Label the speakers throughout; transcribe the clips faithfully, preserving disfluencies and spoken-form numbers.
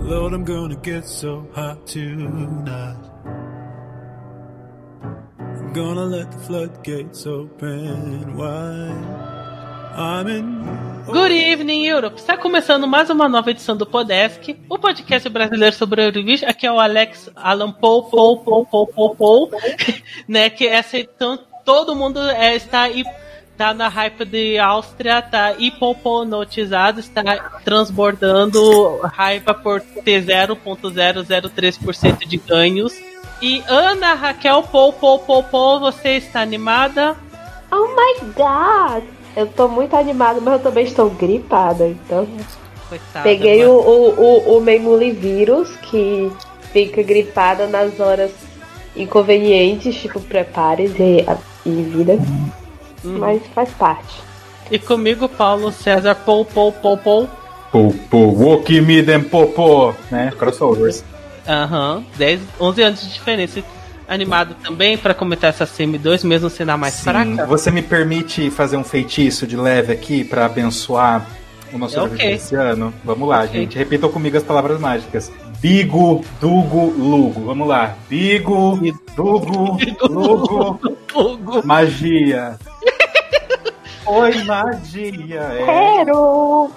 Speaker 1: Lord, I'm gonna get so hot tonight. I'm gonna let the floodgates open wide. I'm in...
Speaker 2: Good evening, Europe! Está começando mais uma nova edição do Podesk, o podcast brasileiro sobre a Eurovision. Aqui é o Alex Alan Paul, Paul, Paul, Paul, Paul, Paul, né? Que essa então todo mundo é, está aí. Tá na hype de Áustria, tá hipoponotizado, está transbordando raiva por ter zero vírgula zero zero três por cento de ganhos. E Ana Raquel Pou, Pou, Pou, Pou, você está animada?
Speaker 3: Oh my god! Eu tô muito animada, mas eu também estou gripada, então...
Speaker 2: Coitada,
Speaker 3: peguei o, o, o, o memulivírus, que fica gripada nas horas inconvenientes, tipo, prepare-se e, e vida... Hum. Mas faz parte.
Speaker 2: E comigo, Paulo César Pou, Pou, Pou, Pou.
Speaker 4: Pou, Pou, Woki Midem Popô, né? Crossovers.
Speaker 2: Aham, uhum. dez, onze anos de diferença. Animado também para comentar essa C M dois, mesmo sendo a mais
Speaker 4: Sim.
Speaker 2: fraca.
Speaker 4: Você me permite fazer um feitiço de leve aqui para abençoar o nosso
Speaker 2: okay.
Speaker 4: esse ano? Vamos lá,
Speaker 2: okay.
Speaker 4: gente. Repitam comigo as palavras mágicas. Bigo, Dugo, Lugo. Vamos lá. Bigo, Dugo, Lugo,
Speaker 2: Lugo.
Speaker 4: Magia. Oi, magia.
Speaker 3: Quero!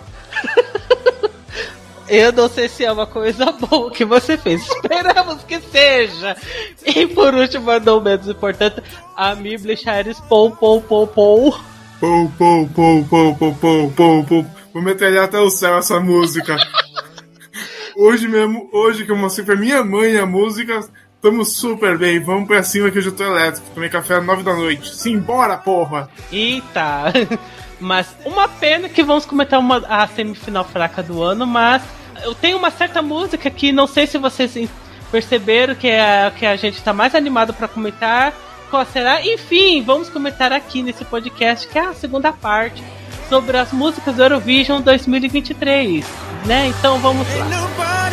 Speaker 2: Eu não sei se é uma coisa boa que você fez. Esperamos que seja. E por último, não menos importante, a Mibli Chaires Pou, Pou, Pou, Pou.
Speaker 5: Pou, pou, pou, pou, pou, pou, pou, pou. Vou meter até o céu essa música. Hoje mesmo, hoje que eu mostrei pra minha mãe a música, tamo super bem. Vamos pra cima que eu já tô elétrico. Tomei café às nove da noite. Simbora, porra!
Speaker 2: Eita! Mas uma pena que vamos comentar uma, a semifinal fraca do ano, mas eu tenho uma certa música que não sei se vocês perceberam que a, que a gente tá mais animado pra comentar. Qual será? Enfim, vamos comentar aqui nesse podcast, que é a segunda parte, sobre as músicas do Eurovision dois mil e vinte e três, né? Então vamos lá.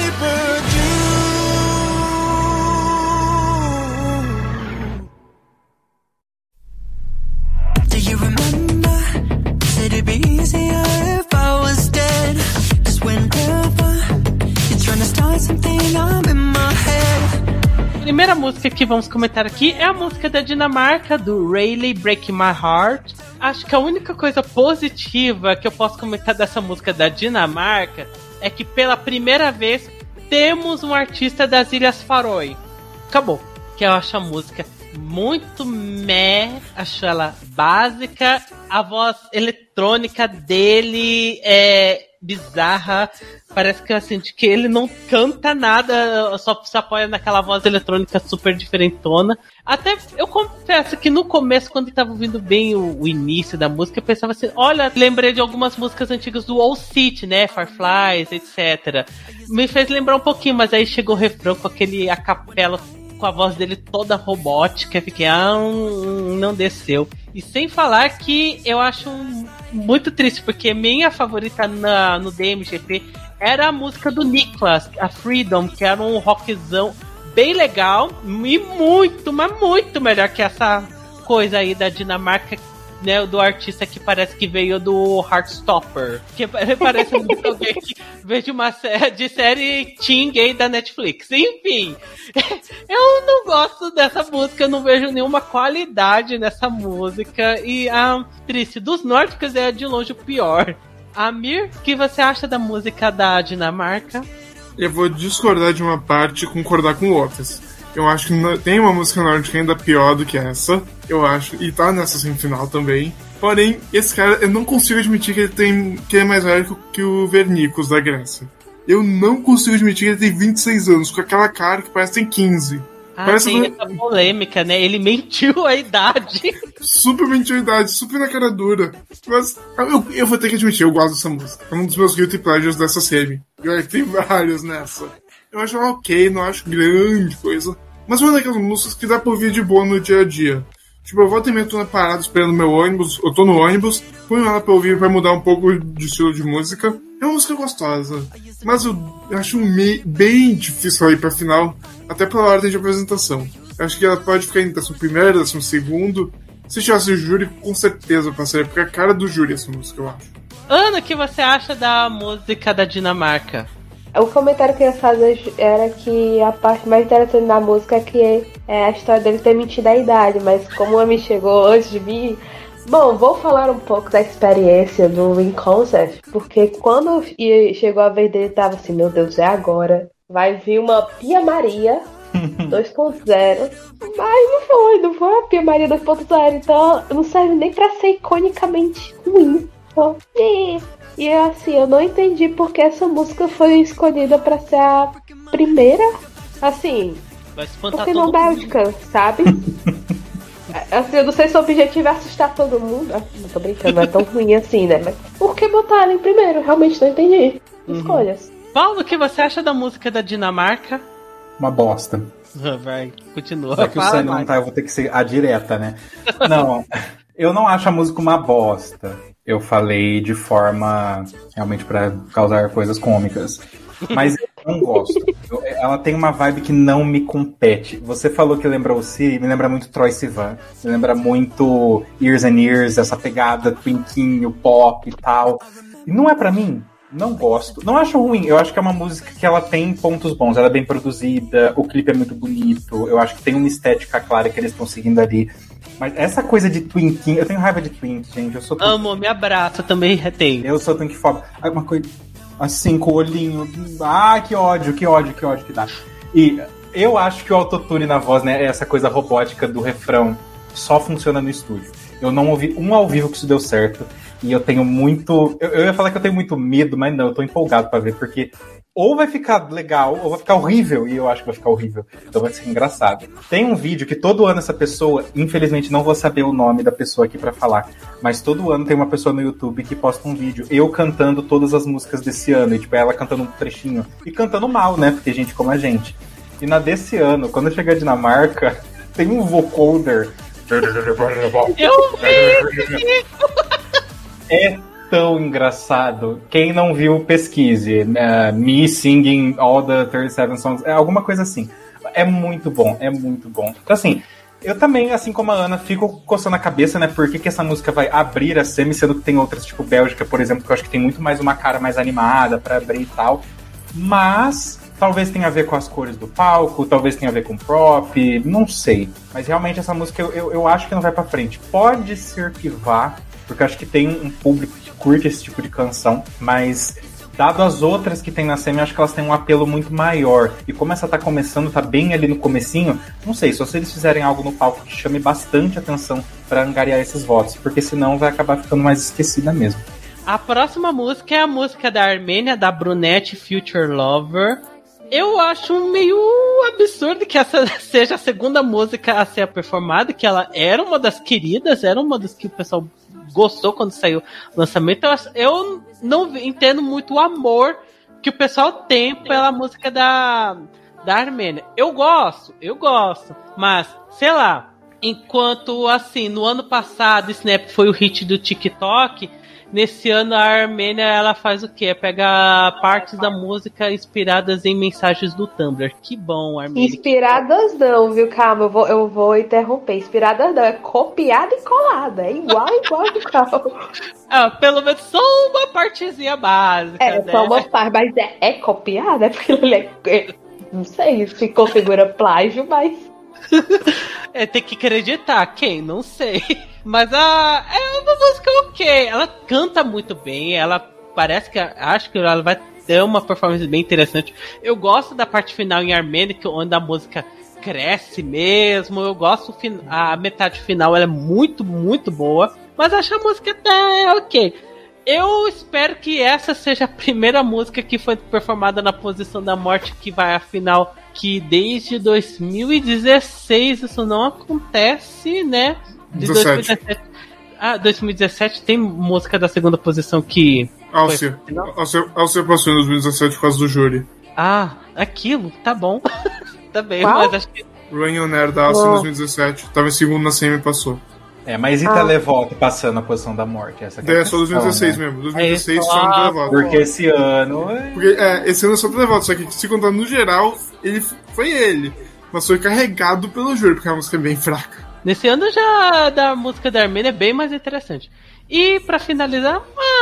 Speaker 6: Do you remember? Said it'd be easier if I was dead. Cause whenever you're trying to start something, I'm in my head.
Speaker 2: A primeira música que vamos comentar aqui é a música da Dinamarca, do Really Break My Heart. Acho que a única coisa positiva que eu posso comentar dessa música da Dinamarca é que pela primeira vez temos um artista das Ilhas Faroe. Acabou. Que eu acho a música muito meh, acho ela básica. A voz eletrônica dele é bizarra. Parece que assim, de que ele não canta nada, só se apoia naquela voz eletrônica super diferentona. Até eu confesso que no começo, quando estava ouvindo bem o, o início da música, eu pensava assim, olha, lembrei de algumas músicas antigas do Old City, né, Fireflies, etcétera. Me fez lembrar um pouquinho, mas aí chegou o refrão com aquele a capela, com a voz dele toda robótica, fiquei, ah, não desceu. E sem falar que eu acho muito triste, porque minha favorita na, no D M G P era a música do Niklas, a Freedom, que era um rockzão bem legal e muito, mas muito melhor que essa coisa aí da Dinamarca, né, do artista que parece que veio do Heartstopper, que parece muito alguém que veio de uma série, de série teen gay da Netflix. Enfim, eu não gosto dessa música, eu não vejo nenhuma qualidade nessa música e a triste dos nórdicos é de longe o pior. Amir, o que você acha da música da Dinamarca?
Speaker 5: Eu vou discordar de uma parte e concordar com outras. Eu acho que tem uma música nórdica ainda pior do que essa, eu acho, e tá nessa semifinal também. Porém, esse cara, eu não consigo admitir que ele tem que é mais velho que o Vernicus da Grécia. Eu não consigo admitir que ele tem vinte e seis anos, com aquela cara que parece que tem quinze.
Speaker 2: Ah,
Speaker 5: parece
Speaker 2: tem
Speaker 5: que...
Speaker 2: essa polêmica, né? Ele mentiu a idade.
Speaker 5: Super mentiu a idade, super na cara dura. Mas eu, eu vou ter que admitir, eu gosto dessa música. É um dos meus guilty pleasures dessa série. E olha que tem vários nessa. Eu acho ela ok, não acho grande coisa. Mas uma daquelas músicas que dá pra ouvir de boa no dia a dia. Tipo, eu volto e meio, tô na parada esperando meu ônibus, eu tô no ônibus, ponho ela pra ouvir pra mudar um pouco de estilo de música. É uma música gostosa, mas eu acho meio, bem difícil ir pra final, até pela ordem de apresentação. Eu acho que ela pode ficar em décimo primeiro, décimo segundo. Se tivesse o júri, com certeza passaria, porque é a cara do júri essa música, eu acho.
Speaker 2: Ana, o que você acha da música da Dinamarca?
Speaker 3: O comentário que eu ia fazer era que a parte mais interessante da música é que é a história dele ter mentido a idade, mas como a mim chegou antes de mim. Bom, vou falar um pouco da experiência do In Concert, porque quando chegou a vez dele, tava assim, meu Deus, é agora. Vai vir uma Pia Maria dois ponto zero, mas não foi, não foi a Pia Maria dois ponto zero, então não serve nem pra ser iconicamente ruim. Então, e, e assim, eu não entendi porque essa música foi escolhida pra ser a primeira, assim, porque não Bélgica, sabe? Assim, eu não sei se o objetivo é assustar todo mundo. Não tô brincando, não é tão ruim assim, né? Mas por que botar ela em primeiro? Realmente não entendi. Escolhas.
Speaker 2: Uhum. Paulo, o que você acha da música da Dinamarca?
Speaker 4: Uma bosta.
Speaker 2: Vai, continua.
Speaker 4: Já que o Sam não tá, eu vou ter que ser a direta, né? Não, eu não acho a música uma bosta. Eu falei de forma realmente pra causar coisas cômicas. Mas eu não gosto. Eu, ela tem uma vibe que não me compete. Você falou que lembrou o Siri, me lembra muito Troye Sivan. Me lembra muito Years and Years, essa pegada twinquinho, pop e tal. E não é pra mim. Não gosto. Não acho ruim. Eu acho que é uma música que ela tem pontos bons. Ela é bem produzida, o clipe é muito bonito. Eu acho que tem uma estética clara que eles estão seguindo ali. Mas essa coisa de twinquinho... Eu tenho raiva de twink, gente. Eu sou twink.
Speaker 2: Amo, me abraça, também tenho.
Speaker 4: Eu sou twinkfóbico. Uma coisa... Assim, com o olhinho. Ah, que ódio, que ódio, que ódio que dá. E eu acho que o autotune na voz, né, essa coisa robótica do refrão, só funciona no estúdio. Eu não ouvi um ao vivo que isso deu certo. E eu tenho muito... Eu, eu ia falar que eu tenho muito medo, mas não, eu tô empolgado pra ver, porque ou vai ficar legal, ou vai ficar horrível, e eu acho que vai ficar horrível. Então vai ser engraçado. Tem um vídeo que todo ano essa pessoa, infelizmente não vou saber o nome da pessoa aqui pra falar, mas todo ano tem uma pessoa no YouTube que posta um vídeo, eu cantando todas as músicas desse ano, e tipo, ela cantando um trechinho, e cantando mal, né, porque gente como a gente. E na desse ano, quando chega a Dinamarca, tem um vocoder.
Speaker 2: Eu vi!
Speaker 4: É tão engraçado. Quem não viu, pesquise. Uh, Me Singing All the thirty seven Songs. É alguma coisa assim. É muito bom, é muito bom. Então, assim, eu também, assim como a Ana, fico coçando a cabeça, né? Por que, que essa música vai abrir a semi, sendo que tem outras, tipo Bélgica, por exemplo, que eu acho que tem muito mais uma cara mais animada pra abrir e tal. Mas talvez tenha a ver com as cores do palco, talvez tenha a ver com prop, não sei. Mas realmente essa música eu, eu, eu acho que não vai pra frente. Pode ser que vá, porque eu acho que tem um público que curte esse tipo de canção, mas dado as outras que tem na semi, eu acho que elas têm um apelo muito maior. E como essa tá começando, tá bem ali no comecinho, não sei, só se eles fizerem algo no palco que chame bastante atenção pra angariar esses votos, porque senão vai acabar ficando mais esquecida mesmo.
Speaker 2: A próxima música é a música da Armênia, da Brunette, Future Lover. Eu acho meio absurdo que essa seja a segunda música a ser performada, que ela era uma das queridas, era uma das que o pessoal gostou quando saiu o lançamento. Eu, eu não entendo muito o amor que o pessoal tem pela música da, da Armênia. Eu gosto, eu gosto, mas, sei lá, enquanto, assim, no ano passado Snap foi o hit do TikTok, nesse ano a Armênia, ela faz o quê? Pega partes da música inspiradas em mensagens do Tumblr. Que bom, Armênia.
Speaker 3: Inspiradas não, viu? Calma, eu vou, eu vou interromper. Inspiradas não, é copiada e colada. É igual, igual, igual.
Speaker 2: Ah, pelo menos só uma partezinha básica,
Speaker 3: É,
Speaker 2: né?
Speaker 3: só uma parte, mas é, é copiada? É porque ele é, é, não sei se configura plágio, mas...
Speaker 2: É, tem que acreditar, quem? Não sei. Mas a, é uma música ok. Ela canta muito bem. Ela parece que... Acho que ela vai ter uma performance bem interessante. Eu gosto da parte final em armênio, onde a música cresce mesmo. Eu gosto... A metade final ela é muito, muito boa. Mas acho a música até ok. Eu espero que essa seja a primeira música que foi performada na Posição da Morte, que vai à final, que desde dois mil e dezesseis isso não acontece, né? De dois mil e dezessete. Ah, dois mil e dezessete tem música da segunda posição que...
Speaker 5: Alcia. Alcia, Alcia passou em dois mil e dezessete por causa do júri.
Speaker 2: Ah, aquilo, tá bom. Tá bem,
Speaker 3: Qual?
Speaker 2: mas acho que...
Speaker 5: Rain on Air da Alcia em dois mil e dezessete. Tava em segundo na semi e passou.
Speaker 4: É, mas e ah. Televoto passando a posição da morte? Essa
Speaker 5: é, é só dois mil e dezesseis, né? Mesmo. dois mil e dezesseis é só no Televoto.
Speaker 4: Porque esse ano...
Speaker 5: Porque, é, esse ano é só Televoto, só que se contar no geral, ele foi ele. Mas foi carregado pelo júri, porque a música é bem fraca.
Speaker 2: Nesse ano já da música da Armênia é bem mais interessante. E pra finalizar, uma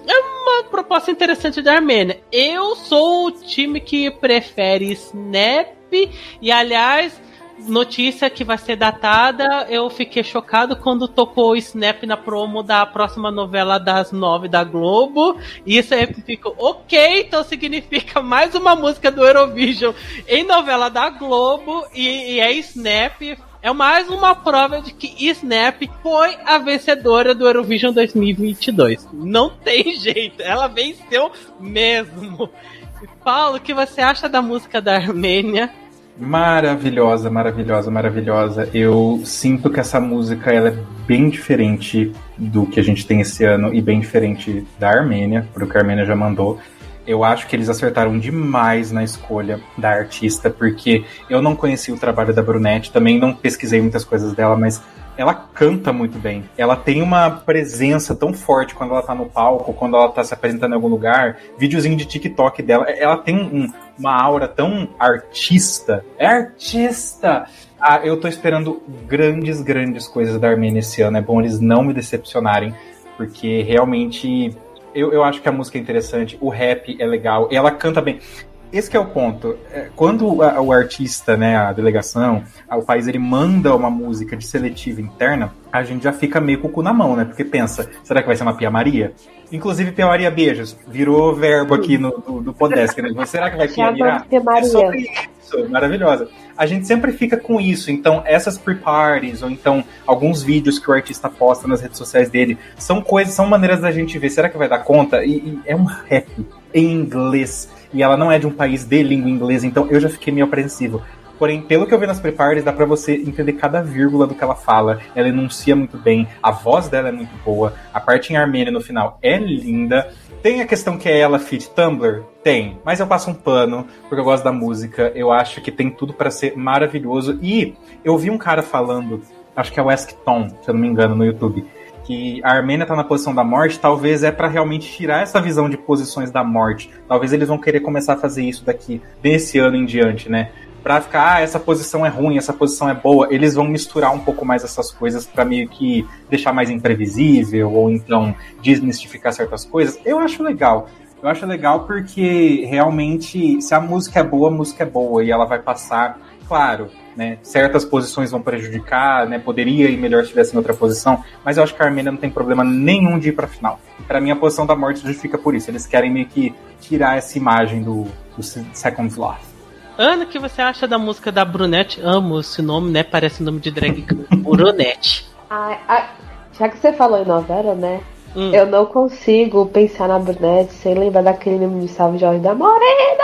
Speaker 2: É uma proposta interessante da Armênia. Eu sou o time que prefere Snap. E, aliás, notícia que vai ser datada, eu fiquei chocado quando tocou o Snap na promo da próxima novela das nove da Globo. E isso aí ficou ok, então significa mais uma música do Eurovision em novela da Globo. E, e é Snap. É mais uma prova de que Snap foi a vencedora do Eurovision dois mil e vinte e dois. Não tem jeito, ela venceu mesmo. Paulo, o que você acha da música da Armênia?
Speaker 4: Maravilhosa, maravilhosa, maravilhosa. Eu sinto que essa música ela é bem diferente do que a gente tem esse ano e bem diferente da Armênia, pro que a Armênia já mandou. Eu acho que eles acertaram demais na escolha da artista, porque eu não conheci o trabalho da Brunette, também não pesquisei muitas coisas dela, mas ela canta muito bem. Ela tem uma presença tão forte quando ela tá no palco, quando ela tá se apresentando em algum lugar. Videozinho de TikTok dela, ela tem um, uma aura tão artista. É artista! Ah, eu tô esperando grandes, grandes coisas da Armênia esse ano. É bom eles não me decepcionarem, porque realmente... Eu, eu acho que a música é interessante, o rap é legal, ela canta bem. Esse que é o ponto. Quando a, o artista, né, a delegação, o país, ele manda uma música de seletiva interna, a gente já fica meio com o cu na mão, né? Porque pensa, será que vai ser uma Pia Maria? Inclusive, Pia Maria Beijos, virou verbo aqui no, do, do Podesc, né? Será que vai Pia virar? É sobre isso, maravilhosa. A gente sempre fica com isso, então essas pre-parties, ou então alguns vídeos que o artista posta nas redes sociais dele, são coisas, são maneiras da gente ver, será que vai dar conta? E, e é um rap em inglês, e ela não é de um país de língua inglesa, então eu já fiquei meio apreensivo. Porém, pelo que eu vi nas pre-parties, dá pra você entender cada vírgula do que ela fala, ela enuncia muito bem, a voz dela é muito boa, a parte em armênio no final é linda. Tem a questão que é ela feat Tumblr? Tem, mas eu passo um pano, porque eu gosto da música, eu acho que tem tudo pra ser maravilhoso. E eu vi um cara falando, acho que é o Ask Tom, se eu não me engano, no YouTube, que a Armênia tá na posição da morte, talvez é pra realmente tirar essa visão de posições da morte. Talvez eles vão querer começar a fazer isso daqui, desse ano em diante, né? Pra ficar, ah, essa posição é ruim, essa posição é boa, eles vão misturar um pouco mais essas coisas pra meio que deixar mais imprevisível, ou então desmistificar certas coisas. Eu acho legal. Eu acho legal porque realmente, se a música é boa, a música é boa, e ela vai passar, claro, né, certas posições vão prejudicar, né, poderia ir melhor se estivesse em outra posição, mas eu acho que a Armênia não tem problema nenhum de ir pra final. Pra mim, a posição da morte justifica por isso. Eles querem meio que tirar essa imagem do, do Second Love.
Speaker 2: Ana, o que você acha da música da Brunette? Amo esse nome, né? Parece nome de drag Brunette.
Speaker 3: Ah, ah, já que você falou em novela, né? Hum. Eu não consigo pensar na Brunette sem lembrar daquele nome de Salve Jorge da Morena!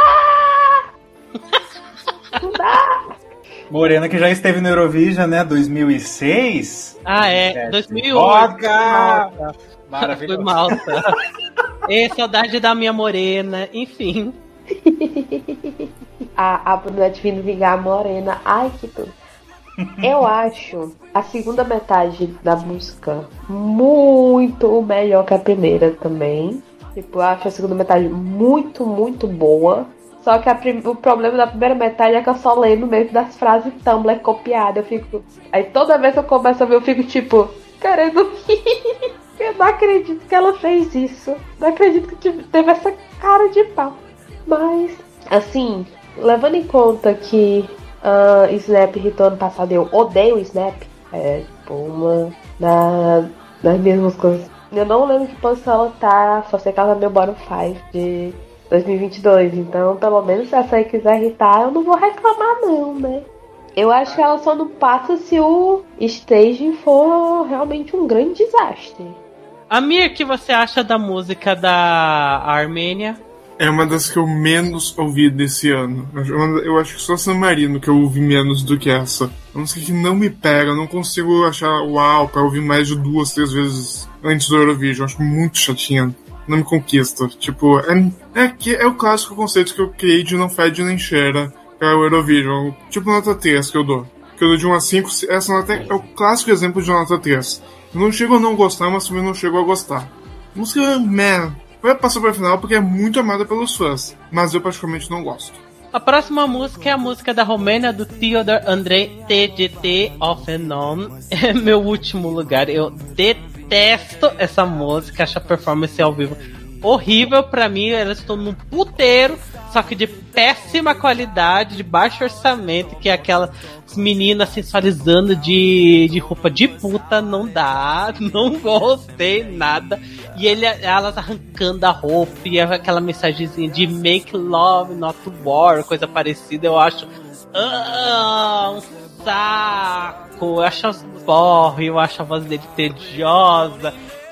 Speaker 3: Não dá!
Speaker 4: Morena que já esteve no Eurovision, né? dois mil e seis.
Speaker 2: Ah, é. dois mil e oito.
Speaker 4: Roca! Maravilhoso.
Speaker 2: Foi Malta. É, saudade da minha morena. Enfim.
Speaker 3: A, a Brunette vindo vingar a Morena. Ai, que tudo. Eu acho a segunda metade da música muito melhor que a primeira também. Tipo, eu acho a segunda metade muito, muito boa. Só que a prim- o problema da primeira metade é que eu só lembro mesmo das frases Tumblr copiadas. Eu fico. Aí toda vez que eu começo a ver, eu fico tipo, querendo rir. Eu não acredito que ela fez isso. Não acredito que teve essa cara de pau. Mas, assim, levando em conta que uh, Snap irritou ano passado, eu odeio Snap. É, tipo, uma da, das minhas músicas. Eu não lembro que posição ela tá, só sei que ela é meu bottom five de dois mil e vinte e dois. Então, pelo menos se essa aí quiser irritar, eu não vou reclamar não, né? Eu acho que ela só não passa se o staging for realmente um grande desastre.
Speaker 2: Amir, o que você acha da música da Armênia?
Speaker 5: É uma das que eu menos ouvi desse ano. Eu acho que só San Marino que eu ouvi menos do que essa. É uma música que não me pega, eu não consigo achar uau pra ouvir mais de duas, três vezes antes do Eurovision. Eu acho muito chatinha. Não me conquista. Tipo, é, é, que é o clássico conceito que eu criei de não fede nem cheira para o Eurovision. Tipo nota três que eu dou. Que eu dou de um a cinco. Essa nota é o clássico exemplo de nota três. Eu não chego a não gostar, mas também não chego a gostar. A música, man, vai passar pra final porque é muito amada pelos fãs. Mas eu particularmente não gosto.
Speaker 2: A próxima música é a música da Romênia, do Theodor Andrei T G T Off and On. É meu último lugar. Eu detesto essa música, acho a performance ao vivo horrível pra mim. Elas estão num puteiro, só que de péssima qualidade, de baixo orçamento, que é aquelas meninas sensualizando de, de roupa de puta. Não dá, não gostei nada. E ele, elas arrancando a roupa e aquela mensagenzinha de make love, not war, coisa parecida. Eu acho ah, um saco. Eu acho as porra, eu acho a voz dele tediosa,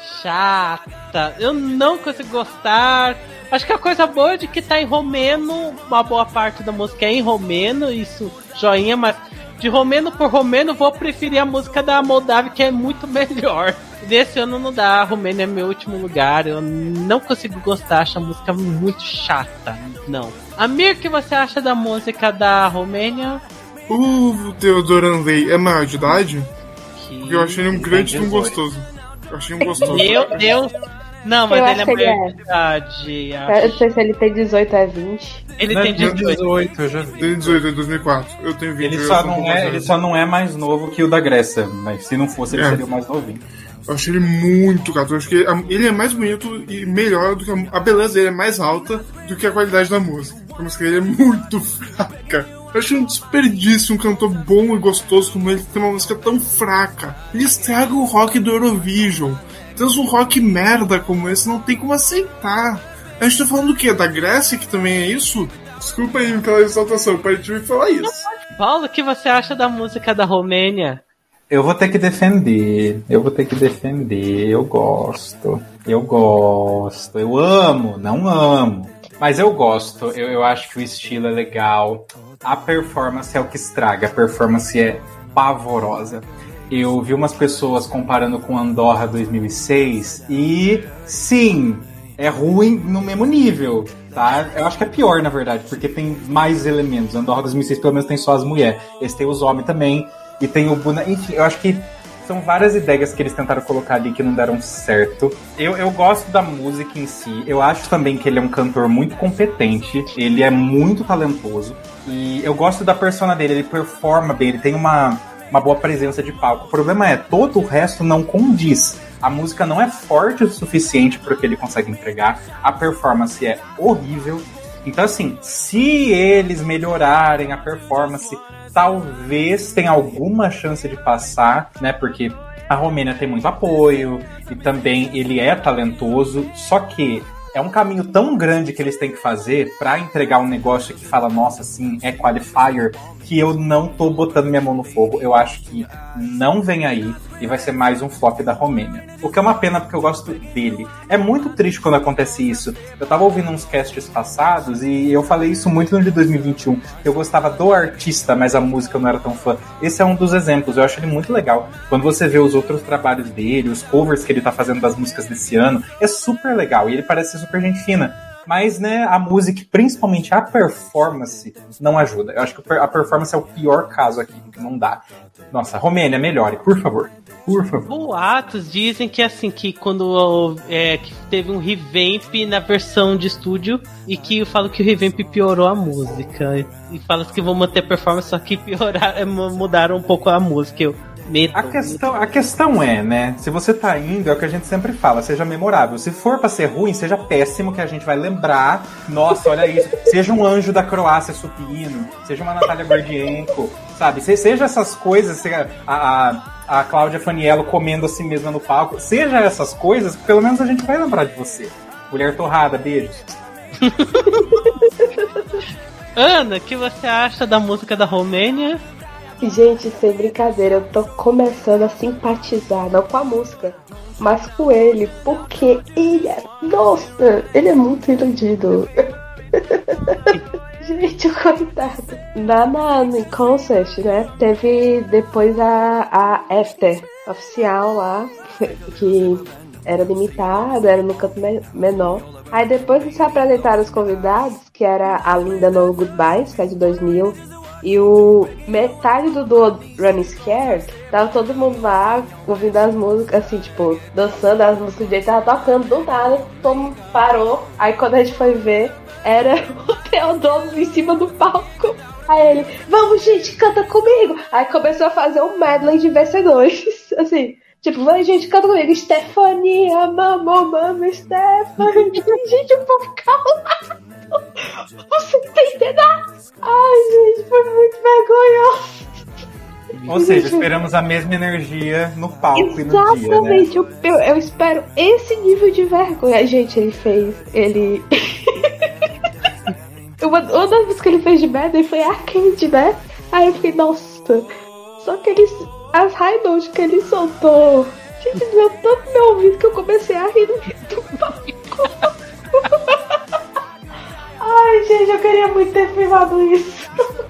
Speaker 2: chata. Eu não consigo gostar. Acho que a coisa boa é de que tá em romeno. Uma boa parte da música é em romeno. Isso, joinha, mas de romeno por romeno vou preferir a música da Moldávia, que é muito melhor. Desse ano não dá, a Romênia é meu último lugar. Eu não consigo gostar, acho a música muito chata. Não. Amir, o que você acha da música da Romênia?
Speaker 5: O Theodore Anley é maior de idade? Que... Porque eu achei ele um grande e um gostoso. Eu achei um gostoso.
Speaker 2: Meu Deus! Não, mas
Speaker 3: eu
Speaker 2: ele é maior
Speaker 3: é.
Speaker 2: de idade.
Speaker 3: Eu não sei se ele tem dezoito ou é vinte.
Speaker 2: Ele
Speaker 4: não,
Speaker 2: tem dezoito.
Speaker 4: dezoito, eu já vi.
Speaker 5: Tem dezoito, é dois mil e quatro. Eu tenho vinte.
Speaker 4: Ele só, não é, ele só não é mais novo que o da Grécia, mas se não fosse, ele é. seria o mais novinho.
Speaker 5: Eu achei ele muito gato. Eu acho que ele é mais bonito e melhor do que a, a beleza dele é mais alta do que a qualidade da música. A música dele é muito fraca. Eu achei um desperdício um cantor bom e gostoso como ele ter uma música tão fraca. Ele estraga o rock do Eurovision. Temos um rock merda como esse, não tem como aceitar. A gente tá falando do quê? Da Grécia, que também é isso? Desculpa aí pela exaltação, pai, tive que falar isso.
Speaker 2: Paulo, o que você acha da música da Romênia?
Speaker 4: Eu vou ter que defender, eu vou ter que defender, eu gosto, eu gosto, eu amo, não amo, mas eu gosto, eu, eu acho que o estilo é legal, a performance é o que estraga, a performance é pavorosa. Eu vi umas pessoas comparando com Andorra dois mil e seis e sim, é ruim no mesmo nível, tá? Eu acho que é pior, na verdade, porque tem mais elementos. Andorra dois mil e seis pelo menos tem só as mulheres, esse tem os homens também. E tem o Buna... Enfim, eu acho que são várias ideias que eles tentaram colocar ali que não deram certo. Eu, eu gosto da música em si. Eu acho também que ele é um cantor muito competente. Ele é muito talentoso. E eu gosto da persona dele. Ele performa bem. Ele tem uma, uma boa presença de palco. O problema é, todo o resto não condiz. A música não é forte o suficiente para o que ele consegue entregar. A performance é horrível. Então, assim, se eles melhorarem a performance, talvez tenha alguma chance de passar, né? Porque a Romênia tem muito apoio e também ele é talentoso, só que é um caminho tão grande que eles têm que fazer pra entregar um negócio que fala, nossa, assim, é qualifier, que eu não tô botando minha mão no fogo. Eu acho que não vem aí e vai ser mais um flop da Romênia. O que é uma pena, porque eu gosto dele. É muito triste quando acontece isso. Eu tava ouvindo uns casts passados e eu falei isso muito no de dois mil e vinte e um. Eu gostava do artista, mas a música eu não era tão fã. Esse é um dos exemplos. Eu acho ele muito legal. Quando você vê os outros trabalhos dele, os covers que ele tá fazendo das músicas desse ano, é super legal. E ele parece ser super gente fina. Mas, né, a música, principalmente a performance, não ajuda. Eu acho que a performance é o pior caso aqui, que não dá. Nossa, Romênia, melhore, por favor. Por favor.
Speaker 2: Boatos dizem que, assim, que quando é, que teve um revamp na versão de estúdio e que eu falo que o revamp piorou a música. E falam que vão manter a performance, só que piorar, mudaram um pouco a música. Eu...
Speaker 4: A questão, a questão é, né? Se você tá indo, é o que a gente sempre fala, seja memorável. Se for pra ser ruim, seja péssimo, que a gente vai lembrar. Nossa, olha isso. Seja um anjo da Croácia supino, seja uma Natália Gordienko, sabe? Seja essas coisas, seja a, a, a Cláudia Faniello comendo a si mesma no palco. Seja essas coisas, pelo menos a gente vai lembrar de você. Mulher torrada, beijos.
Speaker 2: Ana, o que você acha da música da Romênia?
Speaker 3: Gente, sem brincadeira, eu tô começando a simpatizar, não com a música, mas com ele, porque ele é... Nossa, ele é muito iludido. Gente, coitado. Na, na, no concert, né, teve depois a, a After oficial lá, que era limitado, era no canto me- menor. Aí depois que se apresentaram os convidados, que era a Linda No Goodbyes, que é de dois mil, e o metade do duo Running Scared, tava todo mundo lá ouvindo as músicas, assim, tipo, dançando as músicas do jeito, tava tocando do nada, todo mundo parou. Aí quando a gente foi ver, era o Teodoro em cima do palco. Aí ele, vamos gente, canta comigo. Aí começou a fazer um medley de vencedores, assim, Tipo, vai, gente, canta comigo. Stefania, mamô, mama, Stephanie. Gente, o povo calado. Você tá entendendo? Ai, gente, foi muito vergonhoso.
Speaker 4: Ou seja, esperamos a mesma energia no palco e no dia, né?
Speaker 3: Exatamente, eu, eu, eu espero esse nível de vergonha. Gente, ele fez, ele... uma, uma das músicas que ele fez de Madden foi Arcade, né? Aí eu fiquei, nossa. Só que ele, as high notes que ele soltou, gente, deu tanto meu ouvido que eu comecei a rir do palco. Ai, gente, eu queria muito ter filmado isso.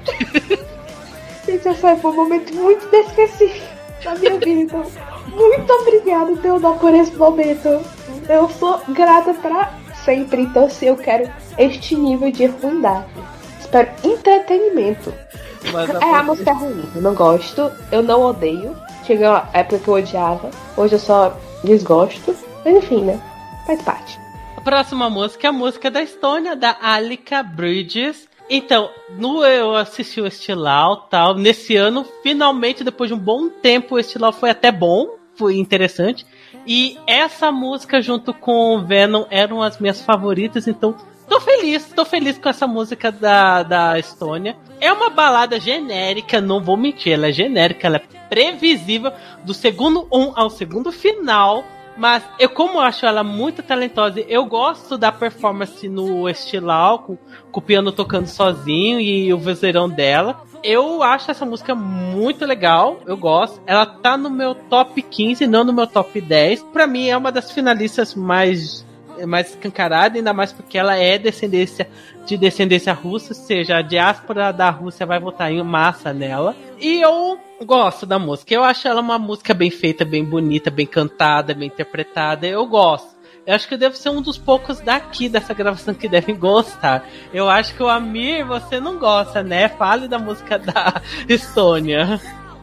Speaker 3: Gente, esse foi um momento muito inesquecível na minha vida. Então, muito obrigada, Teodoro, por esse momento. Eu sou grata pra sempre. Então, se eu quero este nível de ruindade, espero entretenimento. Mas a é, a música é ruim. Eu não gosto, eu não odeio. Chegou a época que eu odiava. Hoje eu só desgosto. Mas enfim, né? Faz parte.
Speaker 2: A próxima música é a música da Estônia, da Alika Bridges. Então, no eu assisti o Estilau, tal, nesse ano, finalmente, depois de um bom tempo, o Estilau foi até bom, foi interessante, e essa música junto com o Venom eram as minhas favoritas, então tô feliz, tô feliz com essa música da, da Estônia. É uma balada genérica, não vou mentir, ela é genérica, ela é previsível, do segundo um ao segundo final. Mas eu, como eu acho ela muito talentosa, eu gosto da performance no Estilau, com, com o piano tocando sozinho e o vozeirão dela. Eu acho essa música muito legal, eu gosto. Ela tá no meu top quinze, não no meu top dez. Pra mim é uma das finalistas mais, mais escancaradas, ainda mais porque ela é descendência de descendência russa, ou seja, a diáspora da Rússia vai votar em massa nela. E eu gosto da música. Eu acho ela uma música bem feita, bem bonita, bem cantada, bem interpretada. Eu gosto. Eu acho que eu devo ser um dos poucos daqui dessa gravação que devem gostar. Eu acho que o Amir, você não gosta, né? Fale da música da Estônia.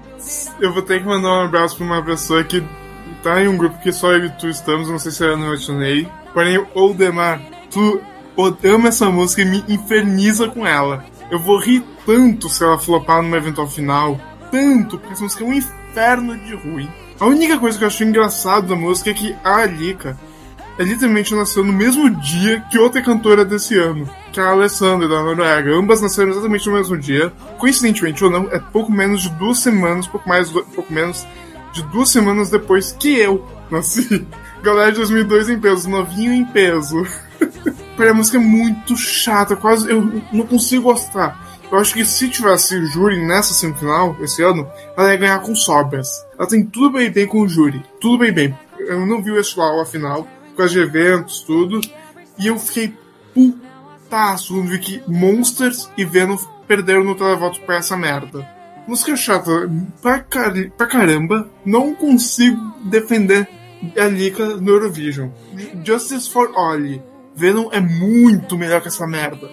Speaker 5: Eu vou ter que mandar um abraço pra uma pessoa que tá em um grupo que só eu e tu estamos. Não sei se eu não mencionei. Porém, Oldemar, tu ama essa música e me inferniza com ela. Eu vou rir tanto se ela flopar numa eventual final. Tanto, porque essa música é um inferno de ruim. A única coisa que eu acho engraçado da música é que a Alika é literalmente nasceu no mesmo dia que outra cantora desse ano, que é a Alessandra, da Noruega. Ambas nasceram exatamente no mesmo dia. Coincidentemente ou não, é pouco menos de duas semanas, pouco mais, pouco menos de duas semanas depois que eu nasci. Galera de dois mil e dois em peso, novinho em peso. A música é muito chata, quase eu não consigo gostar. Eu acho que se tivesse júri nessa semifinal, esse ano, ela ia ganhar com sobras. Ela tem tudo bem bem com o júri. Tudo bem bem. Eu não vi o Estilau a final, por causa de eventos, tudo. E eu fiquei putaço quando vi que Monsters e Venom perderam no televoto pra essa merda. Música chata pra, car- pra caramba. Não consigo defender a Alika no Eurovision. Justice for All. Venom é muito melhor que essa merda.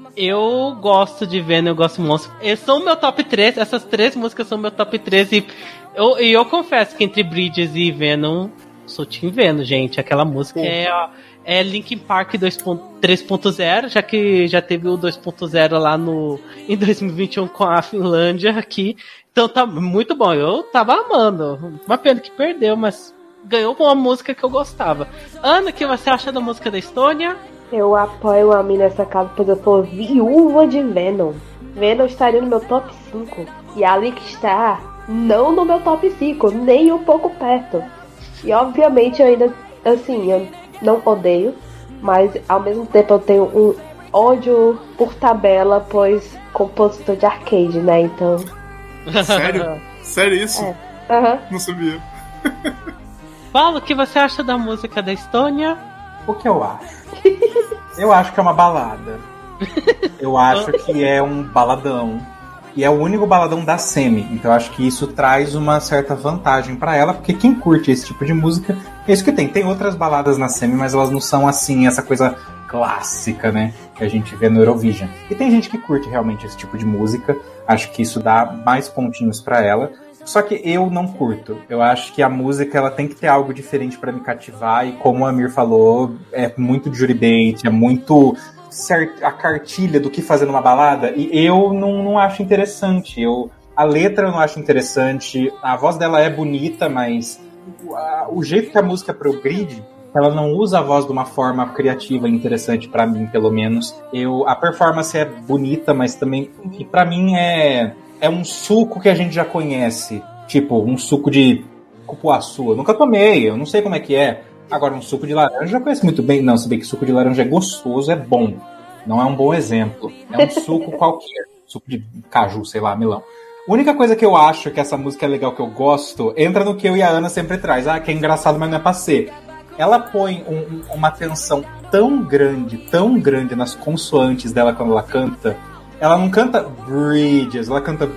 Speaker 2: Eu gosto de Venom, eu gosto de Monstro. Eles são o meu top três, essas três músicas são o meu top três. E eu, e eu confesso que entre Bridges e Venom, sou Team Venom, gente. Aquela música é, é Linkin Park três ponto zero, já que já teve o dois ponto zero lá no, em dois mil e vinte e um com a Finlândia aqui. Então tá muito bom, eu tava amando. Uma pena que perdeu, mas ganhou com uma música que eu gostava. Ana, o que você acha da música da Estônia?
Speaker 3: Eu apoio a mim nessa casa, pois eu sou viúva de Venom. Venom estaria no meu top cinco. E a Alika está não no meu top cinco, nem um pouco perto. E obviamente eu ainda, assim, eu não odeio, mas ao mesmo tempo eu tenho um ódio por tabela, pois compositor de arcade, né? Então.
Speaker 5: Sério? Sério isso?
Speaker 3: É. Uhum.
Speaker 5: Não sabia.
Speaker 2: Paulo, o que você acha da música da Estônia?
Speaker 4: O que eu acho? Eu acho que é uma balada. Eu acho que é um baladão. E é o único baladão da semi. Então eu acho que isso traz uma certa vantagem pra ela, porque quem curte esse tipo de música, é isso que tem. Tem outras baladas na semi, mas elas não são assim, essa coisa clássica, né? Que a gente vê no Eurovision. E tem gente que curte realmente esse tipo de música. Acho que isso dá mais pontinhos pra ela. Só que eu não curto. Eu acho que a música ela tem que ter algo diferente pra me cativar. E como o Amir falou, é muito de jury bait, é muito cert... a cartilha do que fazer numa balada. E eu não, não acho interessante. Eu... A letra eu não acho interessante. A voz dela é bonita, mas a, o jeito que a música progride, ela não usa a voz de uma forma criativa e interessante pra mim, pelo menos. Eu, a performance é bonita, mas também, e pra mim é, é um suco que a gente já conhece. Tipo, um suco de cupuaçu. Eu nunca tomei, eu não sei como é que é. Agora, um suco de laranja eu já conheço muito bem. Não, se bem que suco de laranja é gostoso, é bom. Não é um bom exemplo. É um suco qualquer. Suco de caju, sei lá, melão. A única coisa que eu acho que essa música é legal, que eu gosto, entra no que eu e a Ana sempre traz. Ah, que é engraçado, mas não é pra ser. Ela põe um, uma tensão tão grande, tão grande nas consoantes dela quando ela canta. Ela não canta bridges, ela canta...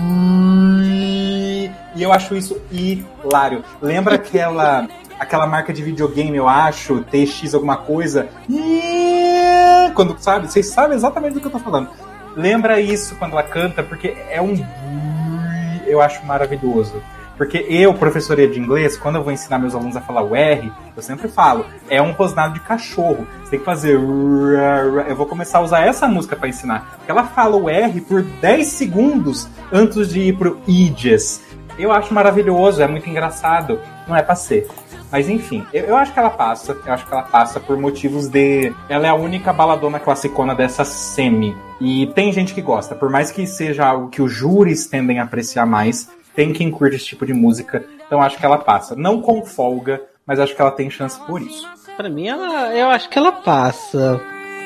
Speaker 4: E eu acho isso hilário. Lembra aquela, aquela marca de videogame, eu acho, T X alguma coisa? Quando, sabe? Vocês sabem exatamente do que eu tô falando. Lembra isso quando ela canta, porque é um... Eu acho maravilhoso. Porque eu, professoria de inglês, quando eu vou ensinar meus alunos a falar o R, eu sempre falo, é um rosnado de cachorro. Você tem que fazer... Eu vou começar a usar essa música pra ensinar. Porque ela fala o R por dez segundos antes de ir pro idges. Eu acho maravilhoso, é muito engraçado. Não é pra ser. Mas enfim, eu, eu acho que ela passa. Eu acho que ela passa por motivos de... Ela é a única baladona classicona dessa semi. E tem gente que gosta. Por mais que seja algo que os júris tendem a apreciar mais... Tem quem curte esse tipo de música, então acho que ela passa. Não com folga, mas acho que ela tem chance por isso.
Speaker 2: Pra mim, ela, eu acho que ela passa.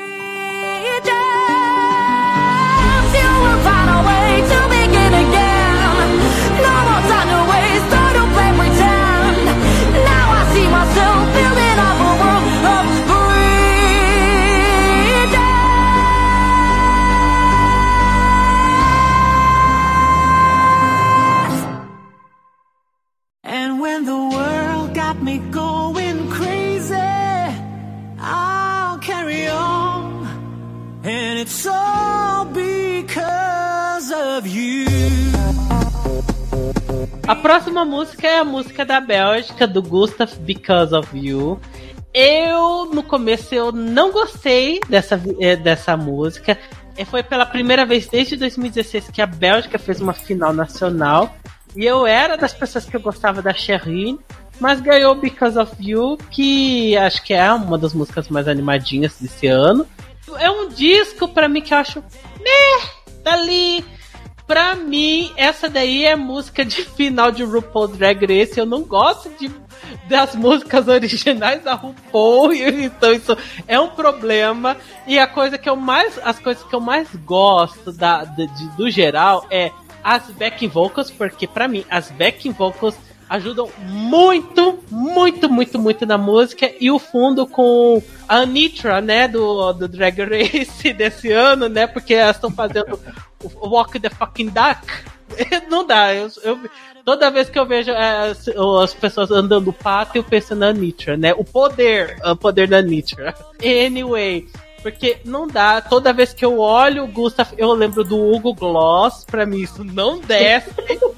Speaker 6: It's all because of you.
Speaker 2: A próxima música é a música da Bélgica, do Gustav, Because of You. Eu, no começo, eu não gostei dessa, dessa música. Foi pela primeira vez desde dois mil e dezesseis que a Bélgica fez uma final nacional. E eu era das pessoas que eu gostava da Cherine, mas ganhou Because of You, que acho que é uma das músicas mais animadinhas desse ano. É um disco, pra mim, que eu acho... Né, dali... Pra mim, essa daí é música de final de RuPaul's Drag Race. Eu não gosto de, das músicas originais da RuPaul, então isso é um problema. E a coisa que eu mais... As coisas que eu mais gosto da, de, de, do geral é as backing vocals, porque pra mim, as backing vocals ajudam muito, muito, muito, muito na música. E o fundo com a Anitra, né, do, do Drag Race desse ano, né, porque elas estão fazendo o Walk the Fucking Duck. Não dá, eu, eu, toda vez que eu vejo é, as, as pessoas andando no pátio, eu penso na Anitra, né, o poder, o poder da Anitra. Anyway, porque não dá, toda vez que eu olho o Gustav, eu lembro do Hugo Gloss, pra mim isso não desce.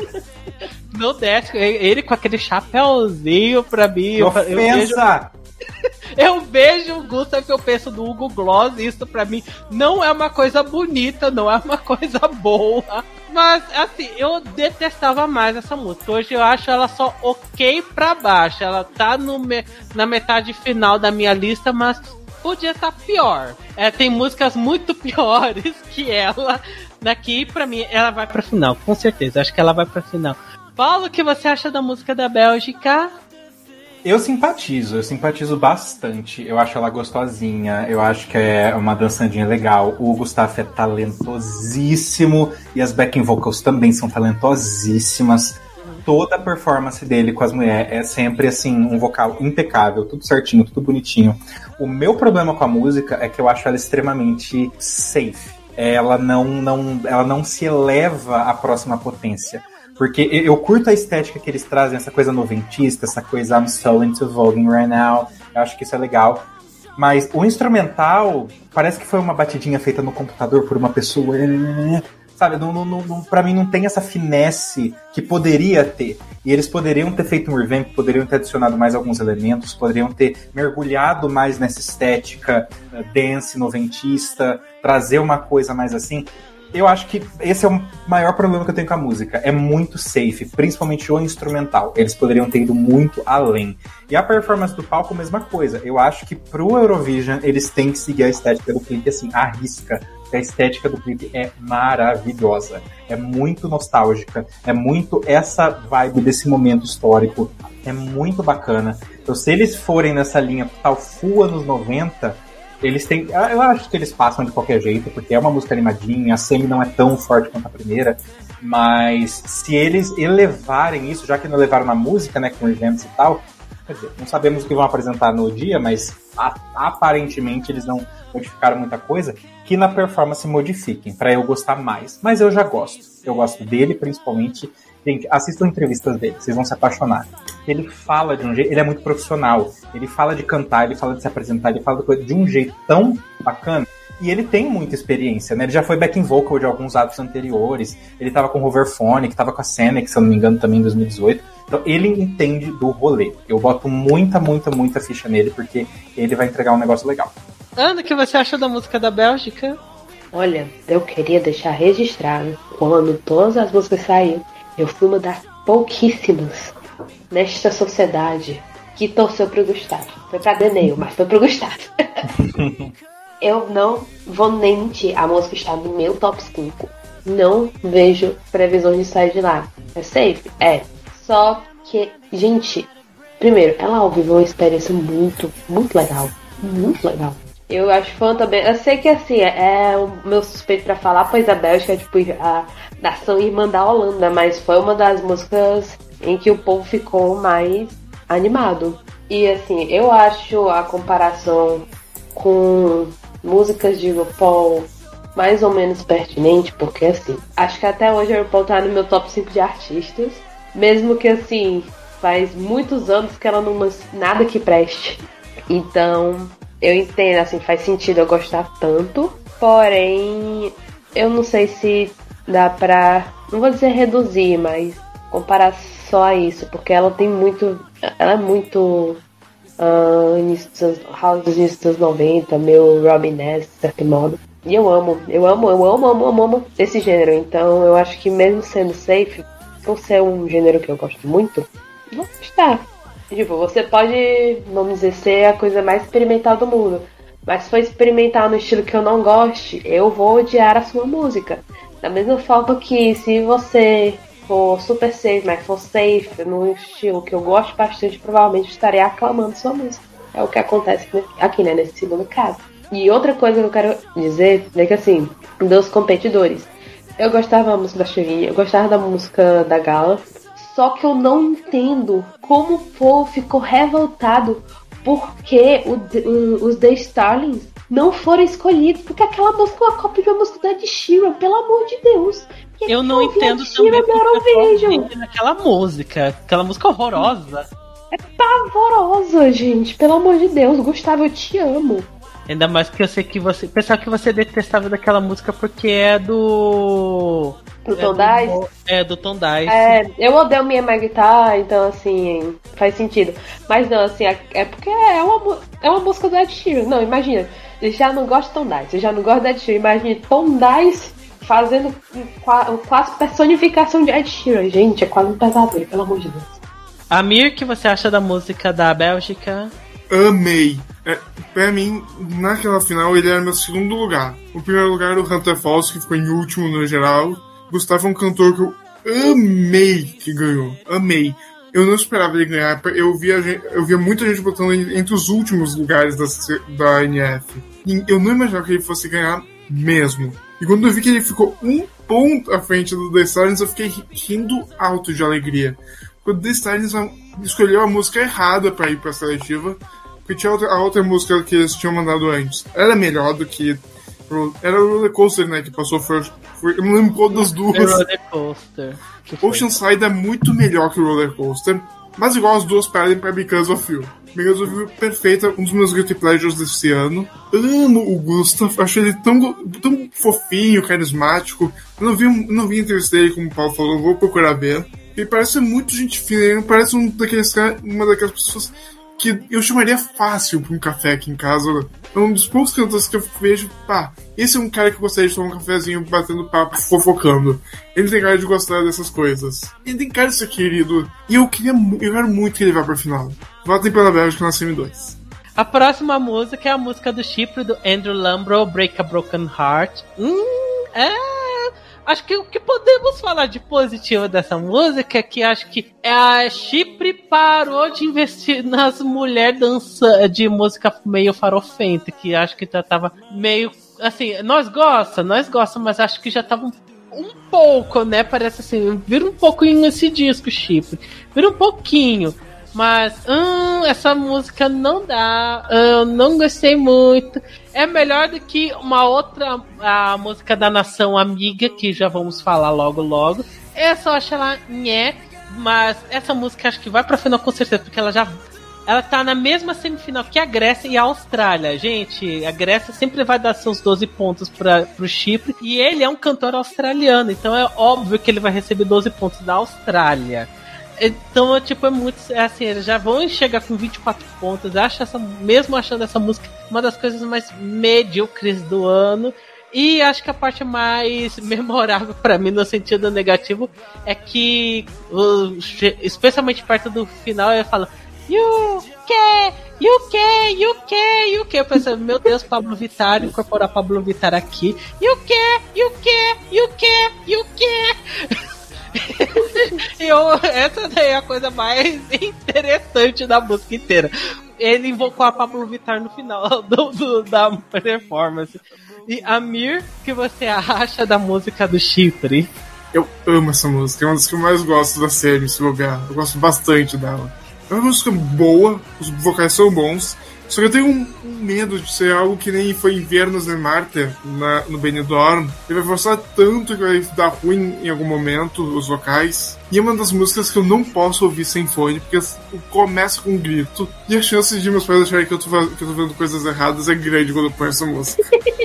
Speaker 2: Não desce, ele com aquele chapéuzinho pra mim. Eu, eu vejo, eu vejo o Gustav que eu penso do Hugo Gloss, isso pra mim não é uma coisa bonita, não é uma coisa boa. Mas assim, eu detestava mais essa música. Hoje eu acho ela só ok pra baixo. Ela tá no me, na metade final da minha lista, mas podia estar pior. É, tem músicas muito piores que ela. Daqui, pra mim, ela vai pra final, com certeza. Acho que ela vai pra final. Paulo, o que você acha da música da Bélgica?
Speaker 4: Eu simpatizo, eu simpatizo bastante. Eu acho ela gostosinha, eu acho que é uma dançandinha legal. O Gustav é talentosíssimo e as backing vocals também são talentosíssimas. Toda a performance dele com as mulheres é sempre assim, um vocal impecável, tudo certinho, tudo bonitinho. O meu problema com a música é que eu acho ela extremamente safe. Ela não, não, ela não se eleva à próxima potência. Porque eu curto a estética que eles trazem, essa coisa noventista, essa coisa I'm so into voguing right now. Eu acho que isso é legal. Mas o instrumental parece que foi uma batidinha feita no computador por uma pessoa. Sabe, não, não, não, pra mim não tem essa finesse que poderia ter. E eles poderiam ter feito um revamp, poderiam ter adicionado mais alguns elementos, poderiam ter mergulhado mais nessa estética uh, dance, noventista, trazer uma coisa mais assim. eu acho que esse é o maior problema que eu tenho com a música. É muito safe, principalmente o instrumental. Eles poderiam ter ido muito além. E a performance do palco, mesma coisa. Eu acho que pro Eurovision, eles têm que seguir a estética do clipe, assim, à risca. A estética do clipe é maravilhosa. É muito nostálgica. É muito essa vibe desse momento histórico. É muito bacana. Então, se eles forem nessa linha total full anos noventa... Eles têm. Eu acho que eles passam de qualquer jeito, porque é uma música animadinha, a semi não é tão forte quanto a primeira, mas se eles elevarem isso, já que não elevaram na música, né, com eventos e tal, quer dizer, não sabemos o que vão apresentar no dia, mas a, aparentemente eles não modificaram muita coisa, que na performance modifiquem, pra eu gostar mais. Mas eu já gosto. Eu gosto dele, principalmente. Gente, assistam entrevistas dele, vocês vão se apaixonar. Ele fala de um jeito, ele é muito profissional. Ele fala de cantar, ele fala de se apresentar, ele fala de um jeito tão bacana. E ele tem muita experiência, né? Ele já foi backing vocal de alguns atos anteriores. Ele tava com o Hoverphone, que tava com a Senex, se eu não me engano, também em dois mil e dezoito. Então ele entende do rolê. Eu boto muita, muita, muita ficha nele, porque ele vai entregar um negócio legal.
Speaker 2: Ana, o que você achou da música da Bélgica?
Speaker 3: Olha, eu queria deixar registrado, quando todas as músicas saíram, eu fui uma das pouquíssimas nesta sociedade que torceu pro Gustavo. Foi pra Deneu, mas foi pro Gustavo. Eu não vou nem mentir, a música está no meu top cinco. Não vejo previsões de sair de lá. É safe? É. Só que, gente, primeiro, ela ao vivo é uma experiência muito, muito legal. Muito legal. Eu acho fã também. Eu sei que assim, é o meu suspeito pra falar, pois a Bélgica é tipo a nação irmã da Holanda, mas foi uma das músicas em que o povo ficou mais animado. E assim, eu acho a comparação com músicas de RuPaul mais ou menos pertinente, porque assim, acho que até hoje a RuPaul tá no meu top cinco de artistas, mesmo que assim, faz muitos anos que ela não lança nada que preste. Então, eu entendo, assim, faz sentido eu gostar tanto, porém, eu não sei se dá pra, não vou dizer reduzir, mas comparar só a isso, porque ela tem muito, ela é muito uh, início dos, house dos inícios dos noventa, meu Robin Ness, de certo modo. E eu amo, eu amo, eu amo, amo, amo, amo esse gênero, então eu acho que mesmo sendo safe, por ser um gênero que eu gosto muito, vou gostar. Tipo, você pode, vamos dizer, ser a coisa mais experimental do mundo, mas se for experimental no estilo que eu não goste, eu vou odiar a sua música. Da mesma forma que se você for super safe, mas for safe no estilo que eu gosto bastante, provavelmente estarei aclamando sua música. É o que acontece aqui, né, nesse segundo caso. E outra coisa que eu quero dizer é que, assim, dos competidores, eu gostava da música da Shirin, eu gostava da música da Gala, só que eu não entendo como o povo ficou revoltado porque o, o, os The Starlings não foram escolhidos, porque aquela música é uma cópia de uma música da Ed Sheeran, pelo amor de Deus.
Speaker 2: E eu não entendo também porque naquela música, aquela música horrorosa.
Speaker 3: É pavorosa, gente, pelo amor de Deus. Gustavo, eu te amo.
Speaker 2: Ainda mais porque eu sei que você... Pensava que você detestava daquela música porque é do...
Speaker 3: Do Tom Dice?
Speaker 2: É, do Tom Dice.
Speaker 3: É, eu odeio minha My Guitar, então assim, faz sentido. Mas não, assim, é, é porque é uma, é uma música do Ed Sheeran. Não, imagina, eu já não gosto de Tom Dice, eu já não gosto do Ed Sheeran. Imagina Tom Dice fazendo quase personificação de Ed Sheeran. Gente, é quase um pesadelo, pelo amor de Deus.
Speaker 2: Amir, o que você acha da música da Bélgica?
Speaker 5: Amei. É, pra mim, naquela final, ele era meu segundo lugar. O primeiro lugar era o Hunter Falls, que ficou em último no geral. Gustavo é um cantor que eu amei que ganhou. Amei. Eu não esperava ele ganhar. Eu via, eu via muita gente botando entre os últimos lugares da, da N F. E eu não imaginava que ele fosse ganhar mesmo. E quando eu vi que ele ficou um ponto à frente do The Stars, eu fiquei rindo alto de alegria. Quando o The Stars escolheu a música errada pra ir pra seletiva, porque tinha outra, a outra música que eles tinham mandado antes. Era melhor do que... Era o Roller Coaster, né, que passou first. Eu não lembro qual das duas.
Speaker 2: É Roller Coaster.
Speaker 5: Oceanside é muito melhor que o Roller Coaster, mas igual as duas perdem pra Because of You. Because of You é perfeita, um dos meus guilty pleasures desse ano. Amo o Gustav, acho ele tão, tão fofinho, carismático. Eu não vi, não vi a entrevista dele, como o Paulo falou, vou procurar ver. Ele parece muito gente fina, ele parece um daqueles, uma daquelas pessoas que eu chamaria fácil pra um café aqui em casa. É um dos poucos cantores que eu vejo, pá, esse é um cara que eu gostaria de tomar um cafezinho, batendo papo, fofocando. Ele tem cara de gostar dessas coisas. Ele tem cara de ser querido. E eu queria, eu quero muito que ele vá pra final. Votem pela Bélgica na semi dois.
Speaker 2: A próxima música é a música do Chipre, do Andrew Lambro, Break a Broken Heart. Hum, é... Acho que o que podemos falar de positivo dessa música é que acho que a Chipre parou de investir nas mulheres dança de música meio farofenta, que acho que já tava meio... Assim, nós gosta, nós gosta, mas acho que já tava um, um pouco, né? Parece assim, vira um pouquinho esse disco, Chipre. Vira um pouquinho. Mas, hum, essa música não dá, eu não gostei muito. É melhor do que uma outra, a música da Nação Amiga, que já vamos falar logo logo. Essa eu acho ela nhé, mas essa música acho que vai pra final com certeza, porque ela já... Ela tá na mesma semifinal que a Grécia e a Austrália. Gente, a Grécia sempre vai dar seus doze pontos pra, pro Chipre, e ele é um cantor australiano, então é óbvio que ele vai receber doze pontos da Austrália. Então, tipo, é muito... É assim, eles já vão chegar com vinte e quatro pontos. Acho essa, mesmo achando essa música uma das coisas mais medíocres do ano. E acho que a parte mais memorável pra mim, no sentido negativo, é que, especialmente perto do final, ele fala You can, you can, you can, you can. Eu pensei, meu Deus, Pablo Vittar, incorporar Pablo Vittar aqui. You can, you can, you can, you can. Eu, essa daí é a coisa mais interessante da música inteira. Ele invocou a Pablo Vittar no final do, do, da performance. E Amir, o que você acha da música do Chipre?
Speaker 5: Eu amo essa música, é uma das que eu mais gosto da série, se bobear. Eu gosto bastante dela. É uma música boa, os vocais são bons, só que eu tenho um, um medo de ser algo que nem foi Invernos de Marte na, no Benidorm. Ele vai forçar tanto que vai dar ruim em algum momento os vocais. E é uma das músicas que eu não posso ouvir sem fone, porque começa com um grito. E a chance de meus pais acharem que eu tô, que eu tô vendo coisas erradas é grande quando eu ponho essa música.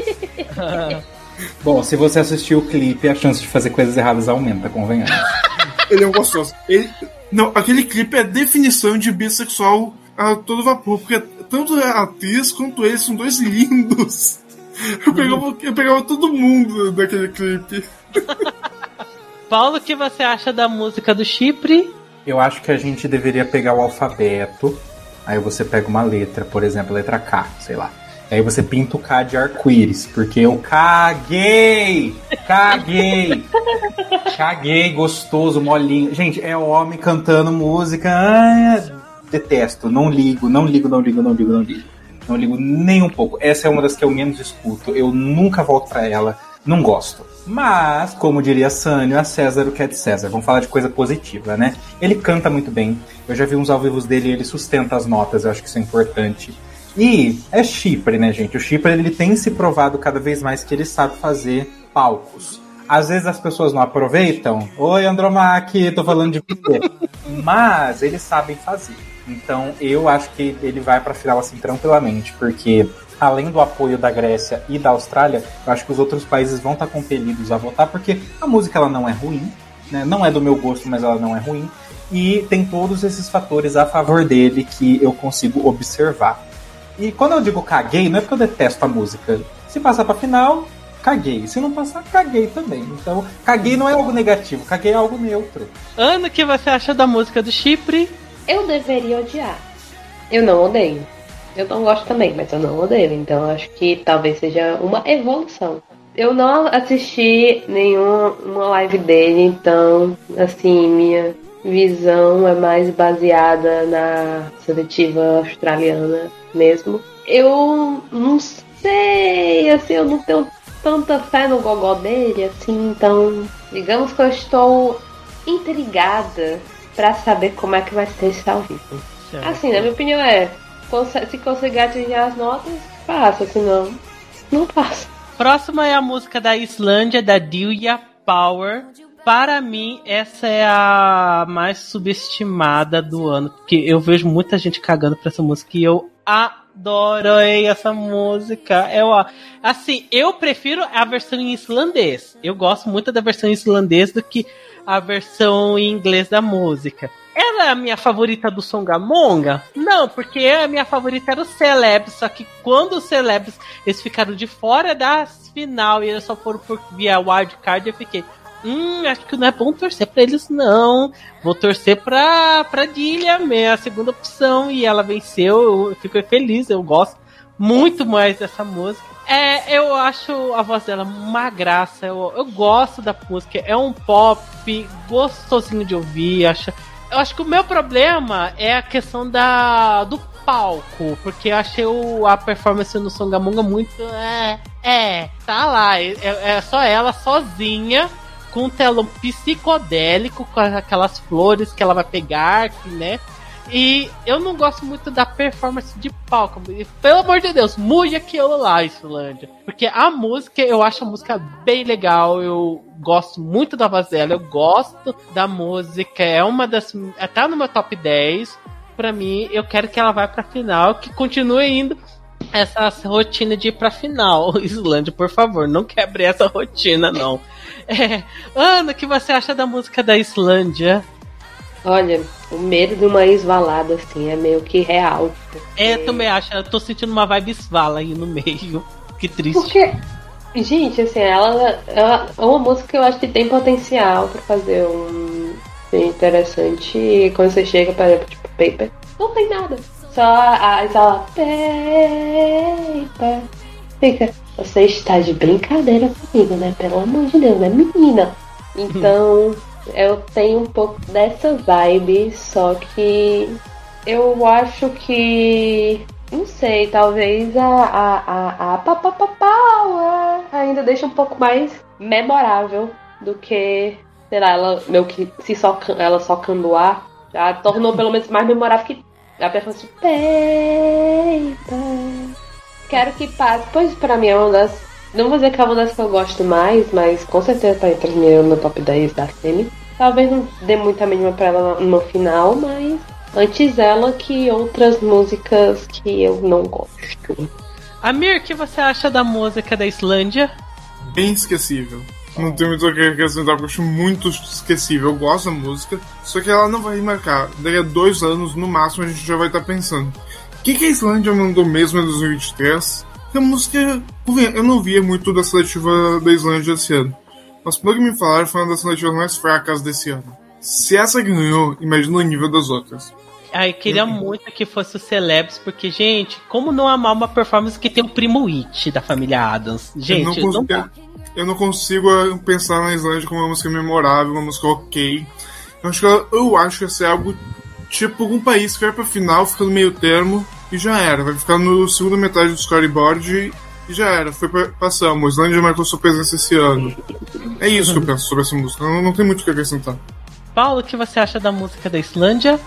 Speaker 4: Bom, se você assistir o clipe, a chance de fazer coisas erradas aumenta, convenhamos.
Speaker 5: Ele é um gostoso. Ele, não, aquele clipe é a definição de bissexual a todo vapor, porque tanto a atriz quanto ele são dois lindos. Eu pegava, eu pegava todo mundo daquele clipe.
Speaker 2: Paulo, o que você acha da música do Chipre?
Speaker 4: Eu acho que a gente deveria pegar o alfabeto, aí você pega uma letra, por exemplo, a letra K, sei lá. Aí você pinta o K de arco-íris, porque eu caguei! Caguei! Caguei, gostoso, molinho. Gente, é homem cantando música. Ai, detesto, não ligo, não ligo, não ligo, não ligo, não ligo. Não ligo nem um pouco. Essa é uma das que eu menos escuto. Eu nunca volto pra ela. Não gosto. Mas, como diria Sânio, a César o que é de César. Vamos falar de coisa positiva, né? Ele canta muito bem. Eu já vi uns ao vivo dele e ele sustenta as notas. Eu acho que isso é importante. E é Chipre, né, gente? O Chipre, ele tem se provado cada vez mais que ele sabe fazer palcos. Às vezes as pessoas não aproveitam. Oi, Andromaque, tô falando de você. Mas eles sabem fazer. Então eu acho que ele vai pra final assim tranquilamente, porque além do apoio da Grécia e da Austrália, eu acho que os outros países vão estar compelidos a votar, porque a música ela não é ruim, né? Não é do meu gosto, mas ela não é ruim. E tem todos esses fatores a favor dele que eu consigo observar. E quando eu digo caguei, não é porque eu detesto a música. Se passar pra final, caguei. Se não passar, caguei também. Então, caguei não é algo negativo, caguei é algo neutro.
Speaker 2: Ana, o que você acha da música do Chipre?
Speaker 3: Eu deveria odiar. Eu não odeio. Eu não gosto também, mas eu não odeio. Então, acho que talvez seja uma evolução. Eu não assisti nenhuma live dele, então, assim, minha visão é mais baseada na seletiva australiana mesmo. Eu não sei, assim, eu não tenho tanta fé no gogó dele, assim, então digamos que eu estou intrigada pra saber como é que vai ser esse ao vivo. Certo. Assim, na minha opinião é, se conseguir atingir as notas, passa, senão não passa.
Speaker 2: Próxima é a música da Islândia, da Dilja Power. Para mim, essa é a mais subestimada do ano, porque eu vejo muita gente cagando pra essa música e eu adoro essa música. Eu, assim, eu prefiro a versão em islandês. Eu gosto muito da versão em islandês do que a versão em inglês da música. Ela é a minha favorita do Songamonga? Não, porque a minha favorita era o Celebs, só que quando os Celebs eles ficaram de fora da final e eles só foram por via wildcard, eu fiquei, hum, acho que não é bom torcer pra eles não, vou torcer pra, pra Dilha, minha segunda opção, e ela venceu, eu fico feliz, eu gosto muito mais dessa música. É, eu acho a voz dela uma graça, eu, eu gosto da música, é um pop gostosinho de ouvir, acho... Eu acho que o meu problema é a questão da, do palco, porque eu achei o, a performance no Songamonga muito... É, é tá lá, é, é só ela sozinha, com um telão psicodélico, com aquelas flores que ela vai pegar, né? E eu não gosto muito da performance de palco. Pelo amor de Deus, mude aquilo lá, Islândia. Porque a música, eu acho a música bem legal. Eu gosto muito da voz dela. Eu gosto da música. É uma das... Tá no meu top dez. Pra mim, eu quero que ela vá pra final. Que continue indo essa rotina de ir pra final. Islândia, por favor, não quebre essa rotina, não. É, Ana, o que você acha da música da Islândia?
Speaker 3: Olha, o medo de uma esvalada, assim, é meio que real. Porque...
Speaker 2: É, eu também acho. Eu tô sentindo uma vibe esvala aí no meio. Que triste.
Speaker 3: Porque, gente, assim, ela, ela é uma música que eu acho que tem potencial pra fazer um... Bem interessante. E quando você chega, por exemplo, tipo, Paper, não tem nada. Só a esvala... Paper... Fica... Você está de brincadeira comigo, né? Pelo amor de Deus, né, menina? Então... Eu tenho um pouco dessa vibe, só que eu acho que, não sei, talvez a a a, a pa, pa, pa, pa, ainda deixa um pouco mais memorável do que, sei lá, ela meio que se só, ela só candoar, já tornou pelo menos mais memorável que a performance de Paper. Quero que passe, pois pra mim é uma das... Não vou dizer que é uma das que eu gosto mais, mas com certeza tá entre as minhas no top dez da Semi. Talvez não dê muita mínima pra ela no final, mas antes ela que outras músicas que eu não gosto.
Speaker 2: Amir, o que você acha da música da Islândia?
Speaker 5: Bem esquecível. Não tenho muito o que acrescentar, porque eu acho muito esquecível. Eu gosto da música, só que ela não vai marcar. Daqui a dois anos, no máximo, a gente já vai estar pensando: o que, que a Islândia mandou mesmo em dois mil e vinte e três? A música, eu não via muito da seletiva da Islândia esse ano, mas pelo que me falaram, foi uma das seletivas mais fracas desse ano. Se essa ganhou, imagina o nível das outras.
Speaker 2: Ai, queria eu... muito que fosse o Celebs, porque, gente, como não amar uma performance que tem o primo It da família Adams? Gente,
Speaker 5: eu não, consigo,
Speaker 2: não dá.
Speaker 5: Eu não consigo pensar na Islândia como uma música memorável, uma música ok. Eu acho que, ela, eu acho que ia ser algo tipo um país que vai pra final, fica no meio termo, e já era, vai ficar no segunda metade do scoreboard e já era, foi pra, passamos. Islândia marcou sua presença esse ano. É isso que eu penso sobre essa música, não, não tem muito o que acrescentar.
Speaker 2: Paulo, o que você acha da música da Islândia?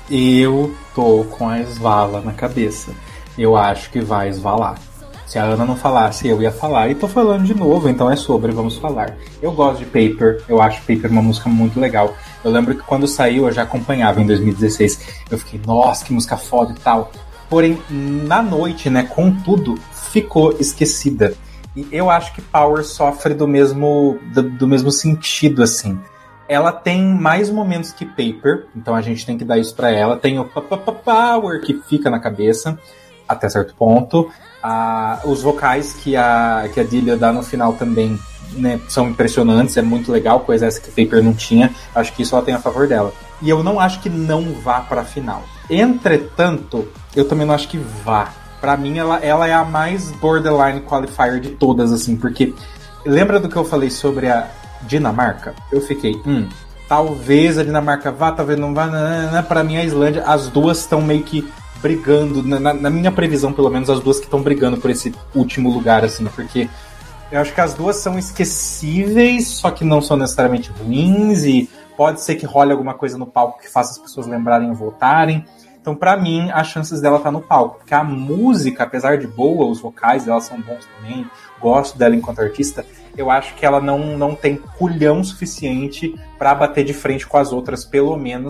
Speaker 4: Eu tô com a Svala na cabeça. Eu acho que vai esvalar. Se a Ana não falasse, eu ia falar. E tô falando de novo, então é sobre, vamos falar. Eu gosto de Paper, eu acho Paper uma música muito legal. Eu lembro que quando saiu, eu já acompanhava em dois mil e dezesseis. Eu fiquei, nossa, que música foda e tal. Porém, na noite, né, contudo, ficou esquecida. E eu acho que Power sofre do mesmo, do, do mesmo sentido, assim. Ela tem mais momentos que Paper, então a gente tem que dar isso pra ela. Tem o Power, que fica na cabeça, até certo ponto. Ah, os vocais que a, que a Dilha dá no final também, né, são impressionantes, é muito legal, coisa essa que Paper não tinha. Acho que isso ela tem a favor dela. E eu não acho que não vá pra final. Entretanto, eu também não acho que vá. Pra mim, ela, ela é a mais borderline qualifier de todas, assim, porque lembra do que eu falei sobre a Dinamarca? Eu fiquei, hum, talvez a Dinamarca vá, talvez não vá. Nanana. Pra mim, a Islândia, as duas estão meio que brigando, na, na minha previsão, pelo menos, as duas que estão brigando por esse último lugar, assim, porque eu acho que as duas são esquecíveis, só que não são necessariamente ruins, e pode ser que role alguma coisa no palco que faça as pessoas lembrarem e voltarem. Então, pra mim, as chances dela tá no palco. Porque a música, apesar de boa, os vocais dela são bons também, gosto dela enquanto artista, eu acho que ela não, não tem culhão suficiente pra bater de frente com as outras, pelo menos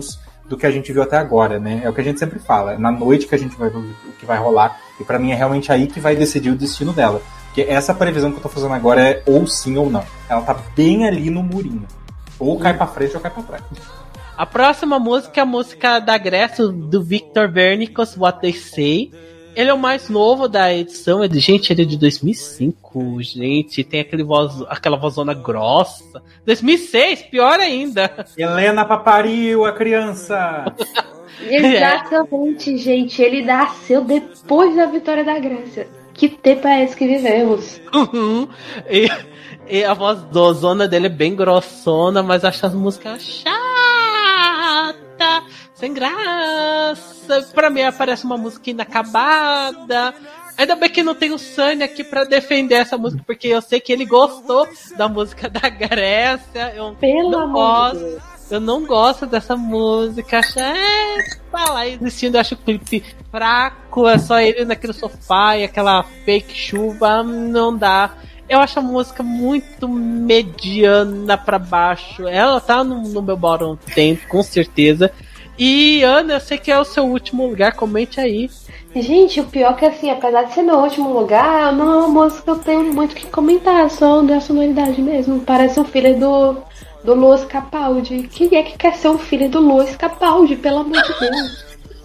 Speaker 4: do que a gente viu até agora, né? É o que a gente sempre fala, é na noite que a gente vai ver o que vai rolar, e pra mim é realmente aí que vai decidir o destino dela. Porque essa previsão que eu tô fazendo agora é ou sim ou não. Ela tá bem ali no murinho. Ou cai pra frente ou cai pra trás.
Speaker 2: A próxima música é a música da Grécia, do Victor Vernicos, What They Say. Ele é o mais novo da edição, ele, gente, ele é de dois mil e cinco, gente, tem aquele voz, aquela vozona grossa. dois mil e seis, pior ainda.
Speaker 4: Helena Papariu, a criança.
Speaker 3: Exatamente, gente, ele nasceu depois da vitória da Grécia. Que tempo é esse que vivemos?
Speaker 2: Uhum. E, e a voz do zona dele é bem grossona, mas acho as músicas chata, sem graça. Pra mim aparece uma música inacabada. Ainda bem que não tem o Sunny aqui pra defender essa música, porque eu sei que ele gostou da música da Grécia. Eu
Speaker 3: Pelo
Speaker 2: não
Speaker 3: amor
Speaker 2: gosto.
Speaker 3: de Deus.
Speaker 2: Eu não gosto dessa música. Acho, é, tá lá existindo, eu acho o clipe fraco. É só ele naquele sofá e aquela fake chuva. Não dá. Eu acho a música muito mediana pra baixo. Ela tá no, no meu bottom tempo, com certeza. E Ana, eu sei que é o seu último lugar, comente aí.
Speaker 3: Gente, o pior é que assim, apesar de ser meu último lugar, não é uma música que eu tenho muito o que comentar, só da sonoridade mesmo. Parece um filho do, do Luiz Capaldi. Quem é que quer ser um filho do Luiz Capaldi, pelo amor de Deus?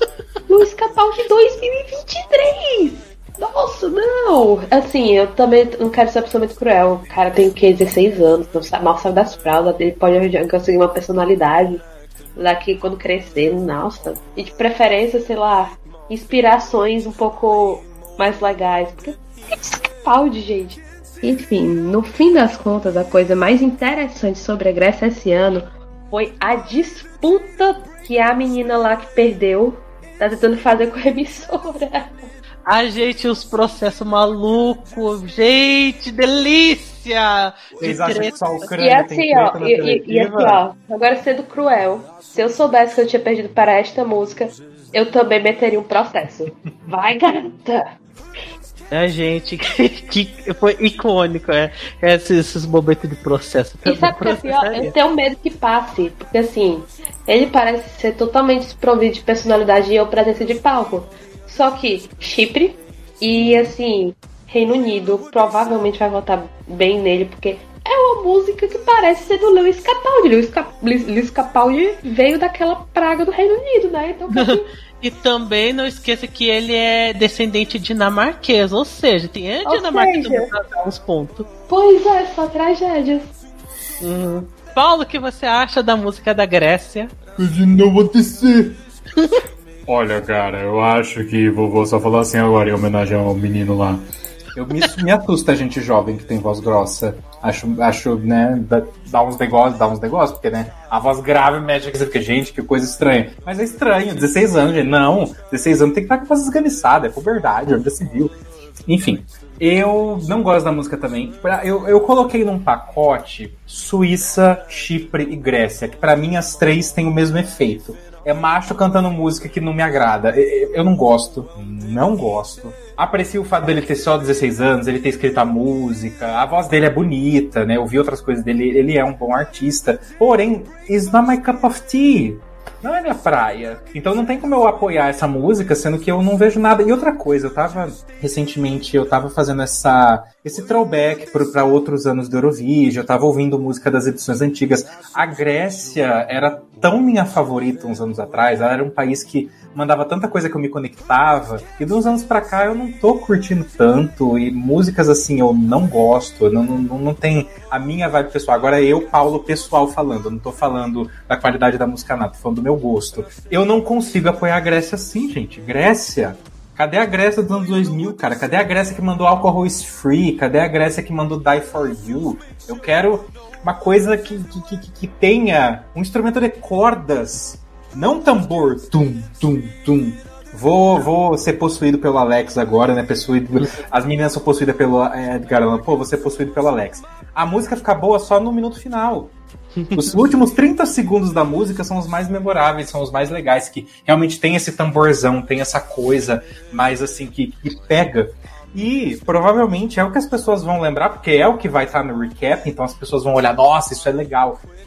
Speaker 3: Luiz Capaldi dois mil e vinte e três! Nossa, não! Assim, eu também não quero ser absolutamente cruel. O cara tem o quê? dezesseis anos, não sabe, mal sabe das fraldas, ele pode conseguir uma personalidade daqui quando crescer, nossa. E de preferência, sei lá, inspirações um pouco mais legais. Porque é Capaldi, gente. Enfim, no fim das contas, a coisa mais interessante sobre a Grécia esse ano foi a disputa que a menina lá que perdeu tá tentando fazer com a emissora.
Speaker 2: Ai, gente, os processos malucos. Gente, delícia!
Speaker 4: Vocês
Speaker 2: De
Speaker 4: acham
Speaker 2: treta.
Speaker 4: que só a
Speaker 3: E
Speaker 4: Ucrânia tem
Speaker 3: assim, ó,
Speaker 4: treta na
Speaker 3: e, e, e assim, ó, agora sendo cruel, se eu soubesse que eu tinha perdido para esta música, eu também meteria um processo. Vai, garota!
Speaker 2: É, gente, que, que foi icônico, é, esses, esses momentos de processo.
Speaker 3: E sabe o que é pior? Eu tenho medo que passe, porque assim, ele parece ser totalmente desprovido de personalidade e presença de palco. Só que Chipre e, assim, Reino Unido provavelmente vai votar bem nele, porque é uma música que parece ser do Lewis Capaldi. Lewis, Cap- Lewis Capaldi veio daquela praga do Reino Unido, né? Então, assim,
Speaker 2: E também não esqueça que ele é descendente dinamarquês, ou seja, tem a
Speaker 3: Ou
Speaker 2: Dinamarca
Speaker 3: seja-
Speaker 2: também pra dar uns pontos.
Speaker 3: pois é, só tragédias.
Speaker 2: Uhum. Paulo, o que você acha da música da Grécia?
Speaker 5: Não vou descer.
Speaker 4: Olha, cara, eu acho que vou só falar assim agora em homenagem ao menino lá. Eu me, me assusta a gente jovem que tem voz grossa. Acho, acho né, dá, dá uns negócios, dá uns negócios, porque, né, a voz grave mexe que você fica, gente, que coisa estranha. Mas é estranho, dezesseis anos, gente. Não, dezesseis anos tem que estar com a voz esganiçada, é puberdade, onde já se viu. Enfim, eu não gosto da música também. Eu, eu coloquei num pacote Suíça, Chipre e Grécia, que pra mim as três têm o mesmo efeito. É macho cantando música que não me agrada. Eu não gosto. Não gosto. Aprecio o fato dele ter só dezesseis anos, ele ter escrito a música. A voz dele é bonita, né? Eu vi outras coisas dele. Ele é um bom artista. Porém, it's not my cup of tea. Não é minha praia. Então não tem como eu apoiar essa música, sendo que eu não vejo nada. E outra coisa, eu tava... Recentemente, eu tava fazendo essa... Esse throwback para outros anos do Eurovision. Eu tava ouvindo música das edições antigas. A Grécia era tão minha favorita uns anos atrás. Ela era um país que mandava tanta coisa que eu me conectava. E de uns anos pra cá eu não tô curtindo tanto. E músicas assim eu não gosto. Não, não, não tem a minha vibe pessoal. Agora eu, Paulo, pessoal falando. Eu não tô falando da qualidade da música nada. Tô falando do meu gosto. Eu não consigo apoiar a Grécia assim, gente. Grécia... Cadê a Grécia dos anos dois mil, cara? Cadê a Grécia que mandou Alcohol is Free? Cadê a Grécia que mandou Die For You? Eu quero uma coisa que, que, que, que tenha um instrumento de cordas, não tambor. Tum, tum, tum. Vou, vou ser possuído pelo Alex agora, né? Possuído, as meninas são possuídas pelo Edgar Allan Poe, vou ser possuído pelo Alex. A música fica boa só no minuto final. Os últimos trinta segundos da música são os mais memoráveis, são os mais legais, que realmente tem esse tamborzão, tem essa coisa mais assim que, que pega. E provavelmente é o que as pessoas vão lembrar, porque é o que vai estar no recap, então as pessoas vão olhar, nossa, isso é legal.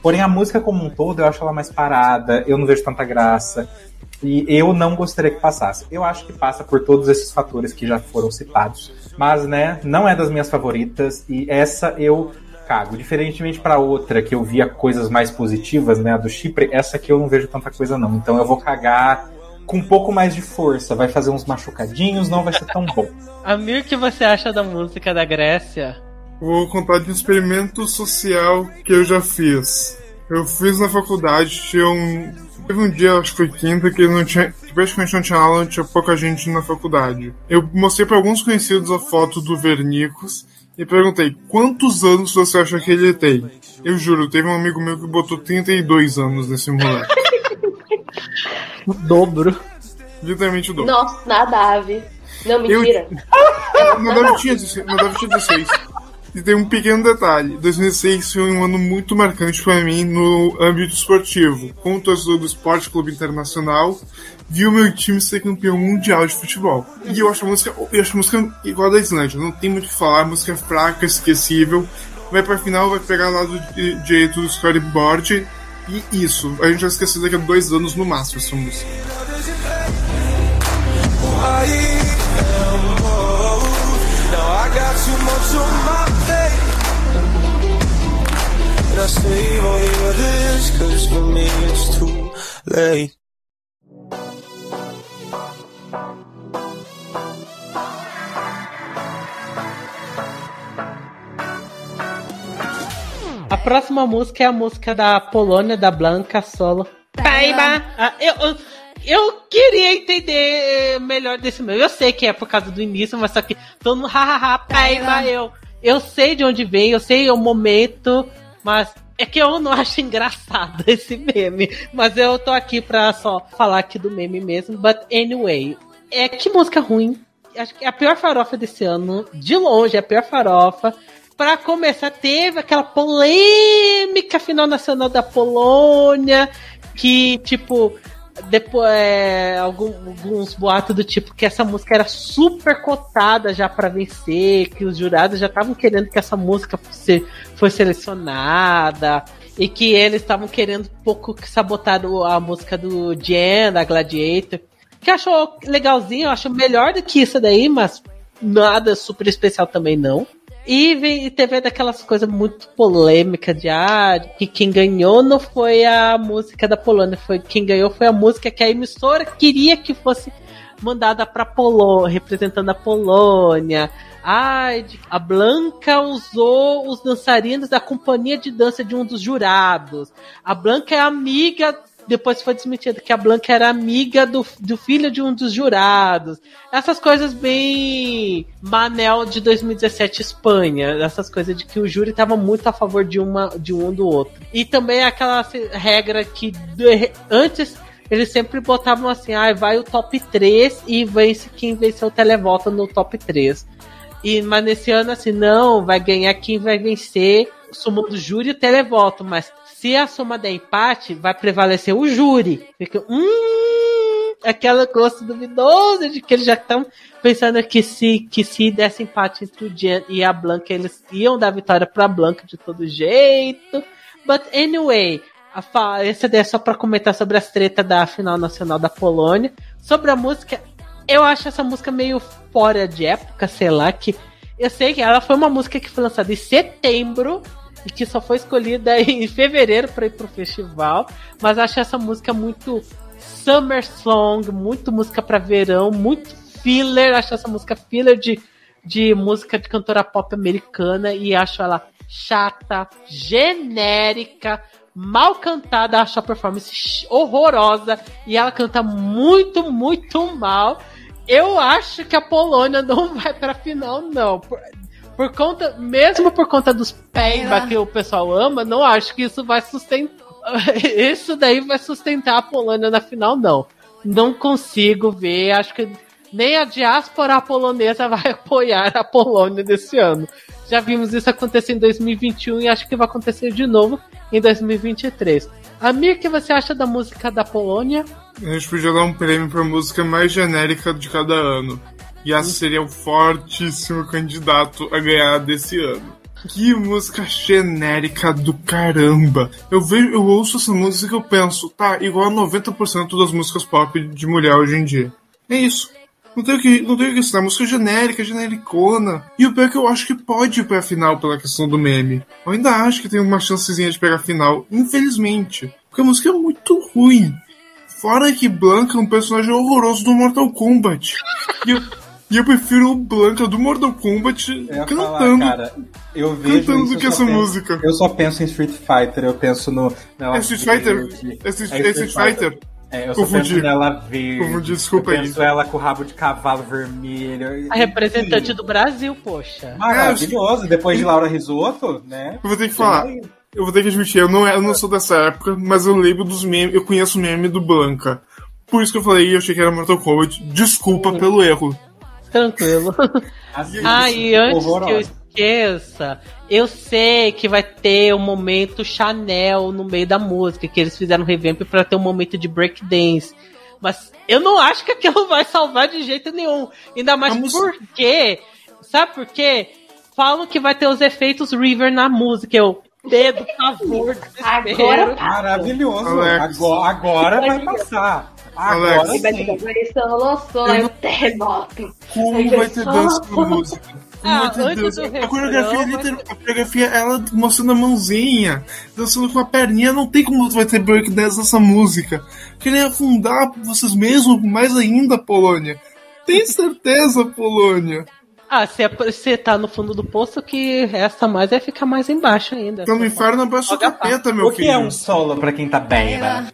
Speaker 4: Porém, a música como um todo, eu acho ela mais parada, eu não vejo tanta graça. E eu não gostaria que passasse. Eu acho que passa por todos esses fatores que já foram citados. Mas, né, não é das minhas favoritas. E essa eu cago. Diferentemente pra outra, que eu via coisas mais positivas, né, a do Chipre, essa aqui eu não vejo tanta coisa não. Então eu vou cagar com um pouco mais de força. Vai fazer uns machucadinhos, não vai ser tão bom.
Speaker 2: Amir, o que você acha da música da Grécia?
Speaker 5: Vou contar de um experimento social que eu já fiz. Eu fiz na faculdade, tinha um... Teve um dia, acho que foi quinta, que não tinha, que praticamente não tinha aula, tinha pouca gente na faculdade. Eu mostrei para alguns conhecidos a foto do Vernicos e perguntei, quantos anos você acha que ele tem? Eu juro, teve um amigo meu que botou trinta e dois anos nesse moleque.
Speaker 2: O dobro.
Speaker 5: Literalmente o dobro.
Speaker 3: Nossa, nadável. Não, mentira.
Speaker 5: Eu... Nadável tinha dezesseis. E tem um pequeno detalhe, dois mil e seis foi um ano muito marcante para mim no âmbito esportivo. Como torcedor do Esporte Clube Internacional, vi o meu time ser campeão mundial de futebol. E eu acho a música, eu acho a música igual a da Islândia, não tem muito o que falar, a música é fraca, esquecível, vai pra final, vai pegar lá do direito do scoreboard, e isso, a gente vai esquecer daqui a dois anos no máximo essa música.
Speaker 6: I save all the others, cause for me it's too late.
Speaker 2: A próxima música é a música da Polônia, da Blanca Solo. Paiba! Ah, eu, eu, eu queria entender melhor desse meu. Eu sei que é por causa do início, mas só que todo mundo, hahaha, paiba, eu, eu sei de onde vem, eu sei o momento. Mas é que eu não acho engraçado esse meme. Mas eu tô aqui pra só falar aqui do meme mesmo. But anyway, é que música ruim. Acho que é a pior farofa desse ano. De longe, é a pior farofa. Pra começar, teve aquela polêmica final nacional da Polônia. Que, tipo... Depois, é, algum, alguns boatos do tipo que essa música era super cotada já pra vencer, que os jurados já estavam querendo que essa música fosse, fosse selecionada, e que eles estavam querendo um pouco sabotar a música do Jen, da Gladiator, que eu acho legalzinho, eu acho melhor do que isso daí, mas nada super especial também não. E, e teve daquelas coisas muito polêmicas de ah, que quem ganhou não foi a música da Polônia, foi, quem ganhou foi a música que a emissora queria que fosse mandada pra Polônia, representando a Polônia. Ai, a Blanca usou os dançarinos da companhia de dança de um dos jurados. A Blanca é amiga... Depois foi desmentido que a Blanca era amiga do, do filho de um dos jurados. Essas coisas bem Manel de dois mil e dezessete Espanha. Essas coisas de que o júri estava muito a favor de, uma, de um do outro. E também aquela regra que de, antes eles sempre botavam assim, ah, vai o top três e vence quem venceu o televoto no top três. E, mas nesse ano assim, não, vai ganhar quem vai vencer o suma do júri e o televoto, mas se a soma der empate, vai prevalecer o júri. Fica, hum, aquela gosto duvidoso de que eles já estão pensando que se, que se desse empate entre o Jen e a Blanca, eles iam dar vitória pra Blanca de todo jeito. But anyway, a, essa daí é só pra comentar sobre as tretas da final nacional da Polônia. Sobre a música, eu acho essa música meio fora de época, sei lá, que eu sei que ela foi uma música que foi lançada em setembro, e que só foi escolhida em fevereiro para ir pro festival, mas acho essa música muito summer song, muito música para verão, muito filler, acho essa música filler de, de música de cantora pop americana, e acho ela chata, genérica, mal cantada, acho a performance horrorosa, e ela canta muito, muito mal. Eu acho que a Polônia não vai pra final, não. Por... Por conta, mesmo por conta dos peiba que o pessoal ama, não acho que isso vai sustentar. Isso daí vai sustentar a Polônia na final, não. Não consigo ver, acho que nem a diáspora polonesa vai apoiar a Polônia desse ano. Já vimos isso acontecer em dois mil e vinte e um e acho que vai acontecer de novo em dois mil e vinte e três. Amir, o que você acha da música da Polônia?
Speaker 5: A gente podia dar um prêmio pra música mais genérica de cada ano. E essa seria o fortíssimo candidato a ganhar desse ano. Que música genérica do caramba. Eu vejo, eu ouço essa música e eu penso, tá, igual a noventa por cento das músicas pop de mulher hoje em dia. É isso. Não tenho que, não tenho que ensinar. Música genérica, genericona. E o pior é que eu acho que pode ir pra final pela questão do meme. Eu ainda acho que tem uma chancezinha de pegar a final, infelizmente. Porque a música é muito ruim. Fora que Blanca é um personagem horroroso do Mortal Kombat. E eu, e eu prefiro o Blanca do Mortal Kombat cantando. Falar, cara,
Speaker 4: eu vejo
Speaker 5: cantando do que essa
Speaker 4: penso,
Speaker 5: música.
Speaker 4: Eu só penso em Street Fighter, eu penso no...
Speaker 5: É Street Fighter? É Street, é Street Fighter? Fighter.
Speaker 4: É, eu Confundi. só penso nela verde.
Speaker 5: Confundi, desculpa aí.
Speaker 4: Eu penso ela com o rabo de cavalo vermelho.
Speaker 2: A representante do Brasil, poxa.
Speaker 4: Maravilhoso. Depois de Laura Risotto, né?
Speaker 5: Eu vou ter que falar. Eu vou ter que admitir, eu não, eu não sou dessa época, mas eu lembro dos memes, eu conheço o meme do Blanca. Por isso que eu falei, eu achei que era Mortal Kombat. Desculpa uhum. pelo erro.
Speaker 2: Tranquilo. Ah, e antes que eu esqueça, eu sei que vai ter um momento Chanel no meio da música, que eles fizeram um revamp pra ter um momento de breakdance. Mas eu não acho que aquilo vai salvar de jeito nenhum. Ainda mais Vamos... porque... Sabe por quê? Falam que vai ter os efeitos River na música. Eu... Dedo, por favor,
Speaker 3: agora
Speaker 4: maravilhoso. Agora, agora vai passar. Agora
Speaker 5: Alex.
Speaker 3: Vai ter solução, é o terremoto.
Speaker 5: Como vai ter dança na música? Como
Speaker 2: ah,
Speaker 5: vai ter dança? A coreografia, a, literal, a coreografia, ela mostrando a mãozinha, dançando com a perninha, não tem como vai ter breakdance nessa música. Querem afundar vocês mesmos mais ainda, Polônia. Tem certeza, Polônia?
Speaker 2: Ah, se você tá no fundo do poço, que resta mais é ficar mais embaixo ainda.
Speaker 5: Então no inferno abraça o capeta, meu
Speaker 4: filho. O que
Speaker 5: filho.
Speaker 4: é um solo pra quem tá bem, né?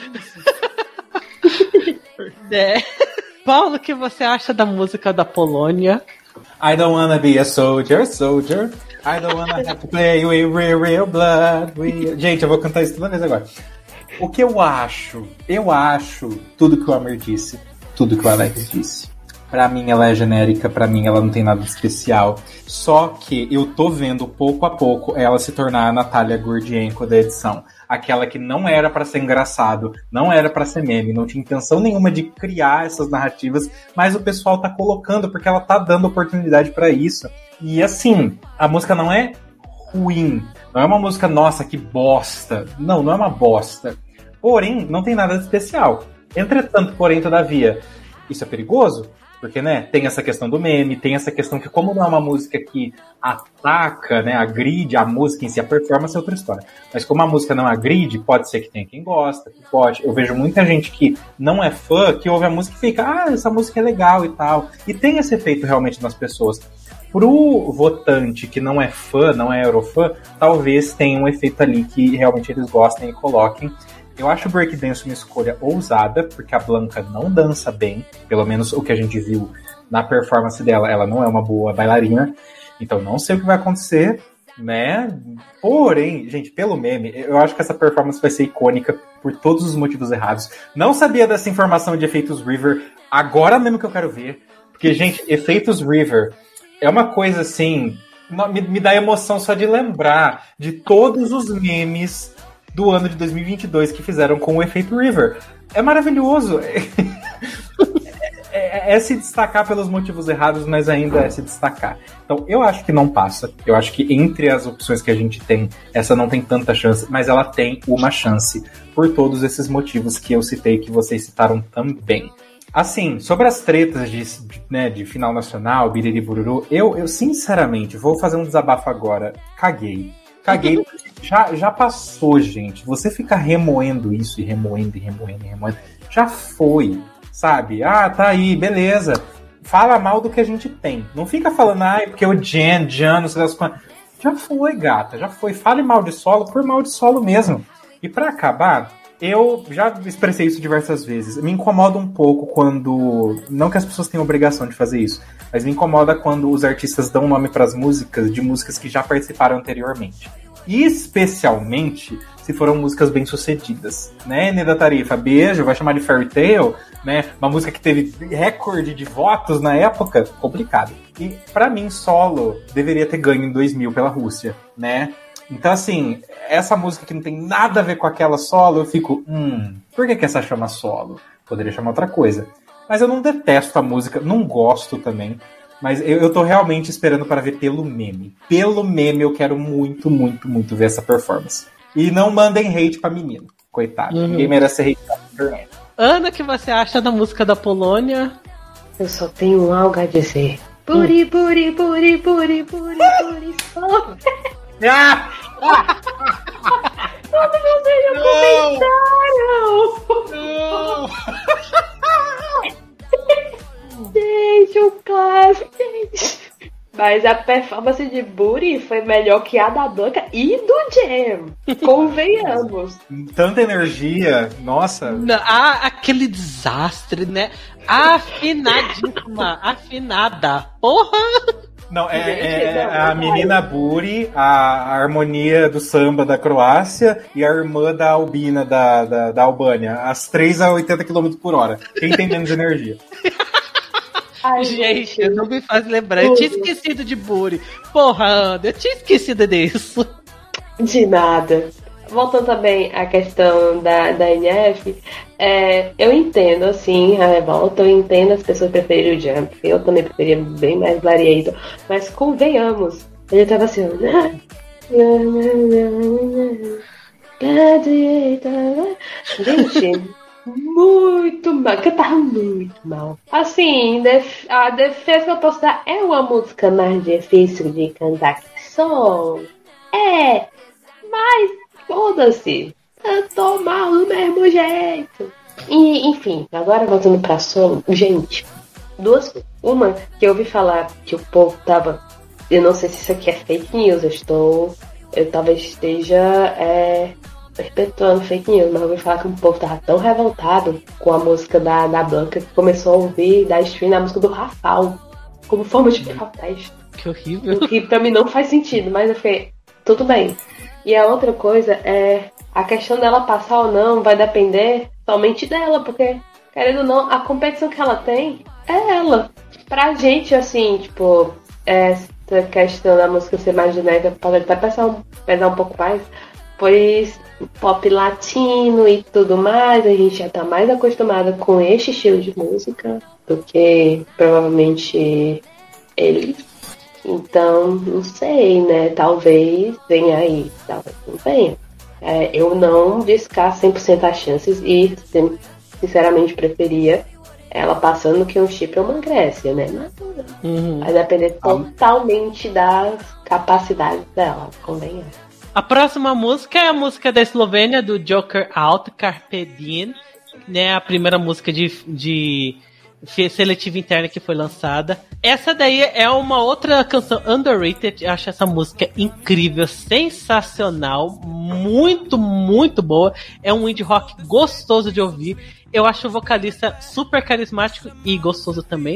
Speaker 2: É. Paulo, o que você acha da música da Polônia?
Speaker 4: I don't wanna be a soldier, soldier. I don't wanna have to play with real, real blood. We... Gente, eu vou cantar isso toda vez agora. O que eu acho? Eu acho tudo que o Amir disse, tudo que o Alex disse. Pra mim ela é genérica, pra mim ela não tem nada de especial. Só que eu tô vendo pouco a pouco ela se tornar a Natália Gordienko da edição. Aquela que não era pra ser engraçado, não era pra ser meme, não tinha intenção nenhuma de criar essas narrativas, mas o pessoal tá colocando porque ela tá dando oportunidade pra isso. E assim, a música não é ruim, não é uma música, nossa, que bosta. Não, não é uma bosta. Porém, não tem nada de especial. Entretanto, porém, todavia, isso é perigoso? Porque, né, tem essa questão do meme, tem essa questão que como não é uma música que ataca, né, agride a música em si, a performance é outra história. Mas como a música não agride, pode ser que tenha quem gosta, que pode. Eu vejo muita gente que não é fã, que ouve a música e fica, ah, essa música é legal e tal. E tem esse efeito realmente nas pessoas. Pro votante que não é fã, não é eurofã, talvez tenha um efeito ali que realmente eles gostem e coloquem. Eu acho o breakdance uma escolha ousada, porque a Blanca não dança bem, pelo menos o que a gente viu na performance dela, ela não é uma boa bailarina, então não sei o que vai acontecer, né? Porém, gente, pelo meme, eu acho que essa performance vai ser icônica por todos os motivos errados. Não sabia dessa informação de efeitos River, agora mesmo que eu quero ver, porque, gente, efeitos River é uma coisa assim, me, me dá emoção só de lembrar de todos os memes do ano de dois mil e vinte e dois que fizeram com o efeito River. É maravilhoso. É, é, é se destacar pelos motivos errados, mas ainda é se destacar. Então, eu acho que não passa. Eu acho que entre as opções que a gente tem, essa não tem tanta chance, mas ela tem uma chance por todos esses motivos que eu citei, que vocês citaram também. Assim, sobre as tretas de, de, né, de final nacional, biriri bururu, eu, eu sinceramente vou fazer um desabafo agora. Caguei. Caguei. Já, já passou, gente. Você ficar remoendo isso e remoendo e remoendo e remoendo. Já foi, sabe? Ah, tá aí, beleza. Fala mal do que a gente tem. Não fica falando, ah, é porque o Jen, Jan, não sei das coisas. Já foi, gata, já foi. Fale mal de solo por mal de solo mesmo. E pra acabar, eu já expressei isso diversas vezes. Me incomoda um pouco quando... Não que as pessoas tenham obrigação de fazer isso, mas me incomoda quando os artistas dão nome pras músicas de músicas que já participaram anteriormente. Especialmente se foram músicas bem-sucedidas, né, Neda Tarifa? Beijo, vai chamar de Fairy Tail, né? Uma música que teve recorde de votos na época, complicado. E pra mim, Solo deveria ter ganho em dois mil pela Rússia, né? Então, assim, essa música que não tem nada a ver com aquela Solo, eu fico, hum, por que que essa chama Solo? Poderia chamar outra coisa. Mas eu não detesto a música, não gosto também. Mas eu, eu tô realmente esperando para ver pelo meme. Pelo meme eu quero muito, muito, muito ver essa performance. E não mandem hate pra menina. Coitado. Uhum. Ninguém merece ser hate na internet.
Speaker 2: Ana, o que você acha da música da Polônia?
Speaker 3: Eu só tenho algo a dizer. Puri, puri, puri, puri, puri, puri, só.
Speaker 4: Ah!
Speaker 3: Todo mundo já comentaram! Não! Gente, o clássico, gente. Mas a performance de Booty foi melhor que a da Blanca e do Jam. Convenhamos.
Speaker 4: Tanta energia, nossa.
Speaker 2: Ah, aquele desastre, né? Afinadíssima, afinada. Porra!
Speaker 4: Não, é, é, é a menina Buri, a, a harmonia do samba da Croácia e a irmã da Albina da, da, da Albânia. As três a oitenta quilômetros por hora. Quem tem menos energia?
Speaker 3: Ai,
Speaker 2: gente, gente, não me faz lembrar. Eu tinha esquecido de Buri. Porra, Ana, eu tinha esquecido disso.
Speaker 3: De nada. Voltando também à questão da, da N F, é, eu entendo, assim, a revolta, eu entendo as pessoas preferirem o Jump, eu também preferia bem mais Gladiator, mas convenhamos, ele tava assim, Gladiator, gente, muito mal, cantava muito mal. Assim, def- a defesa que eu posso dar é uma música mais difícil de cantar que só, é, mas foda-se, eu tô mal do mesmo jeito. E, enfim, agora voltando pra solo, gente, duas coisas. Uma, que eu ouvi falar que o povo tava, eu não sei se isso aqui é fake news, eu estou, eu talvez esteja é, perpetuando fake news, mas eu ouvi falar que o povo tava tão revoltado com a música da, da Blanca que começou a ouvir, dar stream na música do Rafael, como forma de protesto.
Speaker 2: Que horrível.
Speaker 3: O que pra mim não faz sentido, mas eu fiquei, tudo bem. E a outra coisa é a questão dela passar ou não vai depender somente dela, porque, querendo ou não, a competição que ela tem é ela. Pra gente, assim, tipo, essa questão da música ser mais genérica pode até pesar, pesar um pouco mais, pois pop latino e tudo mais, a gente já tá mais acostumada com este estilo de música do que provavelmente ele. Então, não sei, né? Talvez venha aí, talvez não venha. É, eu não descarto cem por cento as chances e, sinceramente, preferia ela passando que um Chipre ou uma Grécia, né? Mas uhum. Vai depender totalmente das capacidades dela, convenha.
Speaker 2: A próxima música é a música da Eslovênia, do Joker Out, Carpe Diem, né? A primeira música de... de... seletiva interna que foi lançada. Essa daí é uma outra canção underrated. Eu acho essa música incrível, sensacional, muito, muito boa. É um indie rock gostoso de ouvir. Eu acho o vocalista super carismático e gostoso também.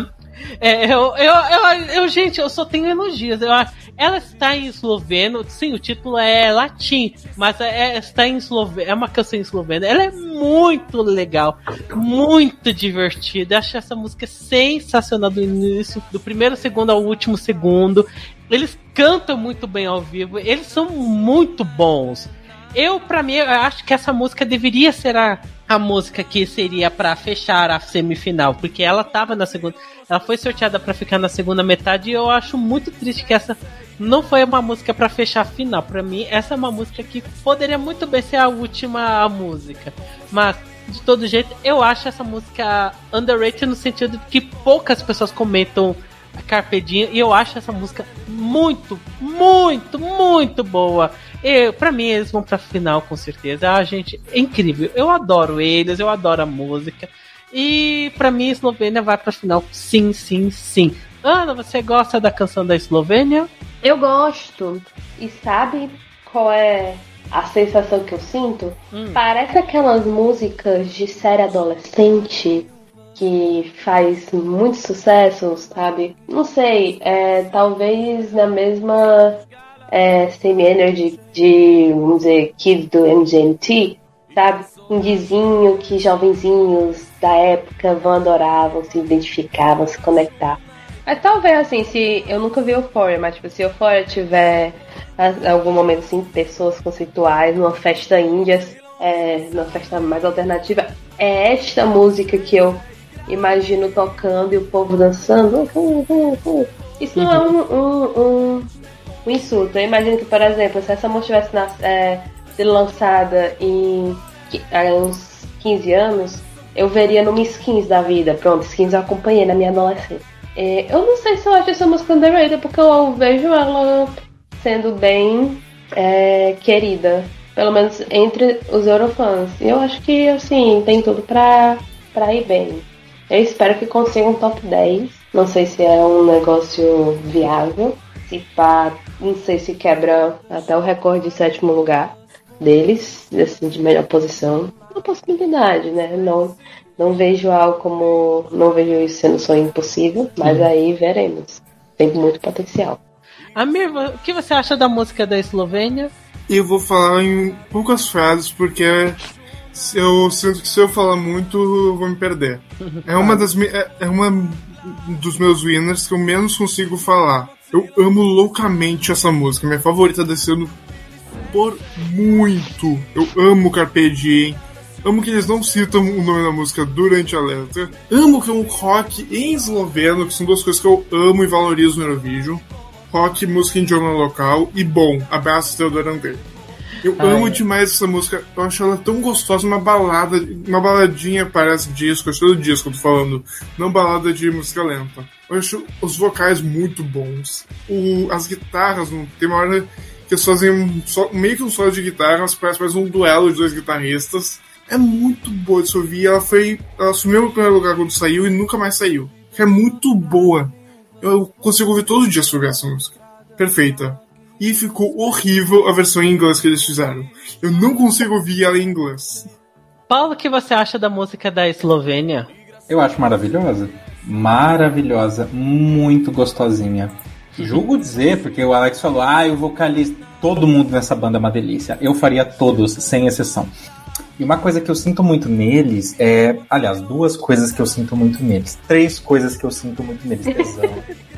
Speaker 2: É, eu, eu, eu, eu, gente, eu só tenho elogios. Eu, ela está em esloveno, sim, o título é latim, mas é, está em esloveno, é uma canção em esloveno. Ela é muito legal, muito divertida. Eu acho essa música sensacional do início, do primeiro segundo ao último segundo. Eles cantam muito bem ao vivo, eles são muito bons. Eu, pra mim, eu acho que essa música deveria ser a, a música que seria pra fechar a semifinal, porque ela tava na segunda, ela foi sorteada pra ficar na segunda metade e eu acho muito triste que essa não foi uma música pra fechar a final. Pra mim, essa é uma música que poderia muito bem ser a última música, mas de todo jeito, eu acho essa música underrated no sentido de que poucas pessoas comentam a Carpe Diem, e eu acho essa música muito, muito, muito boa. Eu, pra mim, eles vão pra final, com certeza. Ah, gente, é incrível. Eu adoro eles, eu adoro a música. E pra mim, a Eslovênia vai pra final. Sim, sim, sim. Ana, você gosta da canção da Eslovênia?
Speaker 3: Eu gosto. E sabe qual é a sensação que eu sinto? Hum. Parece aquelas músicas de série adolescente que faz muito sucesso, sabe? Não sei, é, talvez na mesma é, semi-energy de, vamos dizer, Kids do M G M T, sabe? Indiezinho que jovenzinhos da época vão adorar, vão se identificar, vão se conectar. Mas talvez, assim, se eu nunca vi Euphoria, mas tipo, se Euphoria tiver em algum momento, assim, pessoas conceituais numa festa índia, é, numa festa mais alternativa, é esta música que eu imagino tocando e o povo dançando. Isso não é um, um, um, um insulto. Eu imagino que, por exemplo, se essa música tivesse nas, é, sido lançada em há uns quinze anos, eu veria numa Skins da vida. Pronto, Skins eu acompanhei na minha adolescência. É, eu não sei se eu acho essa música underrated, porque eu vejo ela sendo bem é, querida, pelo menos entre os eurofãs. E eu acho que, assim, tem tudo pra, pra ir bem. Eu espero que consiga um top dez. Não sei se é um negócio viável. Se pá, não sei se quebra até o recorde de sétimo lugar deles, assim, de melhor posição. É uma possibilidade, né? Não, não vejo algo como... Não vejo isso sendo sonho impossível, mas aí veremos. Tem muito potencial.
Speaker 2: Amir, o que você acha da música da Eslovênia?
Speaker 5: Eu vou falar em poucas frases, porque eu sinto que se eu falar muito, eu vou me perder. É uma das é, é uma dos meus winners que eu menos consigo falar. Eu amo loucamente essa música, minha favorita desse ano por muito. Eu amo Carpe Diem. Amo que eles não citam o nome da música durante a letra. Amo que é um rock em esloveno, que são duas coisas que eu amo e valorizo no Eurovision. Rock, música em idioma local e bom. Abraço, Theodor André. Eu Ai. amo demais essa música. Eu acho ela tão gostosa, uma balada, uma baladinha, parece disco, estilo disco, eu tô falando. Não balada de música lenta. Eu acho os vocais muito bons. O, as guitarras, tem uma hora que eles fazem um, meio que um solo de guitarra, mas parece mais um duelo de dois guitarristas. É muito boa de se ouvir. Ela foi. Ela assumiu o primeiro lugar quando saiu e nunca mais saiu. É muito boa. Eu consigo ouvir todo dia sobre essa música. Perfeita. E ficou horrível a versão em inglês que eles fizeram. Eu não consigo ouvir ela em inglês.
Speaker 2: Paulo, o que você acha da música da Eslovênia?
Speaker 4: Eu acho maravilhosa. Maravilhosa. Muito gostosinha. Julgo dizer, porque o Alex falou, ah, o vocalista, todo mundo nessa banda é uma delícia. Eu faria todos, sem exceção. E uma coisa que eu sinto muito neles é... Aliás, duas coisas que eu sinto muito neles. Três coisas que eu sinto muito neles. Tesão.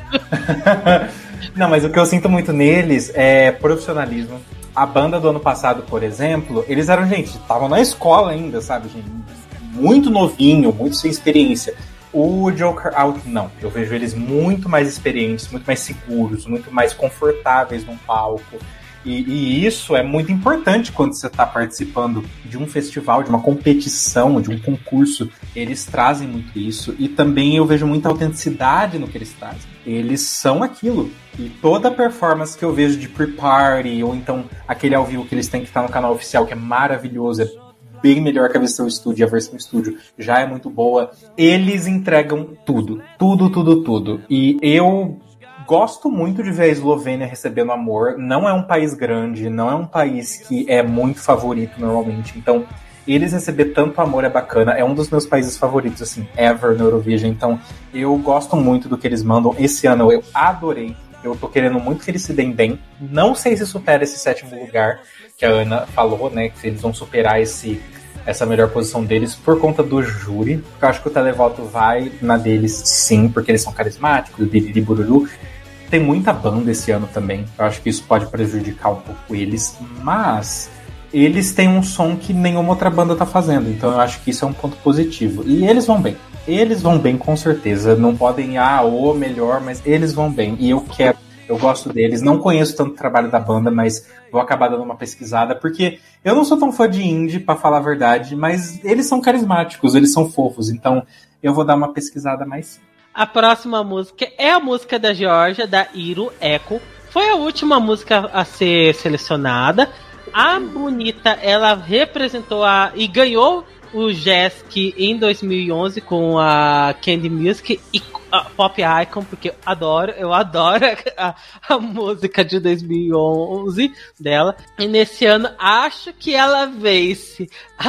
Speaker 4: Não, mas o que eu sinto muito neles é profissionalismo. A banda do ano passado, por exemplo, eles eram, gente, estavam na escola ainda, sabe? Gente, muito novinho, muito sem experiência. O Joker Out, não. Eu vejo eles muito mais experientes, muito mais seguros, muito mais confortáveis num palco. E, e isso é muito importante quando você está participando de um festival, de uma competição, de um concurso. Eles trazem muito isso. E também eu vejo muita autenticidade no que eles trazem. Eles são aquilo. E toda a performance que eu vejo de pre-party, ou então aquele ao vivo que eles têm que estar no canal oficial, que é maravilhoso, é bem melhor que a versão estúdio. A versão estúdio já é muito boa. Eles entregam tudo. Tudo, tudo, tudo. E eu... gosto muito de ver a Eslovênia recebendo amor. Não é um país grande, não é um país que é muito favorito normalmente. Então, eles receber tanto amor é bacana. É um dos meus países favoritos, assim, ever no Eurovision. Então, eu gosto muito do que eles mandam. Esse ano eu adorei. Eu tô querendo muito que eles se deem bem. Não sei se supera esse sétimo lugar que a Ana falou, né? Que eles vão superar esse... essa melhor posição deles por conta do júri. Eu acho que o televoto vai na deles sim, porque eles são carismáticos, biriri bururu. Tem muita banda esse ano também. Eu acho que isso pode prejudicar um pouco eles, mas eles têm um som que nenhuma outra banda tá fazendo, então eu acho que isso é um ponto positivo. E eles vão bem. Eles vão bem com certeza. Não podem, ah, ou melhor, mas eles vão bem. E eu quero, eu gosto deles. Não conheço tanto o trabalho da banda, mas vou acabar dando uma pesquisada, porque eu não sou tão fã de indie, pra falar a verdade, mas eles são carismáticos, eles são fofos, então eu vou dar uma pesquisada mais.
Speaker 2: A próxima música é a música da Geórgia, da Iru Echo. Foi a última música a ser selecionada. A Bonita, ela representou a e ganhou o J E S C em dois mil e onze com a Candy Music e a Pop Icon, porque eu adoro, eu adoro a, a música de dois mil e onze dela. E nesse ano, acho que ela vence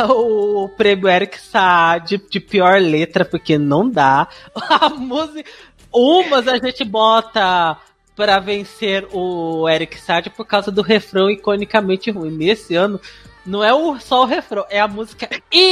Speaker 2: o prêmio Eric Saade de pior letra, porque não dá. A música, umas a gente bota pra vencer o Eric Saade por causa do refrão iconicamente ruim. Nesse ano, não é o, só o refrão, é a música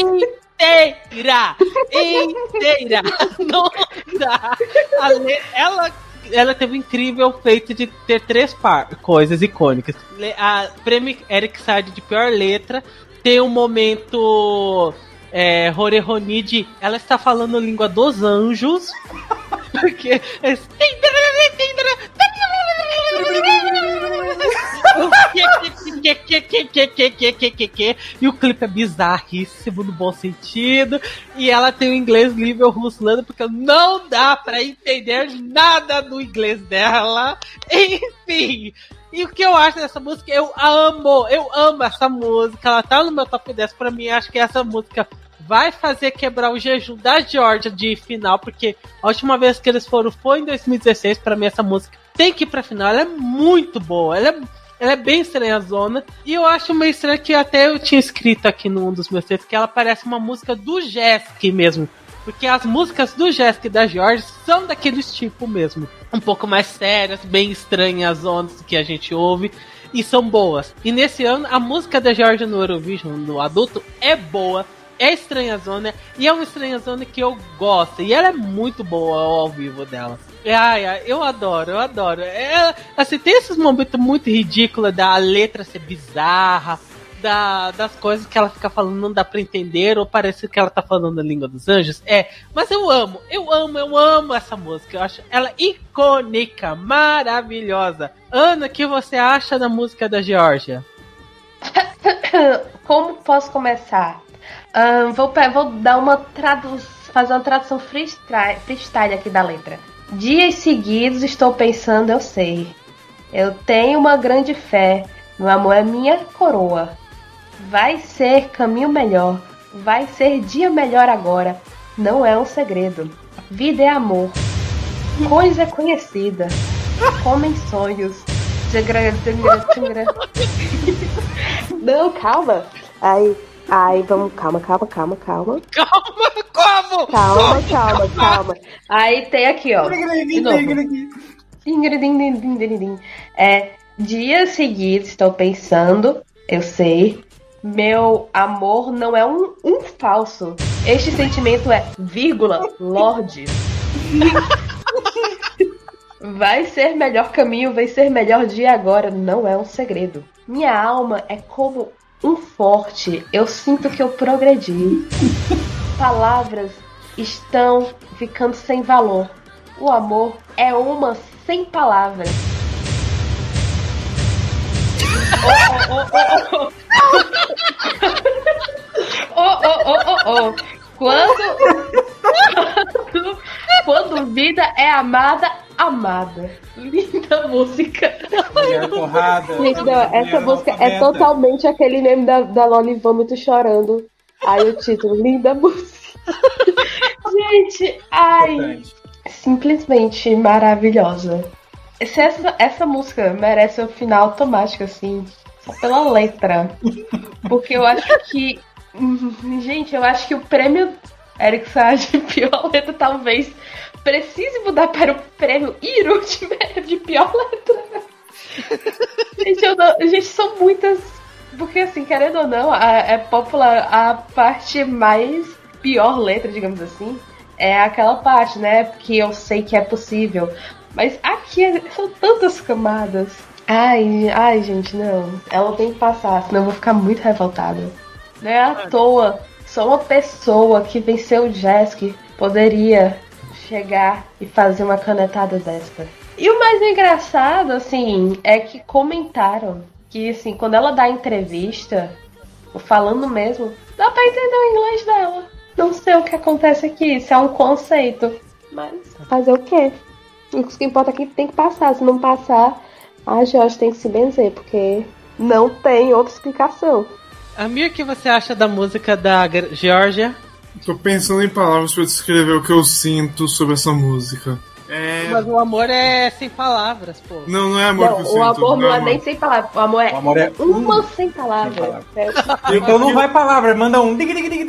Speaker 2: inteira! Inteira! Não dá! Ela, ela teve um incrível feito de ter três par, coisas icônicas. A prêmio Eric Saade de pior letra tem um momento é, Horeronide, ela está falando a língua dos anjos. Porque. É, e o clipe é bizarríssimo no bom sentido. E ela tem o inglês nível russlando, porque não dá pra entender nada do inglês dela. Enfim. E o que eu acho dessa música? Eu amo, eu amo essa música. Ela tá no meu top dez. Pra mim, acho que essa música vai fazer quebrar o jejum da Georgia de final, porque a última vez que eles foram foi em dois mil e dezesseis. Pra mim, essa música tem que ir pra final. Ela é muito boa. Ela é, ela é bem estranhazona. E eu acho meio estranho que até eu tinha escrito aqui num dos meus textos que ela parece uma música do Jesk mesmo. Porque as músicas do Jesk e da Georgia são daqueles tipo mesmo. Um pouco mais sérias, bem estranhas ondas que a gente ouve. E são boas. E nesse ano, a música da Georgia no Eurovision, no adulto, é boa. É estranhazona. E é uma estranhazona que eu gosto. E ela é muito boa ao vivo dela. Ai, ai, eu adoro, eu adoro. Ela, assim, tem esses momentos muito ridículos da letra ser bizarra. Da, das coisas que ela fica falando não dá pra entender, ou parece que ela tá falando a língua dos anjos. É, mas eu amo, eu amo, eu amo essa música. Eu acho ela icônica, maravilhosa. Ana, o que você acha da música da Georgia?
Speaker 3: Como posso começar? Um, vou, vou dar uma tradução, fazer uma tradução freestyle, freestyle aqui da letra. Dias seguidos estou pensando, eu sei. Eu tenho uma grande fé. Meu amor é minha coroa. Vai ser caminho melhor. Vai ser dia melhor agora. Não é um segredo. Vida é amor. Coisa conhecida. Comem sonhos. Não, calma. Ai, ai, vamos, calma, calma, calma, calma.
Speaker 2: Calma, como?
Speaker 3: Calma, calma, calma. Aí tem aqui, ó. De novo. É, dias seguidos estou pensando, eu sei. Meu amor não é um, um falso. Este sentimento é, vírgula, Lorde. Vai ser melhor caminho, vai ser melhor dia agora, não é um segredo. Minha alma é como um forte, eu sinto que eu progredi. Palavras estão ficando sem valor. O amor é uma sem palavras. Oh, oh, oh, oh, oh. Oh, oh, oh, oh, oh. Quando, quando, quando vida é amada, amada. Linda música.
Speaker 4: Mulher porrada.
Speaker 3: Gente, não, essa música é totalmente aquele meme da, da Loli Vômito chorando. Aí o título, linda música. Gente, ai, importante. Simplesmente maravilhosa. Se essa, essa música merece um final automático, assim, só pela letra. Porque eu acho que. Gente, eu acho que o prêmio Eric Sage de pior letra talvez precise mudar para o prêmio Iru de, de pior letra. Gente, eu não, gente, são muitas. Porque, assim, querendo ou não, a, é popular a parte mais pior letra, digamos assim, é aquela parte, né? Que eu sei que é possível. Mas aqui são tantas camadas. Ai, ai, gente, não. Ela tem que passar, senão eu vou ficar muito revoltada. Não é à toa. Só uma pessoa que venceu o Jesk poderia chegar e fazer uma canetada dessa. E o mais engraçado, assim, é que comentaram que, assim, quando ela dá entrevista, falando mesmo, dá pra entender o inglês dela. Não sei o que acontece aqui, isso é um conceito. Mas fazer o quê? O que importa é que tem que passar. Se não passar, a Georgia tem que se benzer, porque não tem outra explicação.
Speaker 2: Amir, o que você acha da música da Georgia?
Speaker 5: Tô pensando em palavras pra descrever o que eu sinto sobre essa música. É...
Speaker 2: Mas o amor é sem palavras, pô.
Speaker 5: Não, não é amor
Speaker 3: não,
Speaker 5: que eu
Speaker 3: o
Speaker 5: sinto.
Speaker 3: O amor não,
Speaker 5: não
Speaker 3: é amor. Nem sem palavras. O amor é,
Speaker 4: o amor é
Speaker 3: uma
Speaker 4: um...
Speaker 3: sem palavras.
Speaker 4: Sem palavras. Então não vai palavra, manda um.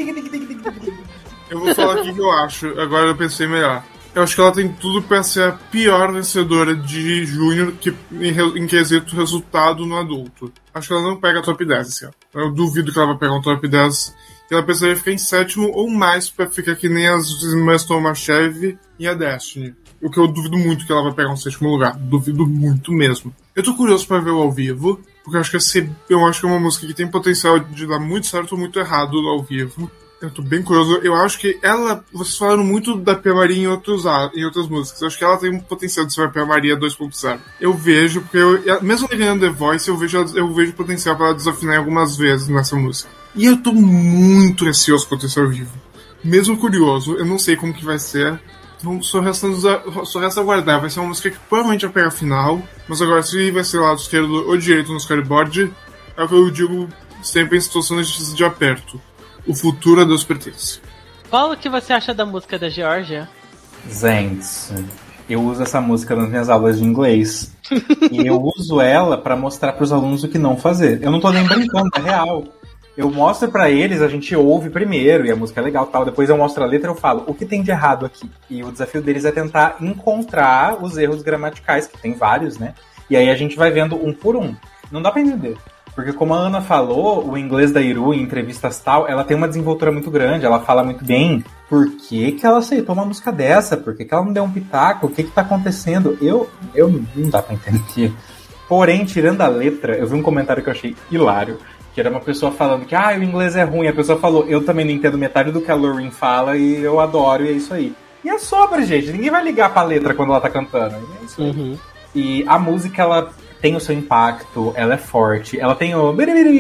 Speaker 5: Eu vou falar aqui o que eu acho. Agora eu pensei melhor. Eu acho que ela tem tudo pra ser a pior vencedora de Júnior que, em, em quesito resultado no adulto. Acho que ela não pega top dez esse ano. Eu duvido que ela vai pegar um top dez. E ela precisaria ficar em sétimo ou mais pra ficar que nem as irmãs Tomachev e a Destiny. O que eu duvido muito que ela vai pegar um sétimo lugar. Duvido muito mesmo. Eu tô curioso pra ver o ao vivo, porque eu acho que, esse, eu acho que é uma música que tem potencial de dar muito certo ou muito errado ao vivo. Eu tô bem curioso. Eu acho que ela... Vocês falaram muito da Pia Maria em, outros, em outras músicas. Eu acho que ela tem um potencial de ser a Pia Maria dois ponto zero. Eu vejo, porque eu, mesmo ganhando The Voice, eu vejo, eu vejo potencial pra ela desafinar algumas vezes nessa música. E eu tô muito ansioso pra ter ao vivo. Mesmo curioso, eu não sei como que vai ser. Então só resta, só resta aguardar. Vai ser uma música que provavelmente vai pegar a final. Mas agora, se vai ser lado esquerdo ou direito no scoreboard, é o que eu digo sempre em situações de aperto. O futuro a Deus pertence.
Speaker 2: Qual que você acha da música da Georgia?
Speaker 4: Gente, eu uso essa música nas minhas aulas de inglês. E eu uso ela pra mostrar pros alunos o que não fazer. Eu não tô nem brincando, é real. Eu mostro pra eles, a gente ouve primeiro, e a música é legal e tal. Depois eu mostro a letra e eu falo, o que tem de errado aqui? E o desafio deles é tentar encontrar os erros gramaticais, que tem vários, né? E aí a gente vai vendo um por um. Não dá pra entender. Porque como a Ana falou, o inglês da Iru em entrevistas tal, ela tem uma desenvoltura muito grande, ela fala muito bem. Por que que ela aceitou uma música dessa? Por que que ela não deu um pitaco? O que que tá acontecendo? Eu, eu não dá pra entender. Porém, tirando a letra, eu vi um comentário que eu achei hilário, que era uma pessoa falando que ah, o inglês é ruim. A pessoa falou, eu também não entendo metade do que a Loreen fala e eu adoro, e é isso aí. E é sobre, gente. Ninguém vai ligar pra letra quando ela tá cantando. É isso aí. Uhum. E a música, ela... tem o seu impacto, ela é forte, ela tem o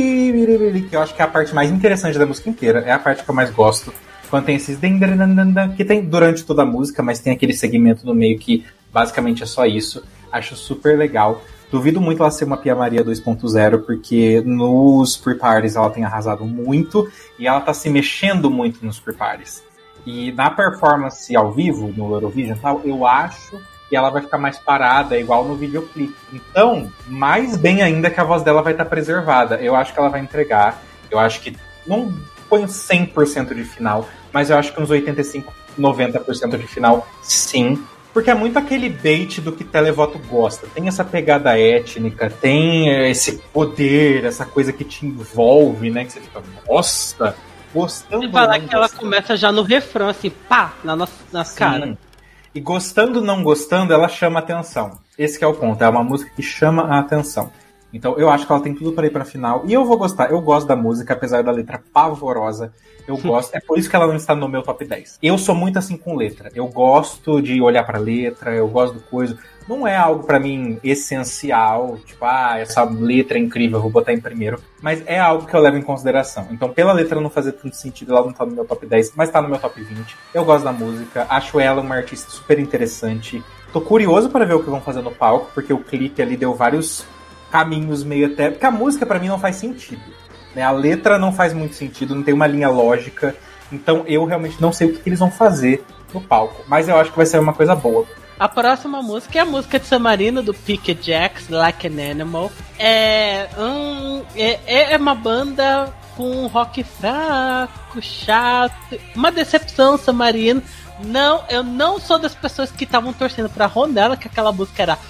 Speaker 4: que eu acho que é a parte mais interessante da música inteira, é a parte que eu mais gosto, quando tem esses que tem durante toda a música, mas tem aquele segmento no meio que basicamente é só isso, acho super legal. Duvido muito ela ser uma Pia Maria dois ponto zero, porque nos pre-parties ela tem arrasado muito, e ela tá se mexendo muito nos pre-parties. E na performance ao vivo, no Eurovision e tal, eu acho e ela vai ficar mais parada, igual no videoclipe. Então, mais bem ainda que a voz dela vai estar preservada. Eu acho que ela vai entregar. Eu acho que não põe cem por cento de final, mas eu acho que uns oitenta e cinco, noventa por cento de final, sim. Porque é muito aquele bait do que televoto gosta. Tem essa pegada étnica, tem esse poder, essa coisa que te envolve, né? Que você fica, nossa, gostando.
Speaker 2: E falar que ela começa já no refrão, assim, pá, na nossa, nas caras.
Speaker 4: E gostando ou não gostando, ela chama atenção. Esse que é o ponto, é uma música que chama a atenção. Então eu acho que ela tem tudo para ir pra final. E eu vou gostar, eu gosto da música, apesar da letra pavorosa. Eu gosto, é por isso que ela não está no meu top dez. Eu sou muito assim com letra. Eu gosto de olhar pra letra, eu gosto do coisa. Não é algo pra mim essencial, tipo, ah, essa letra é incrível, eu vou botar em primeiro. Mas é algo que eu levo em consideração. Então, pela letra não fazer tanto sentido, ela não tá no meu top dez, mas tá no meu top vinte. Eu gosto da música, acho ela uma artista super interessante. Tô curioso para ver o que vão fazer no palco, porque o clipe ali deu vários caminhos meio até... Porque a música pra mim não faz sentido, né? A letra não faz muito sentido, não tem uma linha lógica. Então, eu realmente não sei o que eles vão fazer no palco. Mas eu acho que vai ser uma coisa boa.
Speaker 2: A próxima música é a música de San Marino, do Pique Jacks, Like an Animal. É, um, é, é uma banda com rock fraco, chato, uma decepção, San Marino. Não, eu não sou das pessoas que estavam torcendo pra Ronella, que aquela música era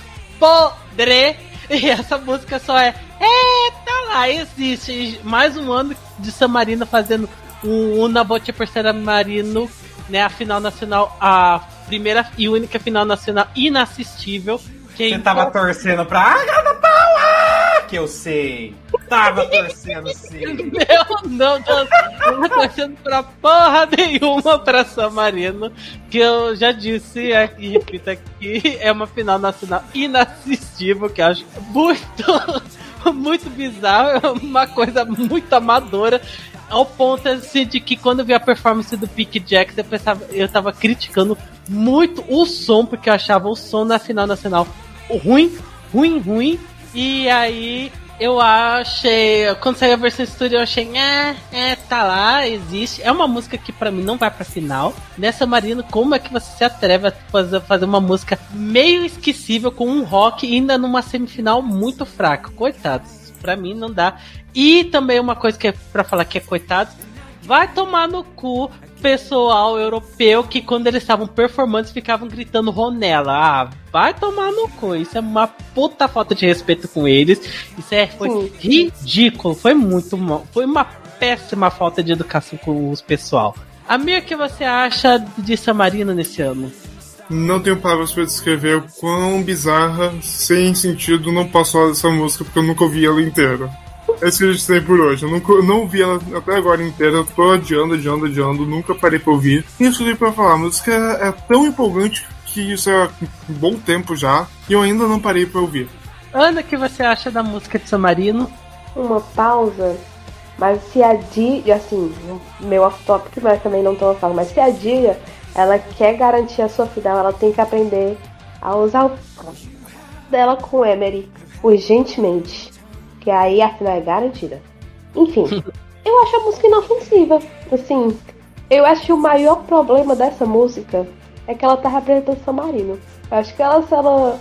Speaker 2: podre, e essa música só é, é, tá lá, existe. Mais um ano de San Marino fazendo um Una Voce per San Marino, né, a final nacional, a primeira e única final nacional inassistível.
Speaker 4: Quem tava qual... torcendo pra Agatha Paula, que eu sei. Tava torcendo sim.
Speaker 2: Eu não, não tava torcendo pra porra nenhuma pra San Marino, que eu já disse e repito aqui, é uma final nacional inassistível, que eu acho muito, muito bizarro, uma coisa muito amadora. Ao ponto assim, de que quando eu vi a performance do Pique Jacks, eu, pensava, eu tava criticando muito o som, porque eu achava o som na final nacional ruim, ruim, ruim. E aí eu achei, quando saiu a versão estúdio, eu achei, é, é, tá lá, existe. É uma música que pra mim não vai pra final. Nessa Marino, como é que você se atreve a fazer, fazer uma música meio esquecível com um rock e ainda numa semifinal muito fraca? Coitados. Pra mim não dá. E também uma coisa que é pra falar que é coitado, vai tomar no cu pessoal europeu que quando eles estavam performando ficavam gritando Ronella. Ah, vai tomar no cu. Isso é uma puta falta de respeito com eles. Isso é, foi Sim. ridículo. Foi muito mal. Foi uma péssima falta de educação com os pessoal. Amiga, o que você acha de San Marino nesse ano?
Speaker 5: Não tenho palavras pra descrever o quão bizarra, sem sentido, não posso falar dessa música, porque eu nunca ouvi ela inteira. É isso que a gente tem por hoje. Eu nunca, eu não vi ela até agora inteira. Eu tô adiando, adiando, adiando. Nunca parei pra ouvir. E isso que eu tenho pra falar. A música é, é tão empolgante que isso é um bom tempo já. E eu ainda não parei pra ouvir.
Speaker 2: Ana, o que você acha da música de San Marino?
Speaker 3: Uma pausa. Mas se a Dia, assim, meu off-topic, mas também não tô falando. Mas se a Dia, ela quer garantir a sua final, ela tem que aprender a usar o dela com o Emery urgentemente. Que aí a final é garantida. Enfim, eu acho a música inofensiva. Assim, eu acho que o maior problema dessa música é que ela tá representando San Marino. Eu acho que ela, se ela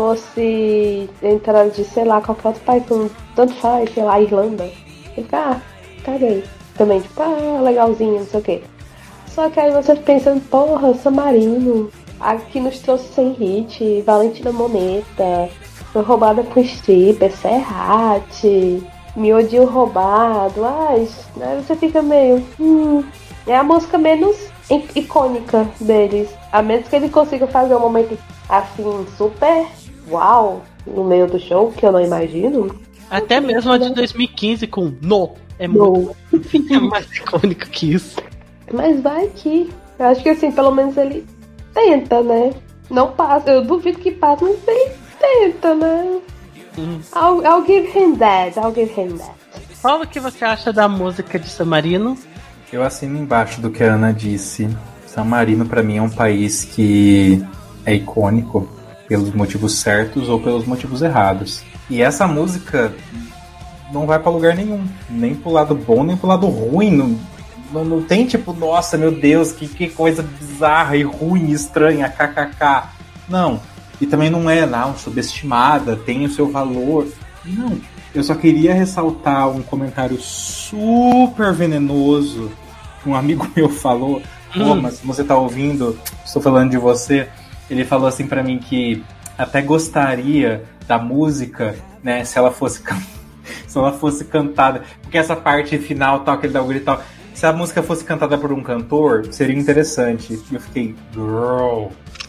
Speaker 3: fosse entrar de, sei lá, qualquer outro país, tanto faz, sei lá, Irlanda, fica, ah, caguei. Também, tipo, ah, legalzinho, não sei o quê. Só que aí você pensando, porra, San Marino, aqui nos trouxe sem hit, Valentina Moneta, foi roubada com stripper, Serrat, miudinho roubado, ai, aí você fica meio, hum, é a música menos icônica deles, a menos que ele consiga fazer um momento assim, super uau, no meio do show, que eu não imagino.
Speaker 2: Até mesmo a de dois mil e quinze com No, é muito é mais icônica que isso.
Speaker 3: Mas vai que, eu acho que assim, pelo menos ele tenta, né? Não passa, eu duvido que passe, mas ele tenta, né? Hum. I'll, I'll give him that, I'll give him that.
Speaker 2: Qual o que você acha da música de San Marino?
Speaker 4: Eu assino embaixo do que a Ana disse. San Marino pra mim é um país que é icônico pelos motivos certos ou pelos motivos errados. E essa música não vai pra lugar nenhum, nem pro lado bom, nem pro lado ruim. Não, não, não tem tipo, nossa, meu Deus, que, que coisa bizarra e ruim, estranha, kkk. Não. E também não é, não, subestimada, tem o seu valor. Não. Eu só queria ressaltar um comentário super venenoso que um amigo meu falou. Pô, hum. mas se você tá ouvindo, estou falando de você. Ele falou assim pra mim que até gostaria da música, né, se ela fosse can... se ela fosse cantada, porque essa parte final, tal, que ele dá o grito e tal, se a música fosse cantada por um cantor, seria interessante. E eu fiquei, girl,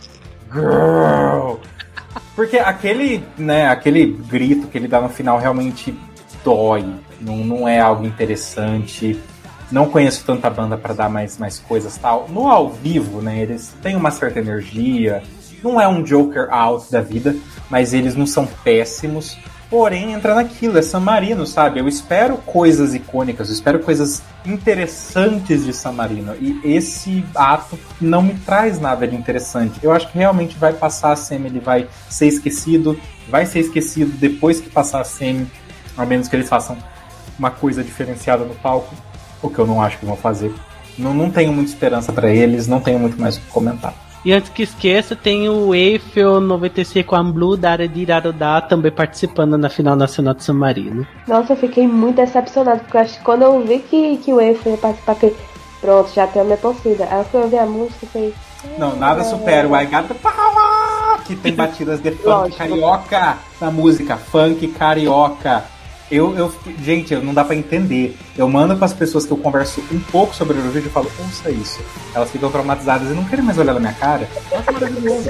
Speaker 4: girl, porque aquele, né, aquele grito que ele dá no final realmente dói, não, não é algo interessante. Não conheço tanta banda pra dar mais, mais coisas tal. No ao vivo, né, eles têm uma certa energia. Não é um Joker out da vida, mas eles não são péssimos. Porém, entra naquilo, é San Marino, sabe? Eu espero coisas icônicas, eu espero coisas interessantes de San Marino. E esse ato não me traz nada de interessante. Eu acho que realmente vai passar a semi, ele vai ser esquecido. Vai ser esquecido depois que passar a semi, a menos que eles façam uma coisa diferenciada no palco. O que eu não acho que vão fazer. Não, não tenho muita esperança pra eles, não tenho muito mais o que comentar.
Speaker 2: E antes que esqueça, tem o Eiffel noventa e seis com a Blue Daradá também participando na final nacional de San Marino.
Speaker 3: Nossa, eu fiquei muito decepcionada, porque eu acho que quando eu vi que, que o Eiffel ia participar, que pronto, já tem a minha torcida. Aí eu fui ouvir a música e falei...
Speaker 4: Não, nada supera o I Got The Power, que tem batidas de funk Lógico. Carioca na música, funk carioca. Eu, eu, gente, não dá pra entender. Eu mando pras pessoas que eu converso um pouco sobre o Eurovision e falo, ouça isso. Elas ficam traumatizadas e não querem mais olhar na minha cara. Nossa, maravilhoso.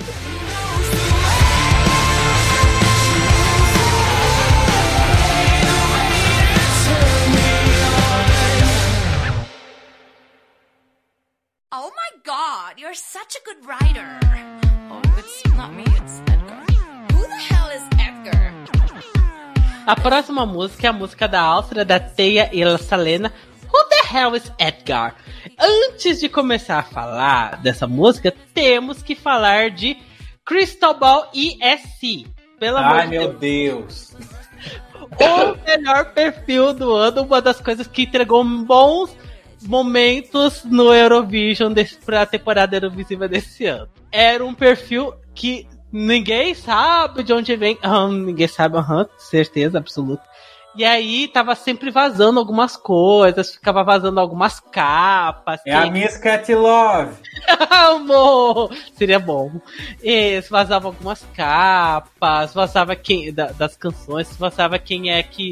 Speaker 7: Oh my God, you're such a good writer. Oh, it's not me, it's Edgar. Who the hell is Edgar?
Speaker 2: A próxima música é a música da Áustria, da Teia e La Salena. Who the hell is Edgar? Antes de começar a falar dessa música, temos que falar de Cristobal E S C. Pelo amor
Speaker 4: Ai,
Speaker 2: de
Speaker 4: meu
Speaker 2: Deus.
Speaker 4: Deus.
Speaker 2: O melhor perfil do ano, uma das coisas que entregou bons momentos no Eurovision para a temporada Eurovisiva desse ano. Era um perfil que ninguém sabe de onde vem. Uhum, ninguém sabe, uhum, certeza absoluta. E aí tava sempre vazando algumas coisas, ficava vazando algumas capas.
Speaker 4: É que... a Miss Cat Love.
Speaker 2: Amor! Seria bom. E vazava algumas capas, vazava quem da, das canções, vazava quem é que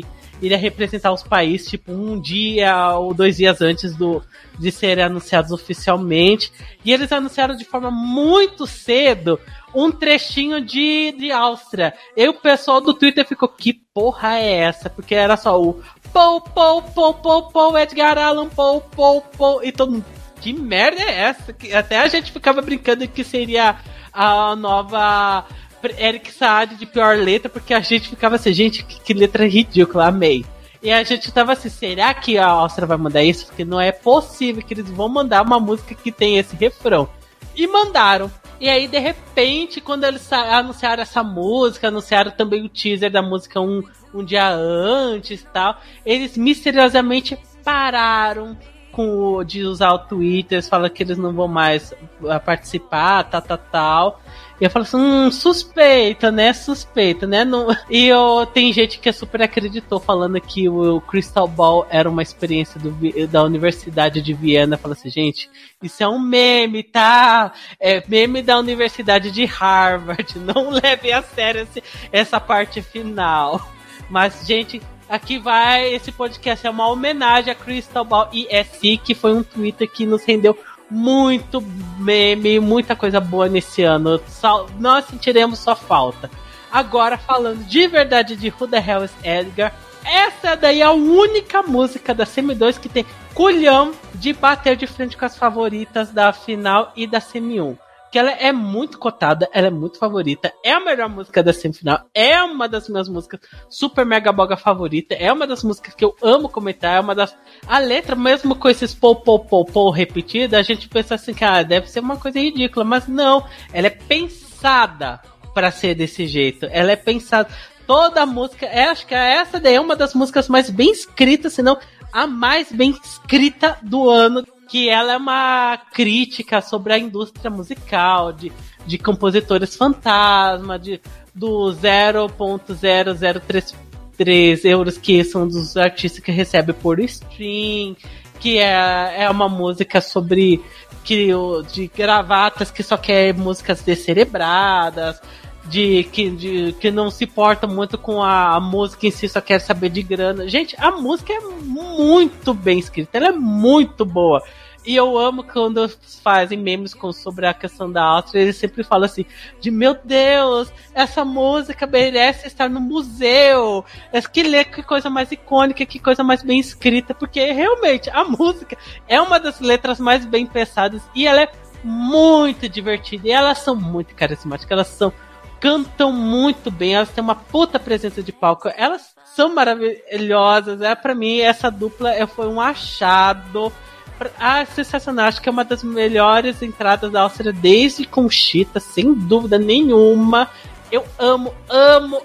Speaker 2: iria representar os países, tipo, um dia ou dois dias antes do, de serem anunciados oficialmente. E eles anunciaram de forma muito cedo um trechinho de, de Áustria. E o pessoal do Twitter ficou, que porra é essa? Porque era só o pou, pou, pou, pou, pou, Edgar Allan, pou, pou, pou, e todo mundo, que merda é essa? Que até a gente ficava brincando que seria a nova Eric Saade de pior letra, porque a gente ficava assim, gente, que, que letra ridícula, amei. E a gente tava assim, será que a Áustria vai mandar isso? Porque não é possível que eles vão mandar uma música que tem esse refrão. E mandaram. E aí, de repente, quando eles anunciaram essa música, anunciaram também o teaser da música um, um dia antes e tal, eles misteriosamente pararam com o, de usar o Twitter, eles falam que eles não vão mais participar, tal, tal, tal. E eu falo assim, hum, suspeita, né? Suspeita, né? Não... E eu, tem gente que super acreditou, falando que o Crystal Ball era uma experiência do, da Universidade de Viena. Fala assim, gente, isso é um meme, tá? É meme da Universidade de Harvard. Não leve a sério esse, essa parte final. Mas, gente, aqui vai, esse podcast é uma homenagem a Crystal Ball E S I, que foi um Twitter que nos rendeu muito meme, muita coisa boa nesse ano. Só, nós sentiremos só falta. Agora, falando de verdade de Who the Hell is Edgar, essa daí é a única música da Semi dois que tem culhão de bater de frente com as favoritas da final e da Semi um. Que ela é muito cotada, ela é muito favorita, é a melhor música da semifinal, é uma das minhas músicas super mega boga favorita, é uma das músicas que eu amo comentar, é uma das... A letra, mesmo com esses pou, pou, pou, pou repetida, a gente pensa assim, cara, deve ser uma coisa ridícula, mas não, ela é pensada pra ser desse jeito, ela é pensada, toda a música, é, acho que essa daí é uma das músicas mais bem escritas, se não a mais bem escrita do ano, que ela é uma crítica sobre a indústria musical, de, de compositores fantasma, de, do zero vírgula zero zero três três euros que são dos artistas que recebem por stream, que é, é uma música sobre que, de gravatas que só quer músicas descerebradas, de que, de que não se importa muito com a, a música em si, só quer saber de grana. Gente, a música é muito bem escrita, ela é muito boa. E eu amo quando fazem memes com, sobre a questão da Áustria, eles sempre falam assim, de meu Deus, essa música merece estar no museu, que, que coisa mais icônica, que coisa mais bem escrita, porque realmente a música é uma das letras mais bem pensadas e ela é muito divertida, e elas são muito carismáticas, elas são, cantam muito bem, elas têm uma puta presença de palco, elas são maravilhosas, é, pra mim essa dupla foi um achado. Ah, sensacional, acho que é uma das melhores entradas da Áustria desde Conchita, sem dúvida nenhuma. Eu amo, amo,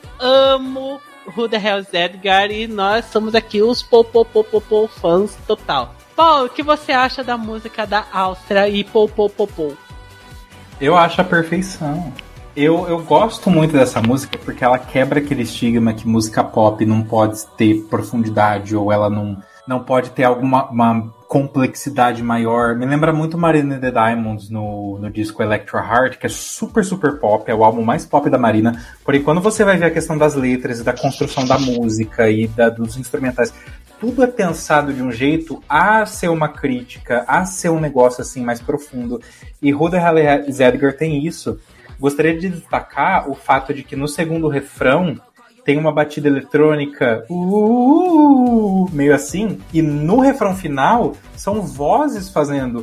Speaker 2: amo Who the Hell is Edgar, e nós somos aqui os po, po, po, po, po, fãs total. Paulo, o que você acha da música da Áustria e po, po, po, po?
Speaker 4: Eu acho a perfeição. Eu, eu gosto muito dessa música porque ela quebra aquele estigma que música pop não pode ter profundidade, ou ela não, não pode ter alguma uma complexidade maior. Me lembra muito Marina and the Diamonds no, no disco Electra Heart, que é super, super pop, é o álbum mais pop da Marina. Porém, quando você vai ver a questão das letras e da construção da música e da, dos instrumentais, tudo é pensado de um jeito a ser uma crítica, a ser um negócio assim mais profundo. E Who the Hell is Edgar tem isso. Gostaria de destacar o fato de que no segundo refrão tem uma batida eletrônica uh, meio assim, e no refrão final são vozes fazendo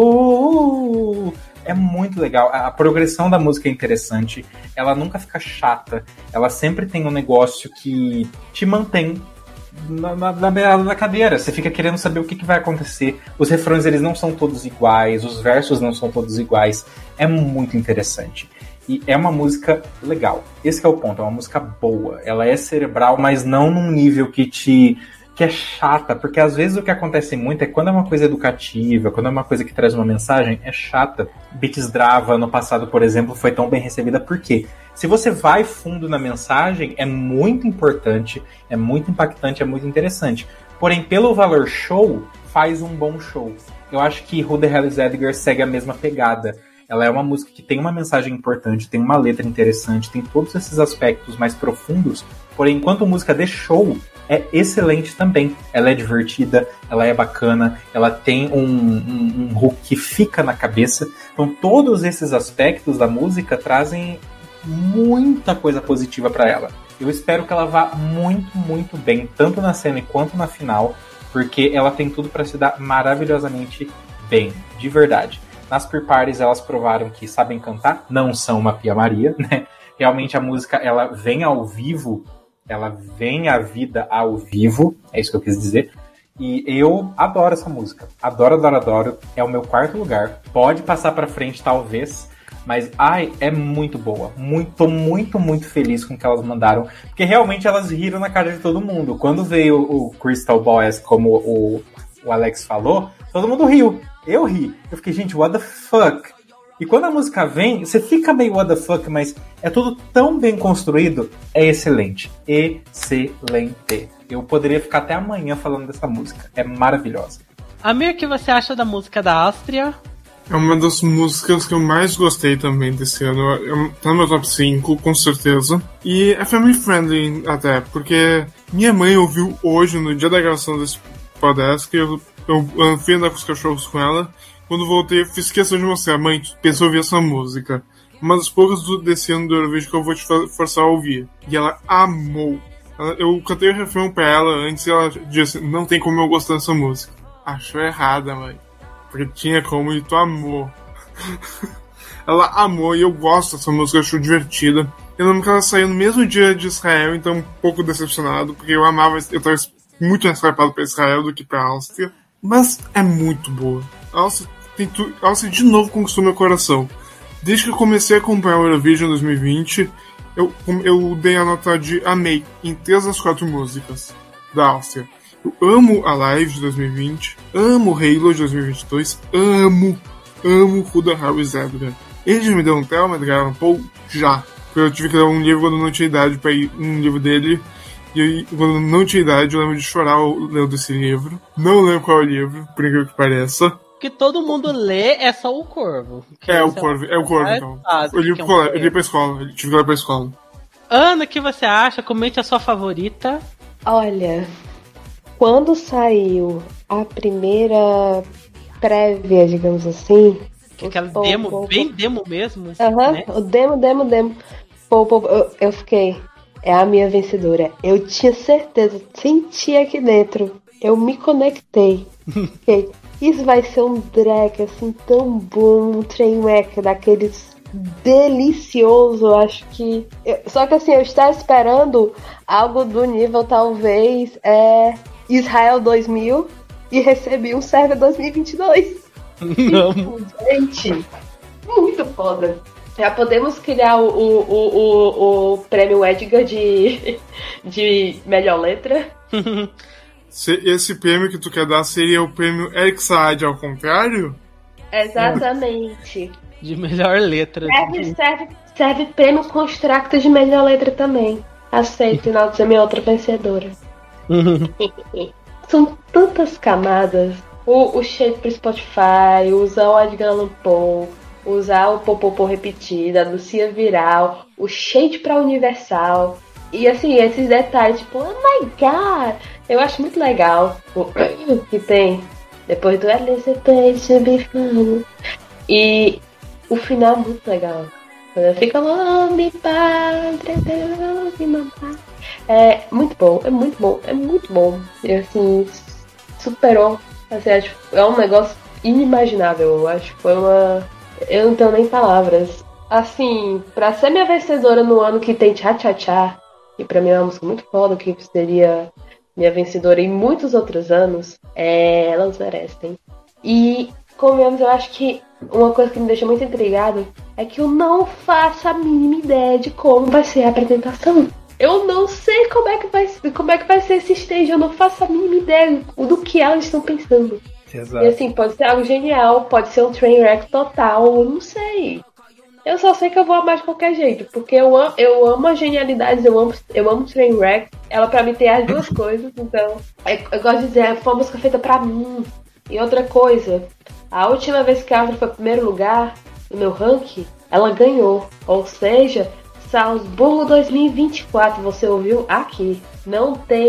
Speaker 4: uh, é muito legal. A, a progressão da música é interessante, ela nunca fica chata, ela sempre tem um negócio que te mantém na, na, na, na cadeira, você fica querendo saber o que, que vai acontecer. Os refrões, eles não são todos iguais, os versos não são todos iguais, é muito interessante. E é uma música legal. Esse é o ponto, é uma música boa. Ela é cerebral, mas não num nível que te que é chata, porque às vezes o que acontece muito é quando é uma coisa educativa, quando é uma coisa que traz uma mensagem, é chata. Beats Drava, no passado, por exemplo, foi tão bem recebida, por quê? Se você vai fundo na mensagem, é muito importante, é muito impactante, é muito interessante. Porém, pelo valor show, faz um bom show. Eu acho que Who the Hell is Edgar segue a mesma pegada. Ela é uma música que tem uma mensagem importante, tem uma letra interessante, tem todos esses aspectos mais profundos, porém, enquanto música de show, é excelente também. Ela é divertida, ela é bacana, ela tem um, um, um hook que fica na cabeça. Então todos esses aspectos da música trazem muita coisa positiva para ela. Eu espero que ela vá muito, muito bem, tanto na cena quanto na final, porque ela tem tudo para se dar maravilhosamente bem, de verdade. Nas pre-parties elas provaram que sabem cantar, não são uma Pia Maria, né? Realmente a música, ela vem ao vivo, ela vem à vida ao vivo, é isso que eu quis dizer. E eu adoro essa música, adoro, adoro, adoro. É o meu quarto lugar, pode passar pra frente talvez, mas ai, é muito boa. Muito, tô muito, muito feliz com o que elas mandaram, porque realmente elas riram na cara de todo mundo. Quando veio o Crystal Boys, como o, o Alex falou, todo mundo riu. Eu ri. Eu fiquei, gente, what the fuck? E quando a música vem, você fica meio what the fuck, mas é tudo tão bem construído, é excelente. Excelente. Eu poderia ficar até amanhã falando dessa música. É maravilhosa.
Speaker 2: Amir, o que você acha da música da Áustria?
Speaker 5: É uma das músicas que eu mais gostei também desse ano. Eu, tá no meu top cinco, com certeza. E é family friendly até, porque minha mãe ouviu hoje, no dia da gravação desse podcast, que eu, eu, eu fui andar com os cachorros com ela. Quando voltei, eu fiz questão de mostrar. Mãe, tu pensou ouvir essa música? Uma das poucas do, desse ano do Eurovision que eu vou te forçar a ouvir. E ela amou. Ela, eu cantei o refrão pra ela antes e ela disse, não tem como eu gostar dessa música. Achou errada, mãe. Porque tinha como e tu amou. Ela amou e eu gosto dessa música, eu acho divertida. Eu lembro que ela saiu no mesmo dia de Israel, então um pouco decepcionado, porque eu amava, eu tava muito mais hypado pra Israel do que pra Áustria. Mas é muito boa. A Áustria, tem tu, a Áustria de novo conquistou meu coração. Desde que eu comecei a acompanhar o Eurovision dois mil e vinte, eu, eu dei a nota de amei em três das quatro músicas da Áustria. Eu amo a Live de dois mil e vinte, amo Halo de dois mil e vinte e dois, amo, amo Who the Hell is Edgar. Eles me deu um Thelma, Edgar, pô, já. Porque eu tive que ler um livro quando não tinha idade pra ir um livro dele. E aí, quando não tinha idade, eu lembro de chorar lendo esse livro. Não lembro qual é o livro, por incrível que pareça.
Speaker 2: Que todo mundo lê é só o Corvo.
Speaker 5: É o Corvo, é o Corvo, então. Eu li, é um eu li pra escola, eu tive que ler pra escola.
Speaker 2: Ana, o que você acha? Comente a sua favorita.
Speaker 3: Olha, quando saiu a primeira prévia, digamos assim...
Speaker 2: Aquela
Speaker 3: pô,
Speaker 2: demo,
Speaker 3: pô,
Speaker 2: bem
Speaker 3: pô.
Speaker 2: demo mesmo.
Speaker 3: Aham, uhum,
Speaker 2: né?
Speaker 3: o demo, demo, demo. Pô, pô, eu, eu fiquei... É a minha vencedora. Eu tinha certeza, senti aqui dentro. Eu me conectei. Fiquei... Isso vai ser um drag, assim, tão bom, um trainwreck daqueles delicioso, eu acho que... Eu... Só que, assim, eu estava esperando algo do nível, talvez, é... Israel dois mil, e recebi um Sérvia dois mil e vinte e dois.
Speaker 2: Não.
Speaker 3: Gente, muito foda. Já podemos criar o, o, o, o, o prêmio Edgar de, de melhor letra.
Speaker 5: Esse prêmio que tu quer dar seria o prêmio Eric Saad ao contrário?
Speaker 3: Exatamente.
Speaker 2: De melhor letra.
Speaker 3: Serve, serve, serve prêmio Constructa de melhor letra também. Aceito, e não ser minha outra vencedora. São tantas camadas. O, o shape pro Spotify, usar o Edgar Allan Poe, usar o Popopô repetida, a Lucia Viral, o shade pra Universal. E assim, esses detalhes, tipo, oh my god, eu acho muito legal o que tem depois do Elizabeth be fun. E o final é muito legal. Quando fica longe, padre, é muito bom, é muito bom, é muito bom. E assim, superou. Assim, acho, é um negócio inimaginável. Eu acho que foi uma. Eu não tenho nem palavras. Assim, pra ser minha vencedora no ano que tem Tchá Tchá Tchá, e pra mim é uma música muito foda, que seria minha vencedora em muitos outros anos, é, elas merecem. E, convenhamos, eu acho que uma coisa que me deixa muito intrigado é que eu não faço a mínima ideia de como vai ser a apresentação. Eu não sei como é que vai, como é que vai ser esse stage, eu não faço a mínima ideia do que elas estão pensando.
Speaker 4: Exato.
Speaker 3: E assim, pode ser algo genial, pode ser um train wreck total, eu não sei. Eu só sei que eu vou amar de qualquer jeito, porque eu amo, eu amo as genialidades, eu amo, eu amo train wreck. Ela pra mim tem as duas coisas, então eu, eu gosto de dizer, foi uma música feita pra mim. E outra coisa, a última vez que a Áustria foi em primeiro lugar no meu ranking, ela ganhou. Ou seja, Salzburgo dois mil e vinte e quatro, você ouviu aqui. Não tem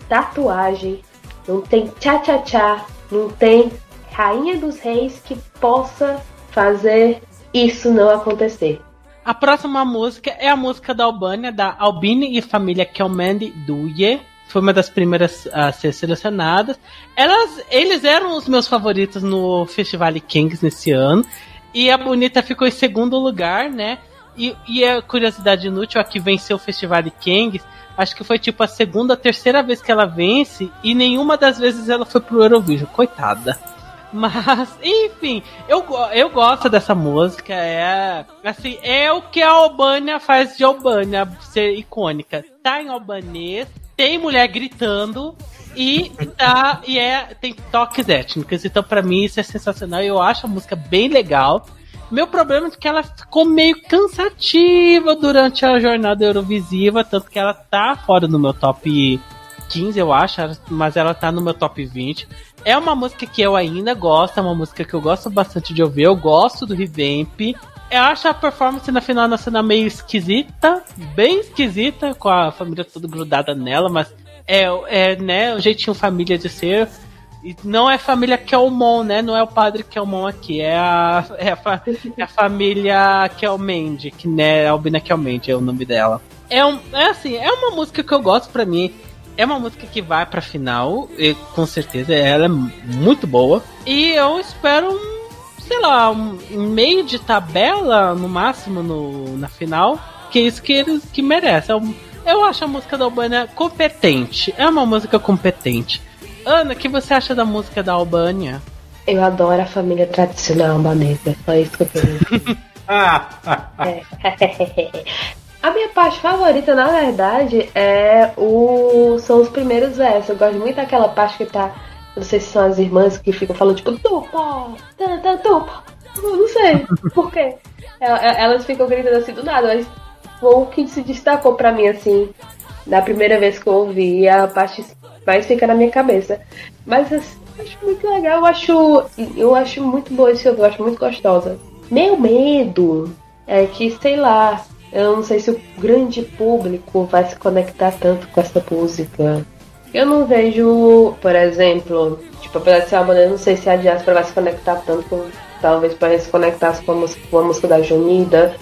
Speaker 3: tatuagem, não tem tchá-tchá-tchá, não tem Rainha dos Reis que possa fazer isso não acontecer.
Speaker 2: A próxima música é a música da Albânia, da Albini e família Kelmendi Duye. Foi uma das primeiras a ser selecionadas. Elas, eles eram os meus favoritos no Festival Kings nesse ano. E a Bonita ficou em segundo lugar, né? E, e a curiosidade inútil, a que venceu o Festival Kings, acho que foi tipo a segunda, terceira vez que ela vence. E nenhuma das vezes ela foi pro Eurovision. Coitada. Mas, enfim, eu, eu gosto dessa música. É assim, é o que a Albânia faz de Albânia ser icônica. Tá em albanês, tem mulher gritando e, tá, e é, tem toques étnicos. Então, pra mim, isso é sensacional. Eu acho a música bem legal. Meu problema é que ela ficou meio cansativa durante a jornada Eurovisiva. Tanto que ela tá fora do meu top quinze, eu acho, mas ela tá no meu top vinte. É uma música que eu ainda gosto, é uma música que eu gosto bastante de ouvir. Eu gosto do revamp. Eu acho a performance na final nacional meio esquisita, bem esquisita, com a família toda grudada nela, mas é, é né, o jeitinho família de ser. E não é família Kelmon, né? Não é o padre Kelmon aqui, é a, é a, fa, é a família Kelmendi, que né, Albina Kelmendi é o nome dela. É, um, é assim, é uma música que eu gosto pra mim. É uma música que vai pra final, e, com certeza, ela é muito boa. E eu espero um, sei lá, um, um meio de tabela, no máximo, no, na final, que é isso que eles que merecem. Eu, eu acho a música da Albânia competente. É uma música competente. Ana, o que você acha da música da Albânia?
Speaker 3: Eu adoro a família tradicional albanesa, só isso que eu tenho. é. A minha parte favorita, na verdade, é o... são os primeiros versos. Eu gosto muito daquela parte que tá... Não sei se são as irmãs que ficam falando, tipo... Tupa! Tanta, tupa! Não sei por quê. Elas ficam gritando assim do nada, mas o que se destacou pra mim, assim, da primeira vez que eu ouvi, a parte mais fica na minha cabeça. Mas assim, eu acho muito legal, eu acho... Eu acho muito boa esse eu acho muito gostosa. Meu medo é que, sei lá... Eu não sei se o grande público vai se conectar tanto com essa música. Eu não vejo, por exemplo, tipo, apesar de ser uma banda, eu não sei se a diáspora vai se conectar tanto com, talvez para se conectar com a música, com a música da Jonida.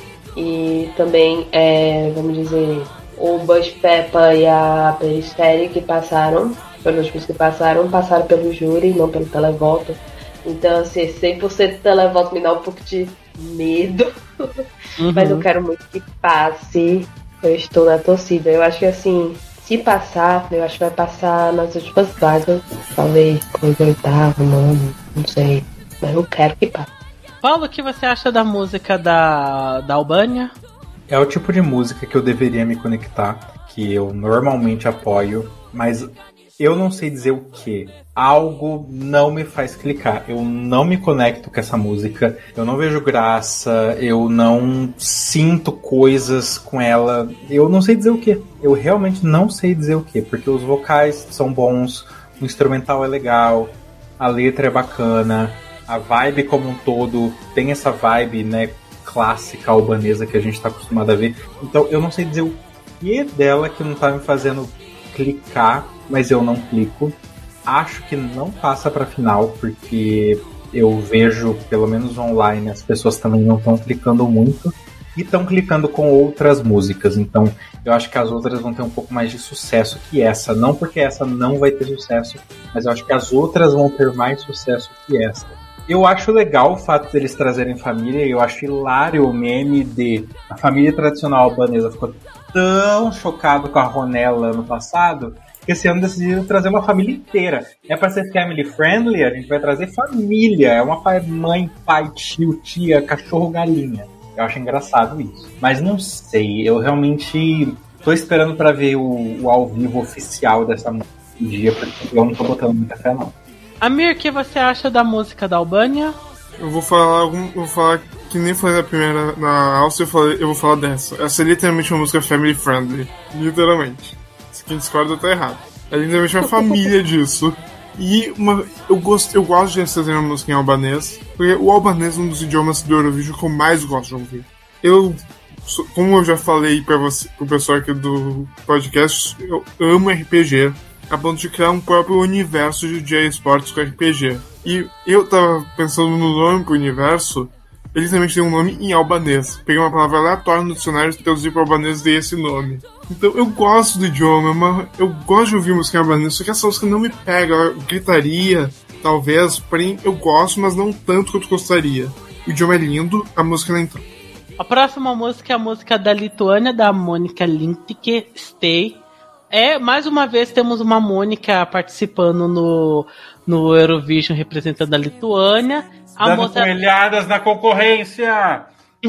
Speaker 3: E também, é, vamos dizer, o Bush Peppa e a Peristeri que passaram, pelos últimos que passaram, passaram pelo júri, não pelo televoto. Então, assim, cem por cento televoto me dá um pouco de medo. Uhum. Mas eu quero muito que passe. Eu estou na torcida. Eu acho que assim, se passar, eu acho que vai passar nas últimas vagas. Talvez coisa oitava, nono, não sei. Mas eu quero que passe.
Speaker 2: Paulo, o que você acha da música da, da Albânia?
Speaker 4: É o tipo de música que eu deveria me conectar, que eu normalmente apoio, mas eu não sei dizer o que. Algo não me faz clicar. Eu não me conecto com essa música. Eu não vejo graça. Eu não sinto coisas com ela. Eu não sei dizer o que. Eu realmente não sei dizer o que. Porque os vocais são bons. O instrumental é legal. A letra é bacana. A vibe como um todo tem essa vibe, né, clássica albanesa que a gente tá acostumado a ver. Então eu não sei dizer o que dela que não tá me fazendo clicar. Mas eu não clico. Acho que não passa pra final, porque eu vejo, pelo menos online, as pessoas também não estão clicando muito. E estão clicando com outras músicas. Então, eu acho que as outras vão ter um pouco mais de sucesso que essa. Não porque essa não vai ter sucesso, mas eu acho que as outras vão ter mais sucesso que essa. Eu acho legal o fato deles trazerem família. Eu acho hilário o meme de a família tradicional albanesa ficou tão chocado com a Ronella ano passado, que esse ano decidiram trazer uma família inteira. É para ser family friendly, a gente vai trazer família. É uma mãe, pai, tio, tia, cachorro, galinha. Eu acho engraçado isso. Mas não sei, eu realmente tô esperando para ver o, o ao vivo oficial dessa música um dia, porque eu não tô botando muita fé, não.
Speaker 2: Amir, o que você acha da música da Albânia?
Speaker 5: Eu vou falar algum, eu vou falar que nem foi na primeira, na Áustria, eu, falei, eu vou falar dessa. Essa é literalmente uma música family friendly. Literalmente. Se quem discorda tá errado. É literalmente uma família disso. E uma, eu, gosto, eu gosto de eles trazerem uma música em albanês, porque o albanês é um dos idiomas do Eurovision que eu mais gosto de ouvir. Eu, como eu já falei pra você, pro pessoal aqui do podcast, eu amo R P G. a ponto de criar um próprio universo de J Sports com R P G. E eu tava pensando no nome pro universo, eles também têm um nome em albanês. Peguei uma palavra aleatória no dicionário, traduzi para albanês e dei esse nome. Então eu gosto do idioma, mas eu gosto de ouvir música em albanês, só que essa música não me pega. Eu gritaria, talvez, porém eu gosto, mas não tanto quanto gostaria. O idioma é lindo, a música nem tanto.
Speaker 2: A próxima música é a música da Lituânia, da Mônica Lindke, Stay. É, mais uma vez temos uma Mônica participando no, no Eurovision representando a Lituânia. A
Speaker 4: Dando
Speaker 2: moça...
Speaker 4: coelhadas na concorrência!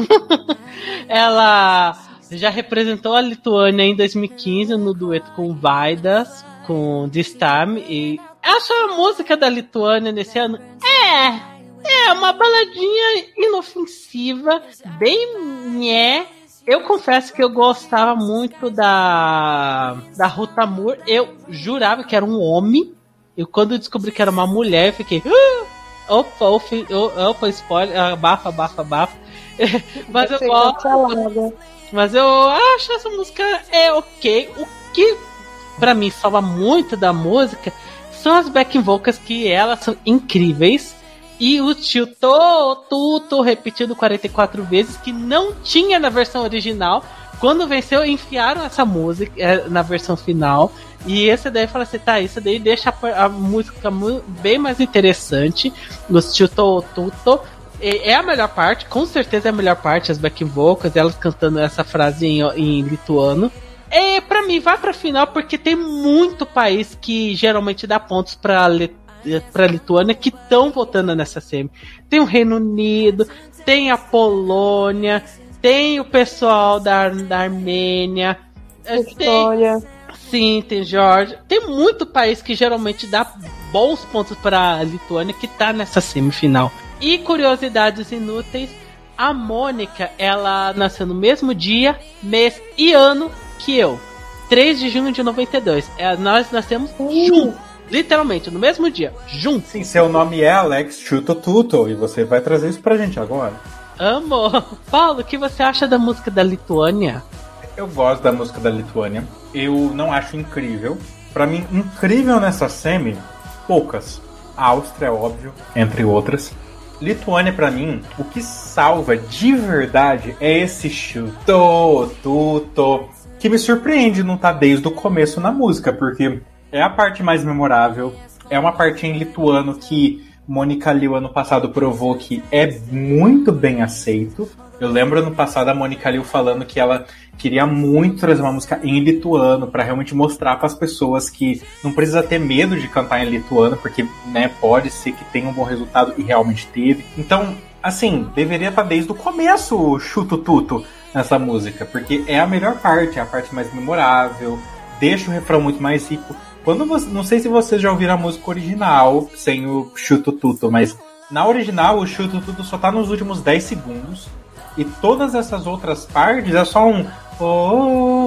Speaker 2: Ela já representou a Lituânia em dois mil e quinze no dueto com Vaidas, com This Time. E acho a música da Lituânia nesse ano é... É uma baladinha inofensiva, bem nhé. Eu confesso que eu gostava muito da da Ruta Moore. Eu jurava que era um homem. E quando eu descobri que era uma mulher, eu fiquei... Uh! Opa, opa, opa, spoiler, abafa, abafa, abafa. Mas eu gosto. Mas eu acho essa música é ok. O que pra mim salva muito da música são as backing vocals, que elas são incríveis. E o tio tô, tudo repetido quarenta e quatro vezes, que não tinha na versão original. Quando venceu, enfiaram essa música é, na versão final. E esse daí fala assim, tá, isso daí deixa a, a música bem mais interessante. Os tio tô, tudo é a melhor parte, com certeza é a melhor parte, as backing vocals, elas cantando essa frase em, em lituano. É, pra mim, vai pra final, porque tem muito país que geralmente dá pontos pra Lituânia. Pra Lituânia que estão votando nessa semi. Tem o Reino Unido, tem a Polônia, tem o pessoal da, da Armênia, tem, sim, tem Geórgia. Tem muito país que geralmente dá bons pontos para a Lituânia que tá nessa semifinal. E curiosidades inúteis, a Mônica, ela nasceu no mesmo dia, mês e ano que eu, três de junho de noventa e dois. É, nós nascemos
Speaker 3: uh.
Speaker 2: juntos. Literalmente, no mesmo dia, junto.
Speaker 4: Sim, seu nome é Alex Chuto Tuto e você vai trazer isso pra gente agora.
Speaker 2: Amo! Paulo, o que você acha da música da Lituânia?
Speaker 4: Eu gosto da música da Lituânia. Eu não acho incrível. Pra mim, incrível nessa semi, poucas. A Áustria, é óbvio, entre outras. Lituânia, pra mim, o que salva de verdade é esse Chuto Tuto, que me surpreende não estar desde o começo na música, porque... é a parte mais memorável, é uma parte em lituano que Mônica Liu ano passado provou que é muito bem aceito. Eu lembro ano passado a Mônica Liu falando que ela queria muito trazer uma música em lituano para realmente mostrar para as pessoas que não precisa ter medo de cantar em lituano, porque né, pode ser que tenha um bom resultado e realmente teve. Então, assim, deveria estar desde o começo o Chuto Tuto nessa música, porque é a melhor parte, é a parte mais memorável, deixa o refrão muito mais rico. Quando você, não sei se vocês já ouviram a música original sem o Chuto Tuto, mas na original o Chuto Tuto só tá nos últimos dez segundos e todas essas outras partes é só um oh, oh,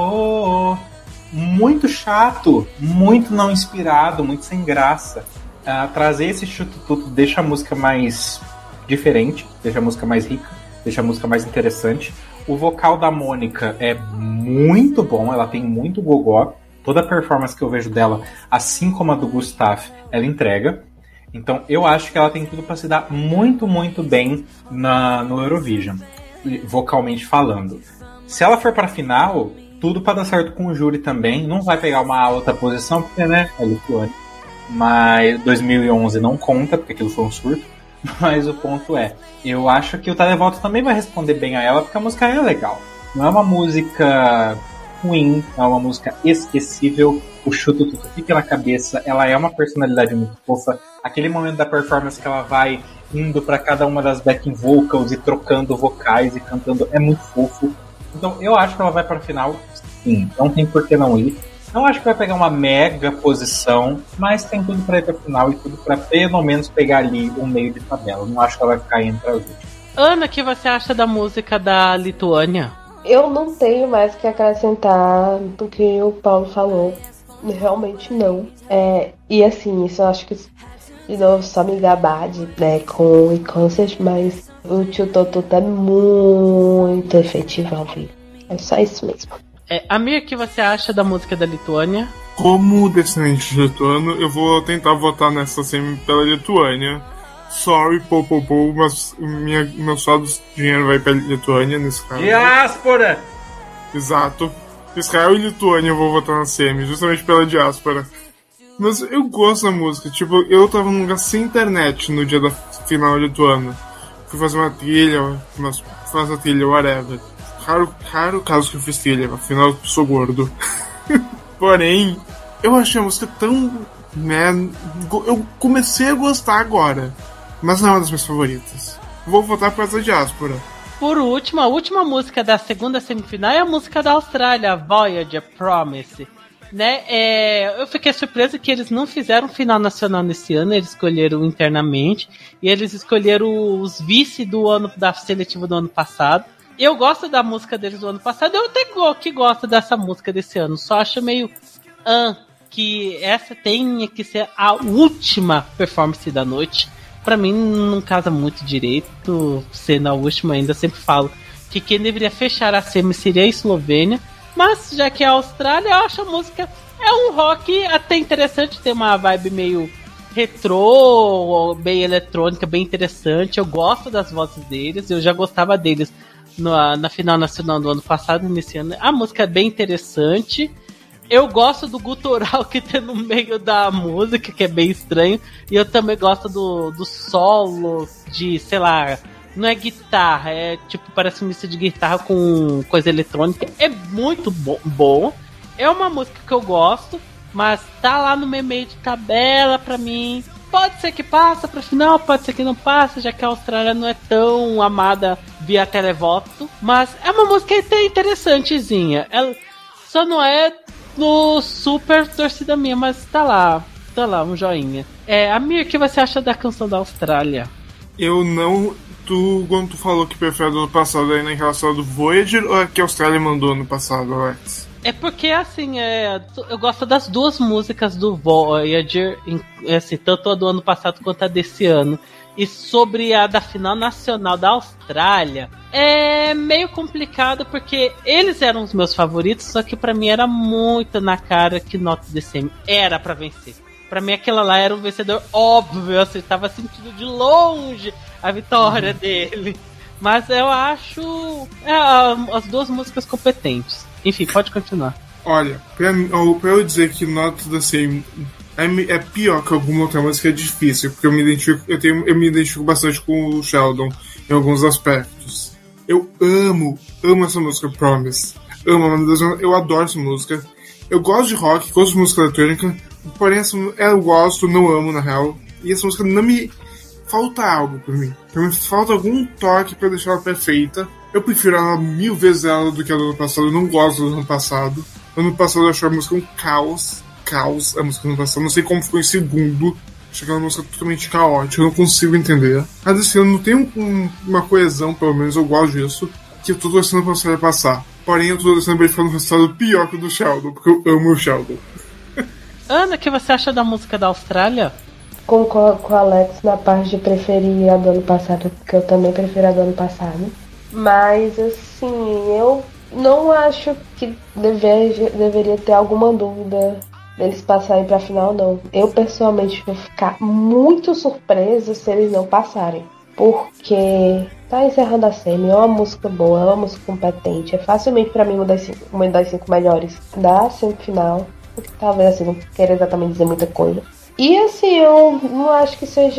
Speaker 4: oh, oh, muito chato, muito não inspirado, muito sem graça. Uh, trazer esse Chuto Tuto deixa a música mais diferente, deixa a música mais rica, deixa a música mais interessante. O vocal da Mônica é muito bom, ela tem muito gogó. Toda a performance que eu vejo dela, assim como a do Gustaf, ela entrega. Então eu acho que ela tem tudo para se dar muito, muito bem na, no Eurovision, vocalmente falando. Se ela for para a final, tudo para dar certo com o júri também. Não vai pegar uma alta posição, porque né, é Lituânia. Mas dois mil e onze não conta, porque aquilo foi um surto. Mas o ponto é, eu acho que o televoto também vai responder bem a ela, porque a música é legal. Não é uma música... ruim, é uma música esquecível, o Chuto Tuto fica na cabeça, ela é uma personalidade muito fofa, aquele momento da performance que ela vai indo pra cada uma das backing vocals e trocando vocais e cantando, é muito fofo. Então eu acho que ela vai pra final, sim, não tem por que não ir. Não acho que vai pegar uma mega posição, mas tem tudo pra ir pra final e tudo pra pelo menos pegar ali um meio de tabela. Não acho que ela vai ficar entre as últimas.
Speaker 2: Ana, o que você acha da música da Lituânia?
Speaker 3: Eu não tenho mais que acrescentar do que o Paulo falou. Realmente não. É, e assim, isso eu acho que, de novo, só me gabar de, né, com o Concert, mas o Tio Toto é muito efetivo ao vivo. É só isso mesmo.
Speaker 2: É, Amir, o que você acha da música da Lituânia?
Speaker 5: Como descendente lituano, eu vou tentar votar nessa semi pela Lituânia. Sorry, pô, pô, pô, mas minha, meu saldo de dinheiro vai pra Lituânia nesse caso.
Speaker 4: Diáspora!
Speaker 5: Exato. Israel e Lituânia eu vou votar na semi, justamente pela diáspora. Mas eu gosto da música. Tipo, eu tava num lugar sem internet no dia da final lituana. Fui fazer uma trilha, mas fazer uma trilha, whatever. Raro, raro caso que eu fiz trilha, afinal eu sou gordo. Porém, eu achei a música tão... né, eu comecei a gostar agora. Mas não é uma das minhas favoritas. Vou votar pra essa diáspora.
Speaker 2: Por último, a última música da segunda semifinal é a música da Austrália, Voyager Promise. Né? É, eu fiquei surpreso que eles não fizeram final nacional nesse ano, eles escolheram internamente. E eles escolheram os vice do ano da seletiva do ano passado. Eu gosto da música deles do ano passado, eu até que gosto dessa música desse ano. Só acho meio... Ah, que essa tenha que ser a última performance da noite. Pra mim não casa muito direito sendo a última ainda. Eu sempre falo que quem deveria fechar a semi seria a Eslovênia, mas já que é a Austrália, eu acho a música é um rock até interessante, tem uma vibe meio retrô, bem eletrônica, bem interessante. Eu gosto das vozes deles, eu já gostava deles na, na final nacional do ano passado, nesse ano. A música é bem interessante. Eu gosto do gutural que tem no meio da música, que é bem estranho. E eu também gosto do, do solo de, sei lá, não é guitarra, é tipo, parece um misto de guitarra com coisa eletrônica. É muito bo- bom. É uma música que eu gosto, mas tá lá no meio, meio de tabela pra mim. Pode ser que passa pra final, pode ser que não passa, já que a Austrália não é tão amada via televoto. Mas é uma música até interessantezinha. Ela só não é no super torcida minha, mas tá lá, tá lá, um joinha. É, Amir, o que você acha da canção da Austrália?
Speaker 5: Eu não... Tu, quando tu falou que prefere do ano passado, aí em relação ao do Voyager, ou é que a Austrália mandou ano passado, Alex?
Speaker 2: É porque, assim, é, eu gosto das duas músicas do Voyager, assim, tanto a do ano passado quanto a desse ano. E sobre a da final nacional da Austrália, é meio complicado porque eles eram os meus favoritos, só que pra mim era muito na cara que Notre Dame era pra vencer. Pra mim aquela lá era um vencedor óbvio, assim, tava sentindo de longe a vitória uhum. dele. Mas eu acho é, as duas músicas competentes. Enfim, pode continuar.
Speaker 5: Olha, pra, pra eu dizer que Notre Dame é, é pior que alguma outra música é difícil, porque eu me identifico, eu tenho, eu me identifico bastante com o Sheldon em alguns aspectos. Eu amo, amo essa música, Promise. Amo, eu adoro essa música. Eu gosto de rock, gosto de música eletrônica, porém essa, eu gosto, não amo na real. E essa música não me... Falta algo pra mim. Pra mim falta algum toque pra deixar ela perfeita. Eu prefiro ela mil vezes ela do que a do ano passado. Eu não gosto do ano passado. Ano passado eu achei a música um caos. Caos, a música do ano passado. Não sei como ficou em segundo. Achei aquela música totalmente caótica. Eu não consigo entender. Mas esse ano não tem um, um, uma coesão, pelo menos eu gosto disso. Que eu tô torcendo pra Austrália passar. Porém, eu tô torcendo pra ele ficar no resultado pior que o do Sheldon. Porque eu amo o Sheldon.
Speaker 2: Ana, o que você acha da música da Austrália?
Speaker 3: Concordo com o Alex na parte de preferir a do ano passado, porque eu também prefiro a do ano passado. Mas, assim, eu não acho que deve, deveria ter alguma dúvida deles passarem pra final, não. Eu, pessoalmente, vou ficar muito surpresa se eles não passarem. Porque tá encerrando a semi, é uma música boa, é uma música competente. É facilmente pra mim uma das cinco, uma das cinco melhores da semifinal. Talvez, assim, não queira exatamente dizer muita coisa. E assim, eu não acho que seja...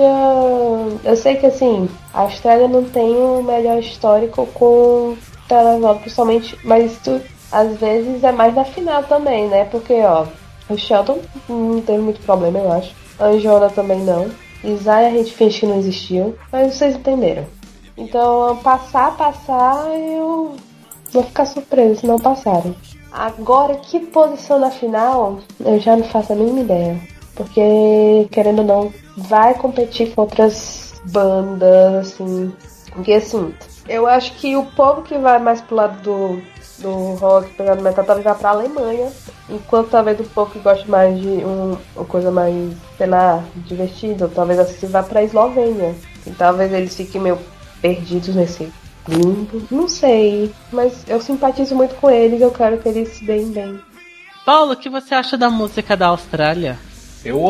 Speaker 3: Eu sei que assim, a Austrália não tem o melhor histórico com televoto, principalmente, mas isso às vezes é mais na final também, né? Porque, ó, o Sheldon não teve muito problema, eu acho. A Anjona também não. Isaiah a gente finge que não existiu, mas vocês entenderam. Então, passar, passar, eu vou ficar surpreso se não passarem. Agora, que posição na final, eu já não faço a mínima ideia. Porque, querendo ou não, vai competir com outras bandas, assim. Porque, assim, eu acho que o povo que vai mais pro lado do, do rock, pro lado do metal, talvez vá pra Alemanha. Enquanto, talvez, o povo que gosta mais de um, uma coisa mais, sei lá, divertida, talvez assim vá pra Eslovênia. E talvez eles fiquem meio perdidos nesse limbo. Não sei, mas eu simpatizo muito com eles, eu quero que eles se deem bem.
Speaker 2: Paulo, o que você acha da música da Austrália?
Speaker 4: Eu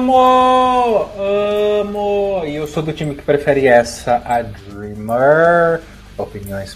Speaker 4: amo! Amo! E eu sou do time que prefere essa, a Dreamer. Opiniões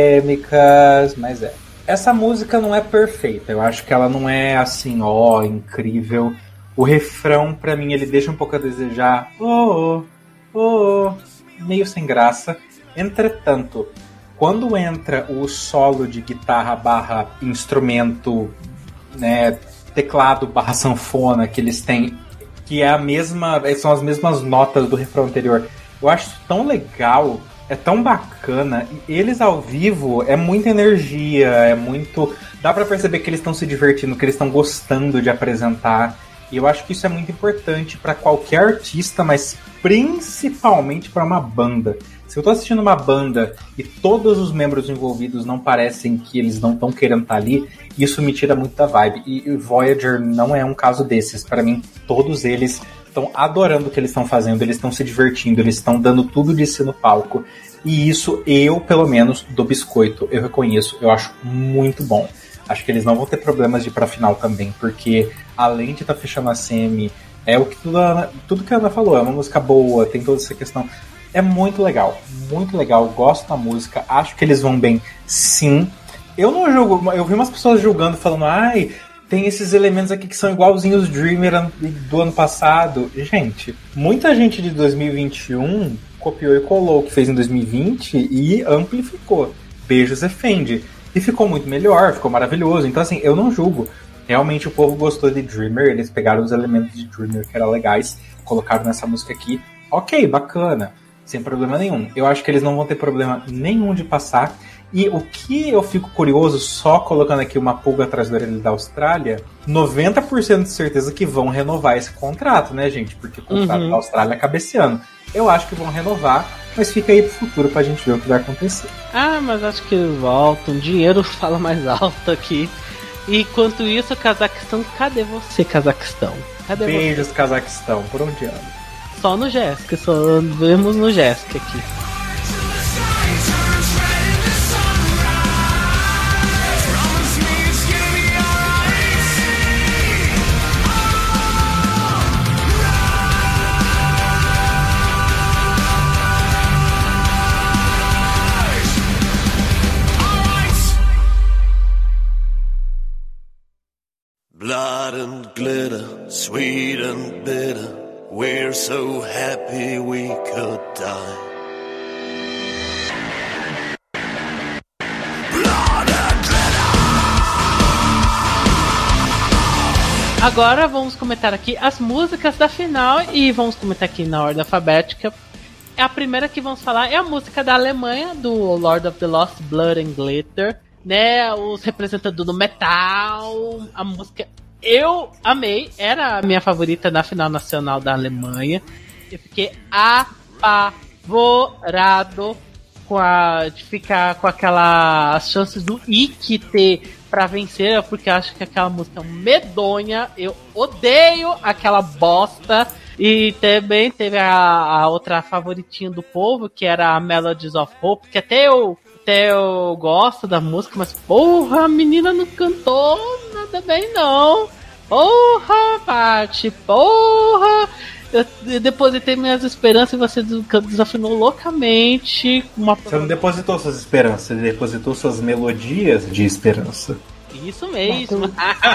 Speaker 4: polêmicas, mas é. Essa música não é perfeita. Eu acho que ela não é assim, ó, oh, incrível. O refrão, pra mim, ele deixa um pouco a desejar. Oh, oh, oh, meio sem graça. Entretanto, quando entra o solo de guitarra barra instrumento, né, teclado barra sanfona que eles têm, que é a mesma, são as mesmas notas do refrão anterior, eu acho isso tão legal, é tão bacana. E eles ao vivo é muita energia, é muito, dá pra perceber que eles estão se divertindo, que eles estão gostando de apresentar. E eu acho que isso é muito importante pra qualquer artista, mas principalmente pra uma banda. Se eu tô assistindo uma banda e todos os membros envolvidos não parecem que eles não estão querendo estar ali, isso me tira muito da vibe. E Voyager não é um caso desses. Pra mim, todos eles estão adorando o que eles estão fazendo, eles estão se divertindo, eles estão dando tudo de si no palco. E isso eu, pelo menos, do biscoito, eu reconheço, eu acho muito bom. Acho que eles não vão ter problemas de ir pra final também, porque além de estar tá fechando a semi, é o que tudo, tudo que a Ana falou, é uma música boa, tem toda essa questão. É muito legal, muito legal, gosto da música, acho que eles vão bem, sim. Eu não julgo, eu vi umas pessoas julgando, falando, ai, tem esses elementos aqui que são igualzinhos Dreamer do ano passado. Gente, muita gente de dois mil e vinte e um copiou e colou o que fez em dois mil e vinte e amplificou. Beijos e Fendi. E ficou muito melhor, ficou maravilhoso. Então, assim, eu não julgo. Realmente o povo gostou de Dreamer, eles pegaram os elementos de Dreamer que eram legais, colocaram nessa música aqui. Ok, bacana, sem problema nenhum. Eu acho que eles não vão ter problema nenhum de passar. E o que eu fico curioso, só colocando aqui uma pulga atrás da orelha da Austrália, noventa por cento de certeza que vão renovar esse contrato, né, gente? Porque o contrato uhum. da Austrália acaba esse ano. Eu acho que vão renovar, mas fica aí pro futuro pra gente ver o que vai acontecer.
Speaker 2: Ah, mas acho que voltam. Dinheiro fala mais alto aqui. E enquanto isso, Cazaquistão, cadê você, Cazaquistão? Cadê
Speaker 4: Beijos,
Speaker 2: você?
Speaker 4: Cazaquistão, por onde anda?
Speaker 2: Só no Jéssica, só vemos no Jéssica aqui.
Speaker 8: Blood and glitter, sweet and bitter, we're so happy we could die. Blood and glitter.
Speaker 2: Agora vamos comentar aqui as músicas da final e vamos comentar aqui na ordem alfabética. A primeira que vamos falar é a música da Alemanha, do Lord of the Lost, Blood and Glitter. Né, os representantes do metal, a música eu amei, era a minha favorita na final nacional da Alemanha. Eu fiquei apavorado com a, de ficar com aquela as chances do Ikki ter pra vencer, porque eu acho que aquela música é medonha, eu odeio aquela bosta. E também teve a, a outra favoritinha do povo, que era a Melodies of Hope, que até eu Até eu gosto da música, mas porra, a menina não cantou nada bem não. Porra, Paty, porra. Eu depositei minhas esperanças e você desafinou loucamente. Uma...
Speaker 4: Você não depositou suas esperanças, você depositou suas melodias de esperança.
Speaker 2: Isso mesmo.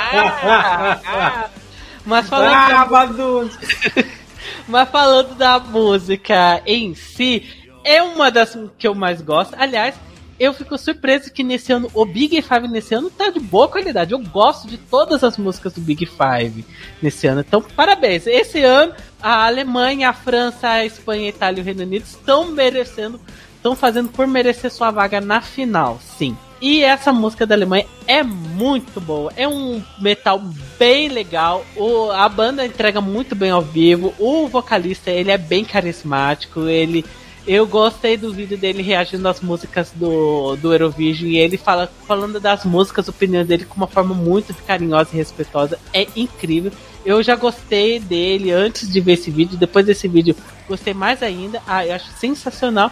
Speaker 2: Mas falando
Speaker 4: ah,
Speaker 2: da... Mas falando da música em si, é uma das que eu mais gosto. Aliás, eu fico surpreso que nesse ano, o Big Five nesse ano tá de boa qualidade. Eu gosto de todas as músicas do Big Five nesse ano. Então, parabéns. Esse ano, a Alemanha, a França, a Espanha, a Itália e o Reino Unido estão merecendo, estão fazendo por merecer sua vaga na final, sim. E essa música da Alemanha é muito boa. É um metal bem legal. O, a banda entrega muito bem ao vivo. O vocalista, ele é bem carismático. Ele... Eu gostei do vídeo dele reagindo às músicas do, do Eurovision e ele fala, falando das músicas, opiniões dele com uma forma muito carinhosa e respeitosa. É incrível. Eu já gostei dele antes de ver esse vídeo, depois desse vídeo gostei mais ainda. Ah, eu acho sensacional.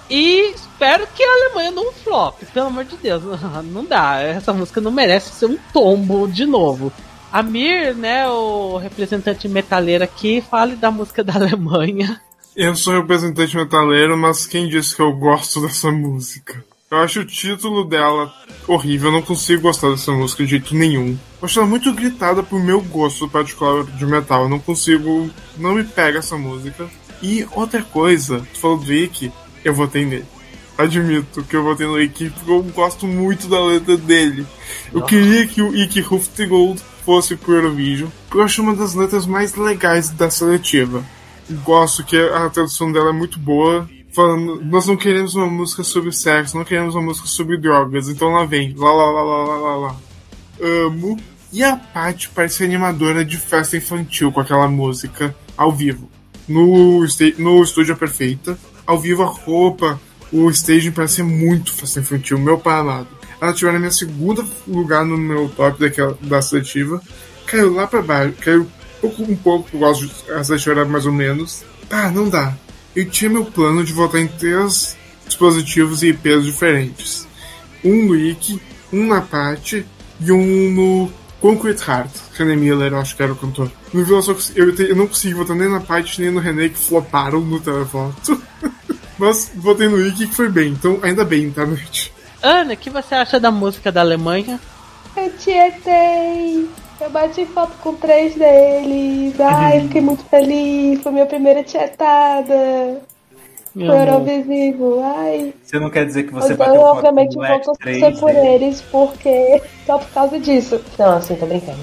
Speaker 2: E espero que a Alemanha não flop, pelo amor de Deus, não dá, essa música não merece ser um tombo de novo. Amir, né, o representante metaleiro aqui, fale da música da Alemanha.
Speaker 5: Eu sou representante metaleiro, mas quem disse que eu gosto dessa música? Eu acho o título dela horrível, eu não consigo gostar dessa música de jeito nenhum. Eu acho ela muito gritada pro meu gosto particular de metal, eu não consigo, não me pega essa música. E outra coisa, tu falou do Ikki, eu votei nele. Admito que eu votei no Ikki porque eu gosto muito da letra dele. Eu Nossa. queria que o Ikki Huftigold fosse pro Eurovision, porque eu acho uma das letras mais legais da seletiva. Gosto que a tradução dela é muito boa, falando, nós não queremos uma música sobre sexo, não queremos uma música sobre drogas, então lá vem, lá lá lá lá lá lá lá. Amo. E a Paty parece animadora de festa infantil com aquela música ao vivo. No, no estúdio é perfeita. Ao vivo a roupa, o staging parece muito festa infantil, meu pai amado. Ela tirou na minha segunda lugar no meu top daquela, da seletiva. Caiu lá pra baixo, caiu um pouco, um pouco, eu gosto de a seletiva mais ou menos. Ah, não dá. Eu tinha meu plano de votar em três dispositivos e I Ps diferentes. Um no Ikki, um na Paty e um no Concrete Heart. René Miller, eu acho que era o cantor. No Vila só eu, eu não consegui votar nem na Paty nem no René, que floparam no televoto. Mas votei no Ikki, que foi bem. Então, ainda bem, tá, noite?
Speaker 2: Ana, o que você acha da música da Alemanha?
Speaker 3: Eu tietei. Eu bati foto com três deles. Ai, fiquei muito feliz. Foi minha primeira tietada. Foi Eurovisivo. Ai.
Speaker 4: Você não quer dizer que você
Speaker 3: eu,
Speaker 4: bateu
Speaker 3: eu,
Speaker 4: foto
Speaker 3: obviamente,
Speaker 4: com
Speaker 3: vou torcer por eles, porque só por causa disso. Não, assim, tô brincando.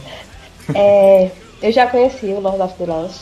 Speaker 3: é, eu já conheci o Lord of the Lost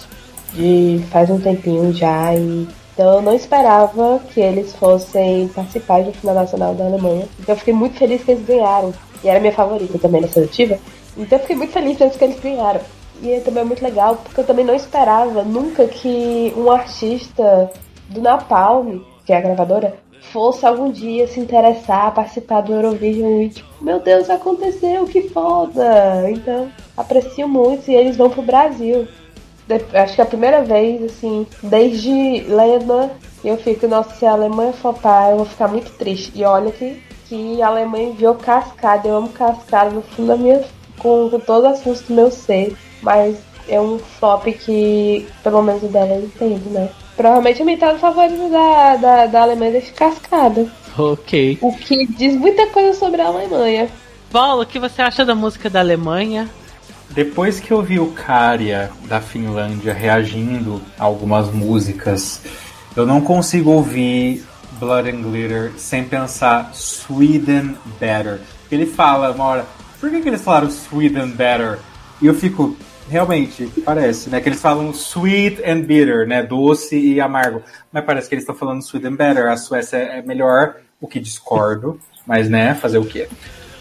Speaker 3: de faz um tempinho já, e então eu não esperava que eles fossem participar do final nacional da Alemanha. Então eu fiquei muito feliz que eles ganharam. E era minha favorita também na seletiva. Então eu fiquei muito feliz que eles ganharam. E também é muito legal, porque eu também não esperava nunca que um artista do Napalm, que é a gravadora, fosse algum dia se interessar, participar do Eurovision e tipo, meu Deus, aconteceu, que foda! Então, aprecio muito e eles vão pro Brasil. Acho que é a primeira vez, assim, desde Lena, eu fico, nossa, se a Alemanha flopar, eu vou ficar muito triste. E olha que, que a Alemanha enviou Cascada, eu amo Cascada no fundo da minha, com, com todas as forças do meu ser, mas é um flop que, pelo menos o dela, eu entendo, né? Provavelmente a metade favorita da, da, da Alemanha deixa Cascada.
Speaker 2: Ok.
Speaker 3: O que diz muita coisa sobre a Alemanha.
Speaker 2: Paulo, o que você acha da música da Alemanha?
Speaker 4: Depois que eu vi o Käärijä da Finlândia reagindo a algumas músicas, eu não consigo ouvir Blood and Glitter sem pensar Sweden Better. Ele fala uma hora, por que, que eles falaram Sweden Better? E eu fico, realmente, parece, né? Que eles falam sweet and bitter, né? Doce e amargo. Mas parece que eles estão falando Sweden Better. A Suécia é melhor, o que discordo. Mas, né, fazer o quê?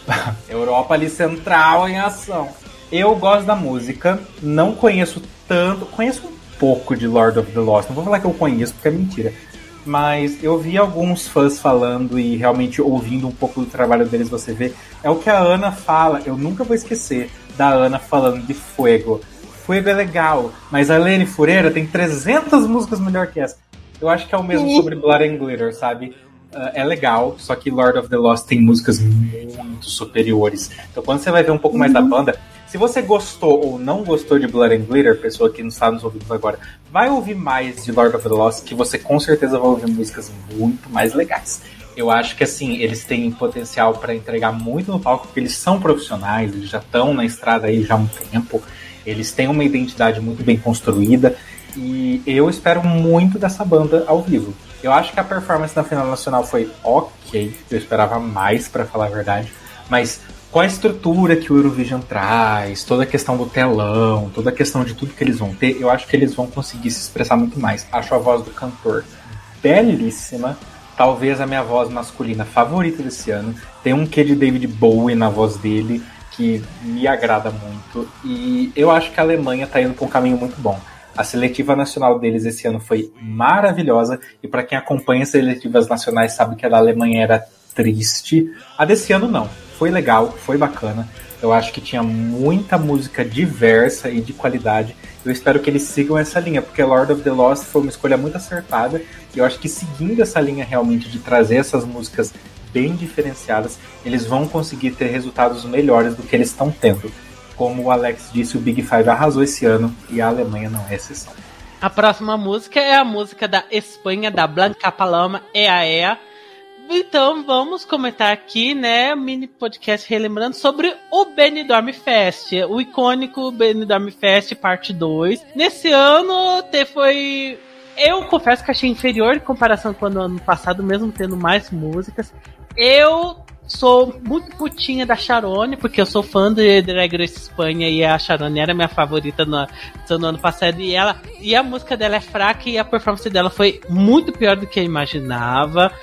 Speaker 4: Europa ali central em ação. Eu gosto da música, não conheço tanto, conheço um pouco de Lord of the Lost, não vou falar que eu conheço porque é mentira, mas eu vi alguns fãs falando e realmente ouvindo um pouco do trabalho deles, você vê, é o que a Ana fala, eu nunca vou esquecer da Ana falando de Fuego. Fuego é legal, mas a Helene Fureira tem trezentas músicas melhor que essa. Eu acho que é o mesmo sobre Blood and Glitter, sabe? Uh, é legal, só que Lord of the Lost tem músicas muito superiores. Então quando você vai ver um pouco mais da banda, se você gostou ou não gostou de Blood and Glitter, pessoa que não está nos ouvindo agora, vai ouvir mais de Lord of the Lost, que você com certeza vai ouvir músicas muito mais legais. Eu acho que assim, eles têm potencial para entregar muito no palco, porque eles são profissionais, eles já estão na estrada aí já há um tempo, eles têm uma identidade muito bem construída, e eu espero muito dessa banda ao vivo. Eu acho que a performance na final nacional foi ok, eu esperava mais, para falar a verdade, mas com a estrutura que o Eurovision traz, toda a questão do telão, toda a questão de tudo que eles vão ter, eu acho que eles vão conseguir se expressar muito mais. Acho a voz do cantor belíssima, talvez a minha voz masculina favorita desse ano. Tem um quê de David Bowie na voz dele que me agrada muito, e eu acho que a Alemanha está indo para um caminho muito bom. A seletiva nacional deles esse ano foi maravilhosa, e para quem acompanha as seletivas nacionais sabe que a da Alemanha era triste. A desse ano não. Foi legal, foi bacana. Eu acho que tinha muita música diversa e de qualidade. Eu espero que eles sigam essa linha, porque Lord of the Lost foi uma escolha muito acertada, e eu acho que seguindo essa linha realmente de trazer essas músicas bem diferenciadas, eles vão conseguir ter resultados melhores do que eles estão tendo. Como o Alex disse, o Big Five arrasou esse ano, e a Alemanha não é exceção.
Speaker 2: A próxima música é a música da Espanha, da Blanca Paloma, Ea Ea. Então vamos comentar aqui, né, mini podcast relembrando sobre o Benidorm Fest, o icônico Benidorm Fest parte dois. Nesse ano te foi... Eu confesso que achei inferior em comparação com o ano passado, mesmo tendo mais músicas. Eu sou muito putinha da Sharone, porque eu sou fã de Drag Race Espanha e a Sharone era minha favorita no, no ano passado. E, ela, e a música dela é fraca e a performance dela foi muito pior do que eu imaginava.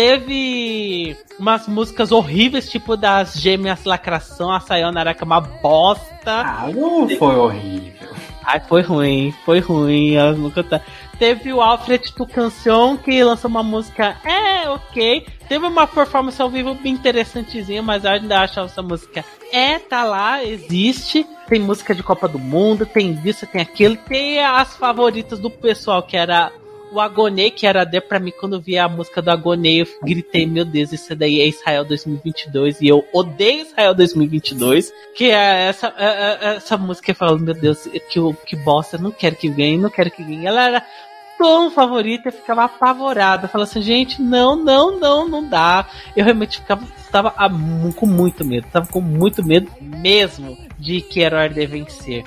Speaker 2: Teve umas músicas horríveis, tipo das Gêmeas Lacração, a Sayonara, que é uma bosta.
Speaker 4: Ah, não foi horrível.
Speaker 2: Ai, foi ruim, foi ruim. Elas nunca tá... Teve o Alfred do Canção, que lançou uma música, é, ok. Teve uma performance ao vivo bem interessantezinha, mas eu ainda acho essa música, é, tá lá, existe. Tem música de Copa do Mundo, tem isso, tem aquilo. Tem as favoritas do pessoal, que era o Agonei, que era de pra mim, quando eu vi a música do Agonei, eu gritei, meu Deus, isso daí é Israel dois mil e vinte e dois, e eu odeio Israel dois mil e vinte e dois, que é essa, é, é, essa música, eu falo, meu Deus, que, que bosta, não quero que ganhe, não quero que ganhe. Ela era tão favorita, eu ficava apavorada, falava assim, gente, não, não, não, não dá. Eu realmente ficava, estava com muito medo, estava com muito medo mesmo de Quero de vencer.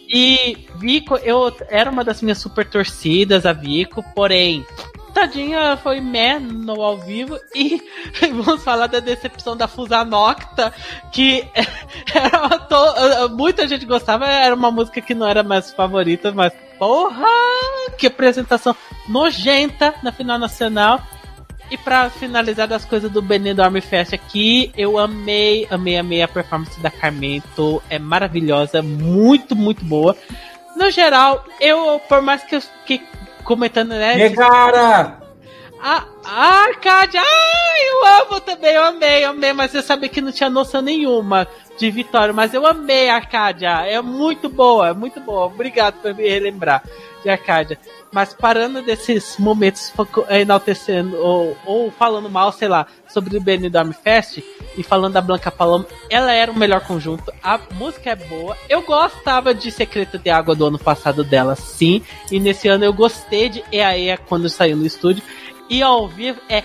Speaker 2: E Vico, eu era uma das minhas super torcidas, a Vico, porém, tadinha, foi meh no ao vivo. E vamos falar da decepção da Fusa Nocta, que era to... muita gente gostava, era uma música que não era mais favorita, mas porra, que apresentação nojenta na final nacional. E pra finalizar das coisas do Benidorm Fest aqui, eu amei, amei, amei a performance da Carmento. É maravilhosa, muito, muito boa. No geral, eu, por mais que eu fiquei comentando, né?
Speaker 4: Megara!
Speaker 2: A, a Arcádia, ai, eu amo também, eu amei, eu amei, mas eu sabia que não tinha noção nenhuma de vitória, mas eu amei a Arcádia, é muito boa, é muito boa, obrigado por me relembrar de Arcádia. Mas parando desses momentos enaltecendo ou, ou falando mal, sei lá, sobre o Benidorm Fest e falando da Blanca Paloma, ela era o melhor conjunto, a música é boa. Eu gostava de Secreto de Água do ano passado dela, sim, e nesse ano eu gostei de Ea Ea quando saiu no estúdio, e ao vivo é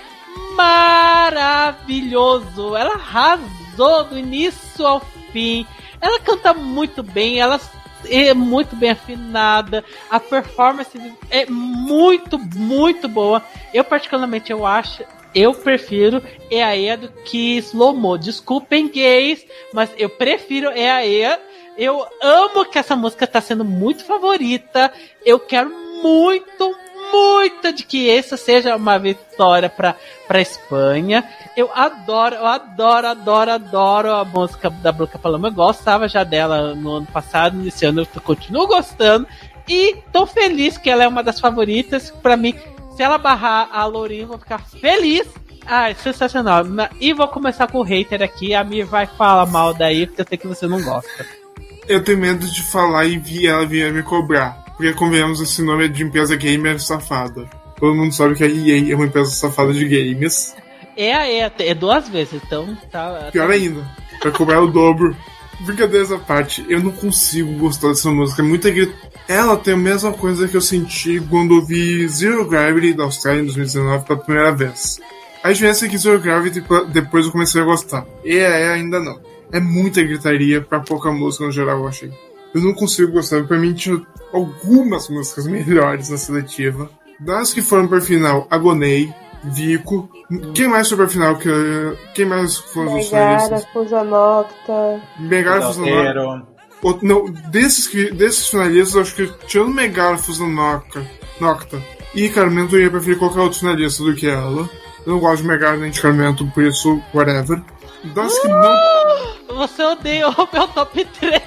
Speaker 2: maravilhoso. Ela arrasou do início ao fim, ela canta muito bem, ela é muito bem afinada, a performance é muito, muito boa. Eu particularmente, eu acho, eu prefiro Ea Ea do que Slow Mo. Desculpem gays, mas eu prefiro Ea Ea. Eu amo que essa música tá sendo muito favorita. Eu quero muito, muito de que essa seja uma vitória pra, pra Espanha. Eu adoro, eu adoro, adoro, adoro a música da Blanca Paloma. Eu gostava já dela no ano passado, nesse ano eu continuo gostando. E tô feliz que ela é uma das favoritas. Pra mim, se ela barrar a Lourinho, eu vou ficar feliz. Ai, sensacional. E vou começar com o hater aqui. A Mir vai falar mal daí, porque eu sei que você não gosta.
Speaker 5: Eu tenho medo de falar e vi ela vir me cobrar. Porque, convenhamos, esse nome é de empresa gamer safada. Todo mundo sabe que a E A é uma empresa safada de games.
Speaker 2: É, é, é duas vezes, então tá...
Speaker 5: Pior
Speaker 2: tá...
Speaker 5: ainda, vai cobrar o dobro. Brincadeiras à parte, eu não consigo gostar dessa música. É muita grit... Ela tem a mesma coisa que eu senti quando eu vi Zero Gravity da Austrália em dois mil e dezenove pela primeira vez. A diferença é que Zero Gravity depois eu comecei a gostar. E é, ainda não. É muita gritaria pra pouca música no geral, eu achei. Eu não consigo gostar. Pra mim tinha algumas músicas melhores na seletiva. Das que foram pra final, Agonei, Vico. Quem mais foi pra final? Que, quem mais foram os finalistas?
Speaker 3: Megara, Fusa Nocta.
Speaker 5: Megara, Fusa Nocta. Não, desses, desses finalistas, eu acho que tirando Megara, Fusa Nocta, Nocta e Carmento, eu ia preferir qualquer outro finalista do que ela. Eu não gosto de Megara nem de Carmento, por isso, whatever. Das que não...
Speaker 2: Você odeia o meu top três.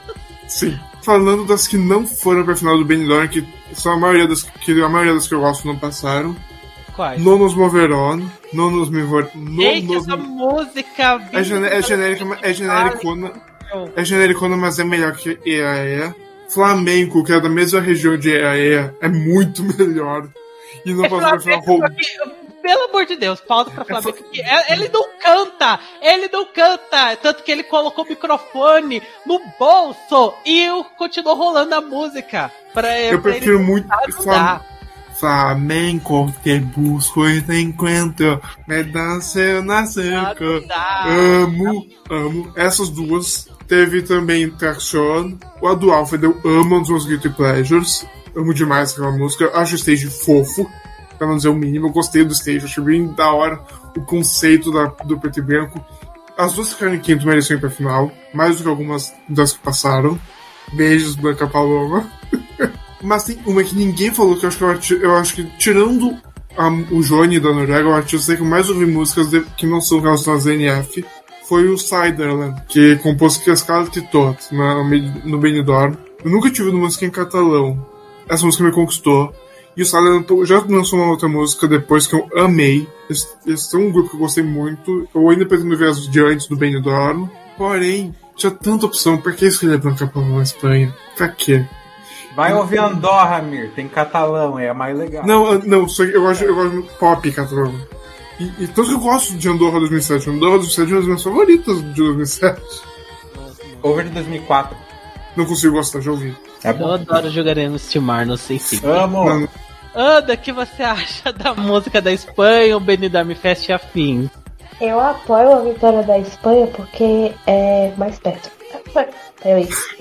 Speaker 5: Sim. Falando das que não foram pra final do Benidorm, que são a maioria das que a maioria das que eu gosto não passaram.
Speaker 2: Quais?
Speaker 5: Não nos Mover On, não nos Mover On.
Speaker 2: Eita, essa música...
Speaker 5: É, gené é genérica, é genericona, é genericona, mas é melhor que Ea Ea. Flamenco, que é da mesma região de E A E A, é muito melhor. E não passa pra final roubando.
Speaker 2: Pelo amor de Deus, pausa pra Flamengo. É, ele não canta! Ele não canta! Tanto que ele colocou o microfone no bolso e continuou rolando a música. Pra,
Speaker 5: eu
Speaker 2: pra
Speaker 5: prefiro
Speaker 2: ele
Speaker 5: muito Flam... Flamengo, te busco e te encontro. Me dança na cerca. Amo, amo. Essas duas. Teve também Traction. O A do Alpha, eu amo um dos meus Guilty Pleasures. Amo demais aquela música. Acho o stage fofo. Pra não dizer o mínimo, eu gostei do stage, achei bem da hora o conceito da, do preto e branco. As duas ficaram em quinto, mereciam ir pra final, mais do que algumas das que passaram. Beijos, Blanca Paloma. Mas tem uma que ninguém falou, que eu acho que, eu, arti- eu acho que tirando a, o Johnny da Noruega, o artista que eu mais ouvi músicas de, que não são relacionadas a N F, foi o Siderland, que compôs com a Scarlett Tot no, no Benidorm. Eu nunca tive uma música em catalão. Essa música me conquistou. E o Siderland já lançou uma outra música depois que eu amei. Esse é um grupo que eu gostei muito. Eu ainda pretendo ver as de antes do Benidorm. Porém, tinha tanta opção. Por que escolher Blanca Paloma na Espanha? Pra quê?
Speaker 4: Vai ouvir Andorra, Amir. Tem catalão, é mais legal.
Speaker 5: Não, não, só que eu gosto, eu gosto de pop catalão. E, e tanto que eu gosto de Andorra dois mil e sete. Andorra dois mil e sete é uma das minhas favoritas de dois mil e sete.
Speaker 4: Over de dois mil e quatro.
Speaker 5: Não consigo gostar, já ouvi.
Speaker 2: É eu adoro Jogaremos Timar, não sei se.
Speaker 4: Amo!
Speaker 2: Anda, o que você acha da música da Espanha, o Benidorm Fest e afins?
Speaker 3: Eu apoio a vitória da Espanha porque é mais perto. Eu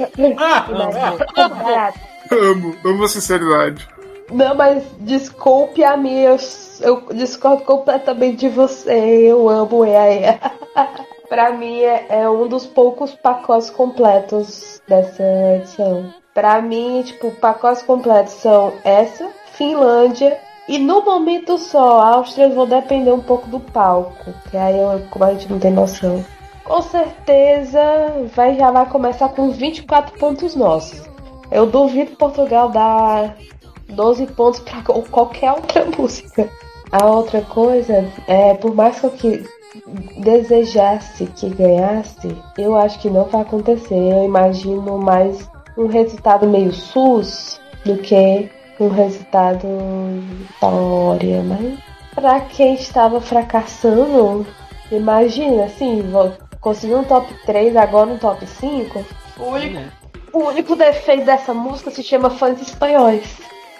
Speaker 5: amo, amo a sinceridade.
Speaker 3: Não, mas desculpe a mim, eu, eu discordo completamente de você. Eu amo E A E A. Pra mim é, é um dos poucos pacotes completos dessa edição. Pra mim, tipo, pacotes completos são essa, Finlândia, e no momento só, a Áustria vão depender um pouco do palco, que aí eu, como a gente não tem noção. Com certeza vai, já vai começar com vinte e quatro pontos nossos. Eu duvido Portugal dar doze pontos pra qualquer outra música. A outra coisa, é, por mais que eu que desejasse que ganhasse, eu acho que não vai acontecer. Eu imagino mais um resultado meio sus do que um resultado vitória, mas pra quem estava fracassando, imagina assim, vou conseguir um top três, agora um top cinco. O único, o único defeito dessa música se chama fãs espanhóis.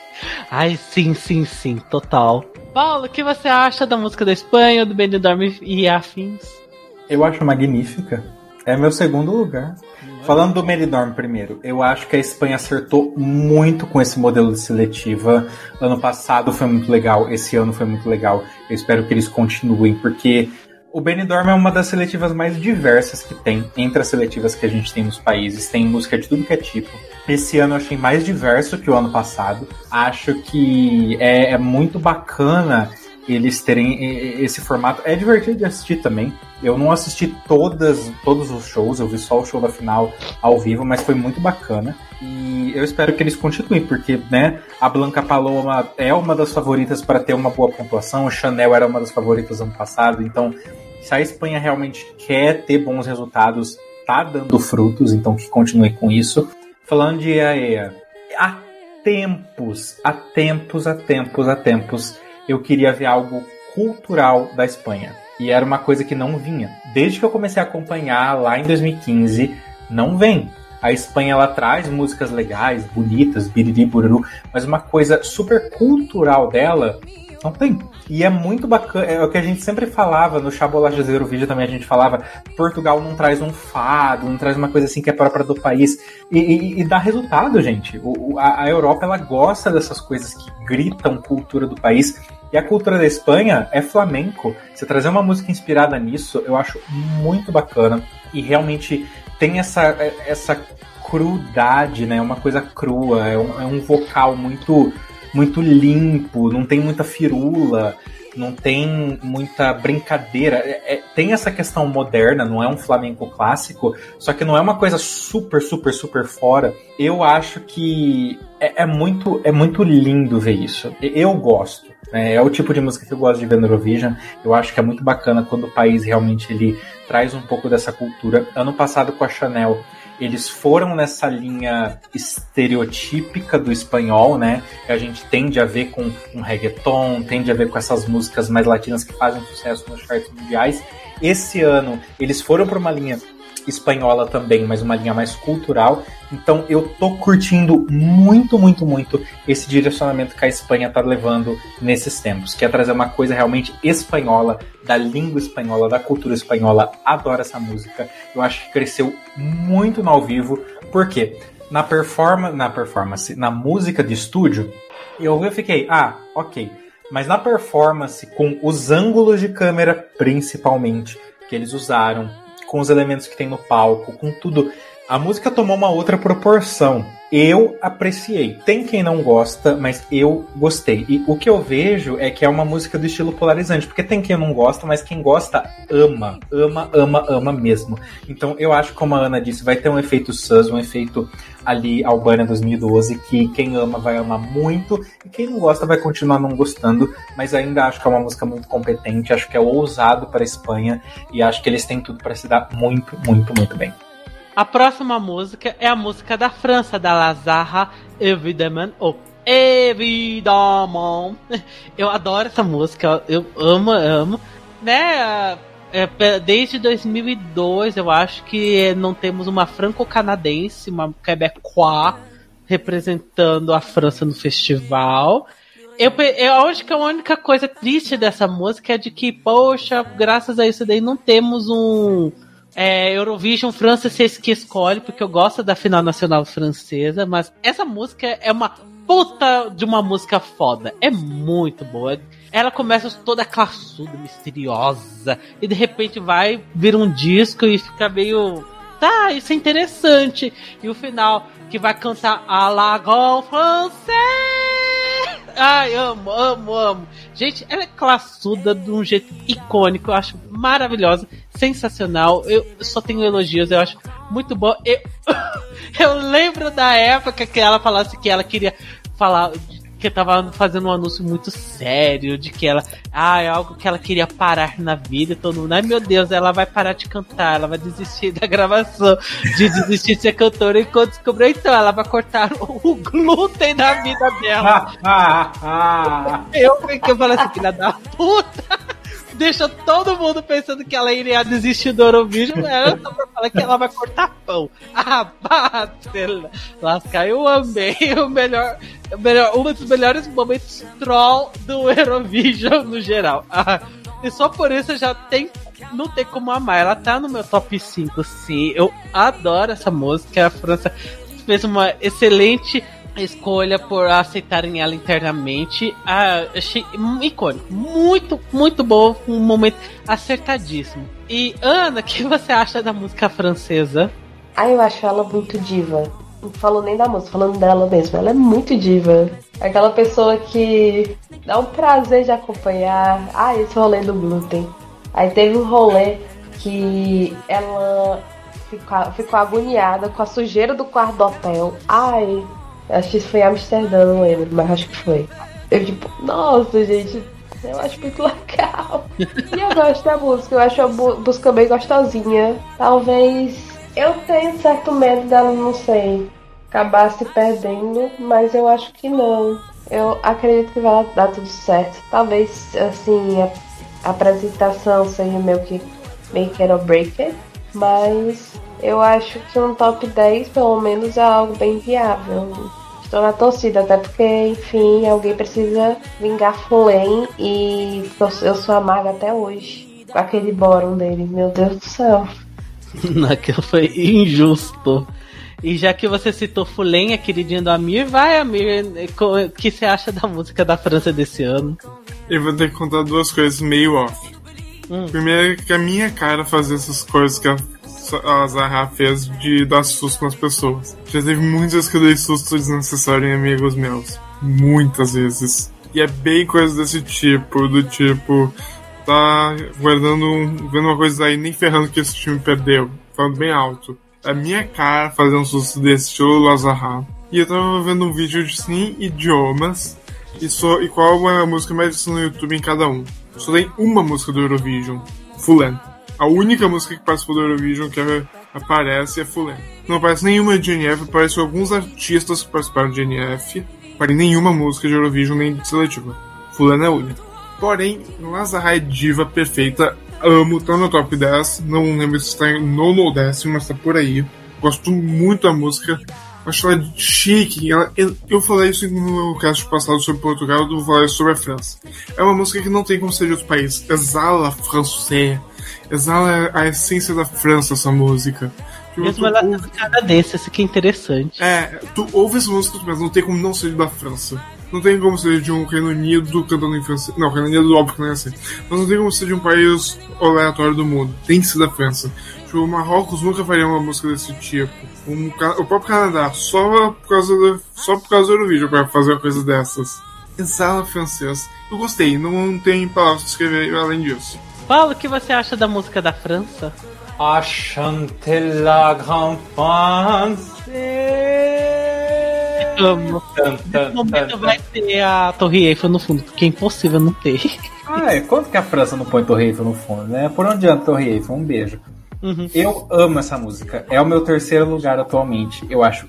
Speaker 2: Ai, sim, sim, sim, total. Paulo, o que você acha da música da Espanha, do Benidorm e afins?
Speaker 4: Eu acho magnífica. É meu segundo lugar. Falando do Benidorm primeiro, eu acho que a Espanha acertou muito com esse modelo de seletiva. Ano passado foi muito legal, esse ano foi muito legal. Eu espero que eles continuem, porque o Benidorm é uma das seletivas mais diversas que tem, entre as seletivas que a gente tem nos países. Tem música de tudo que é tipo. Esse ano eu achei mais diverso que o ano passado. Acho que é, é muito bacana eles terem esse formato. É divertido de assistir também. Eu não assisti todas, todos os shows, eu vi só o show da final ao vivo, mas foi muito bacana. E eu espero que eles continuem, porque, né, a Blanca Paloma é uma das favoritas para ter uma boa pontuação, o Chanel era uma das favoritas ano passado, então se a Espanha realmente quer ter bons resultados, tá dando frutos, então que continue com isso. Falando de E A E A, há tempos, há tempos, há tempos, há tempos, eu queria ver algo cultural da Espanha. E era uma coisa que não vinha. Desde que eu comecei a acompanhar lá em dois mil e quinze, não vem. A Espanha, ela traz músicas legais, bonitas, biriri, bururu, mas uma coisa super cultural dela, não tem. E é muito bacana, é o que a gente sempre falava, no Chabolages Eurovídeo também a gente falava, Portugal não traz um fado, não traz uma coisa assim que é própria do país. E, e, e dá resultado, gente. O, a, a Europa, ela gosta dessas coisas que gritam cultura do país. E a cultura da Espanha é flamenco. Você trazer uma música inspirada nisso, eu acho muito bacana. E realmente tem essa, essa crudade, né? Uma coisa crua. É um, é um vocal muito, muito limpo, não tem muita firula, não tem muita brincadeira. É, é, tem essa questão moderna, não é um flamenco clássico, só que não é uma coisa super, super, super fora. Eu acho que é, é, muito, é muito lindo ver isso. Eu gosto. É o tipo de música que eu gosto de ver no Eurovision. Eu acho que é muito bacana quando o país realmente ele traz um pouco dessa cultura. Ano passado com a Chanel, eles foram nessa linha estereotípica do espanhol, né? Que a gente tende a ver com um reggaeton, tende a ver com essas músicas mais latinas que fazem sucesso nos charts mundiais. Esse ano, eles foram para uma linha espanhola também, mas uma linha mais cultural. Então eu tô curtindo muito, muito, muito esse direcionamento que a Espanha tá levando nesses tempos, que é trazer uma coisa realmente espanhola, da língua espanhola, da cultura espanhola. Adoro essa música. Eu acho que cresceu muito no ao vivo. Por quê? Na, performa- na performance, na música de estúdio, eu, eu fiquei, ah, ok. Mas na performance, com os ângulos de câmera, principalmente, que eles usaram, com os elementos que tem no palco, com tudo, a música tomou uma outra proporção. Eu apreciei. Tem quem não gosta, mas eu gostei. E o que eu vejo é que é uma música do estilo polarizante, porque tem quem não gosta, mas quem gosta ama. Ama, ama, ama mesmo. Então eu acho que, como a Ana disse, vai ter um efeito Sus, um efeito ali Albânia dois mil e doze, que quem ama vai amar muito, e quem não gosta vai continuar não gostando, mas ainda acho que é uma música muito competente, acho que é ousado para a Espanha, e acho que eles têm tudo para se dar muito, muito, muito bem.
Speaker 2: A próxima música é a música da França, da Lazare, Évidemment, ou Évidemment. Eu adoro essa música, eu amo, amo. Né, desde dois mil e dois, eu acho que não temos uma franco-canadense, uma quebecois, representando a França no festival. Eu, eu acho que a única coisa triste dessa música é de que, poxa, graças a isso daí não temos um... É, Eurovision francês que escolhe, porque eu gosto da final nacional francesa, mas essa música é uma puta de uma música foda. É muito boa. Ela começa toda classuda, misteriosa, e de repente vai vir um disco e fica meio... Tá, isso é interessante. E o final, que vai cantar A Lagon Francês. Ai, amo, amo, amo. Gente, ela é classuda de um jeito icônico. Eu acho maravilhosa, sensacional. Eu só tenho elogios, eu acho muito bom. Eu, eu lembro da época que ela falasse que ela queria falar... que tava fazendo um anúncio muito sério, de que ela, ah, é algo que ela queria parar na vida, e todo mundo, ai meu Deus, ela vai parar de cantar, ela vai desistir da gravação, de desistir de ser cantora, e quando descobriu, então, ela vai cortar o glúten da vida dela. eu, eu falei assim, filha da puta, deixa todo mundo pensando que ela iria desistir do Eurovision, ela só pra falar que ela vai cortar pão. Ah, bate! Lascar, eu amei o melhor, o melhor, um dos melhores momentos troll do Eurovision no geral. Ah, e só por isso já tem, não tem como amar. Ela tá no meu top cinco, sim. Eu adoro essa música. A França fez uma excelente escolha por aceitarem ela internamente. Ah, achei icônico, muito, muito bom, um momento acertadíssimo. E Ana, o que você acha da música francesa?
Speaker 3: Ah, eu acho ela muito diva. Não falo nem da música, falando dela mesmo. Ela é muito diva. Aquela pessoa que dá um prazer de acompanhar. Ah, esse rolê do glúten. Aí teve um rolê que ela ficou, ficou agoniada com a sujeira do quarto do hotel. Ai, acho que isso foi em Amsterdã, não lembro, mas acho que foi. Eu tipo, nossa, gente, eu acho muito legal. E eu gosto da música, eu acho a música bem gostosinha. Talvez eu tenha certo medo dela, não sei, acabar se perdendo, mas eu acho que não. Eu acredito que vai dar tudo certo. Talvez, assim, a, a apresentação seja meio que make it or break it, mas eu acho que um top dez, pelo menos, é algo bem viável. Estou na torcida, até porque, enfim, alguém precisa vingar Fulém e eu, eu sou amarga até hoje com aquele bórum dele. Meu Deus do céu.
Speaker 2: Aquilo foi injusto. E já que você citou Fulém, a queridinha do Amir, vai, Amir, o que você acha da música da França desse ano?
Speaker 5: Eu vou ter que contar duas coisas meio off. Hum. Primeiro, que a minha cara fazer essas coisas que a a Zaha fez de dar susto nas pessoas. Já teve muitas vezes que eu dei susto desnecessário em amigos meus. Muitas vezes. E é bem coisa desse tipo, do tipo, tá guardando, vendo uma coisa aí, nem ferrando que esse time perdeu. Falando bem alto. A minha cara fazer um susto desse estilo Zaha. E eu tava vendo um vídeo de sim idiomas e, só, e qual é a música mais vista no YouTube em cada um. Só tem uma música do Eurovision, Fulham. A única música que participou do Eurovision que é aparece é Fulé. Não aparece nenhuma de N F, aparecem alguns artistas que participaram de N F, para nenhuma música de Eurovision nem de seletiva. Fulano é única. Porém, Lazarra é diva perfeita. Amo, tá no top dez. Não lembro se está no ou décimo, mas tá por aí. Gosto muito da música. Acho ela chique. Ela, eu, eu falei isso no cast passado sobre Portugal, eu vou falar sobre a França. É uma música que não tem como ser de outro país. Exala francês. Exala a essência da França, essa música. Tipo,
Speaker 2: Mesmo ela ouve... canadense, isso que é interessante.
Speaker 5: É, tu ouve essa música, mas não tem como não ser da França. Não tem como ser de um Reino Unido cantando em francês. Não, Reino Unido óbvio que não é assim. Mas não tem como ser de um país aleatório do mundo. Tem que ser da França. Tipo, o Marrocos nunca faria uma música desse tipo. Um, o próprio Canadá, só por causa do, só por causa do Eurovision pra fazer uma coisa dessas. Exala francês. Eu gostei, não tem palavras pra escrever além disso.
Speaker 2: Paulo, o que você acha da música da França?
Speaker 4: A chante la grande France.
Speaker 2: Amo. Nesse momento vai ter a Torre Eiffel no fundo, porque é impossível não ter.
Speaker 4: Ah, é. Quanto que a França não põe Torre Eiffel no fundo, né? Por onde anda a Torre Eiffel? Um beijo. Uhum. Eu amo essa música. É o meu terceiro lugar atualmente. Eu acho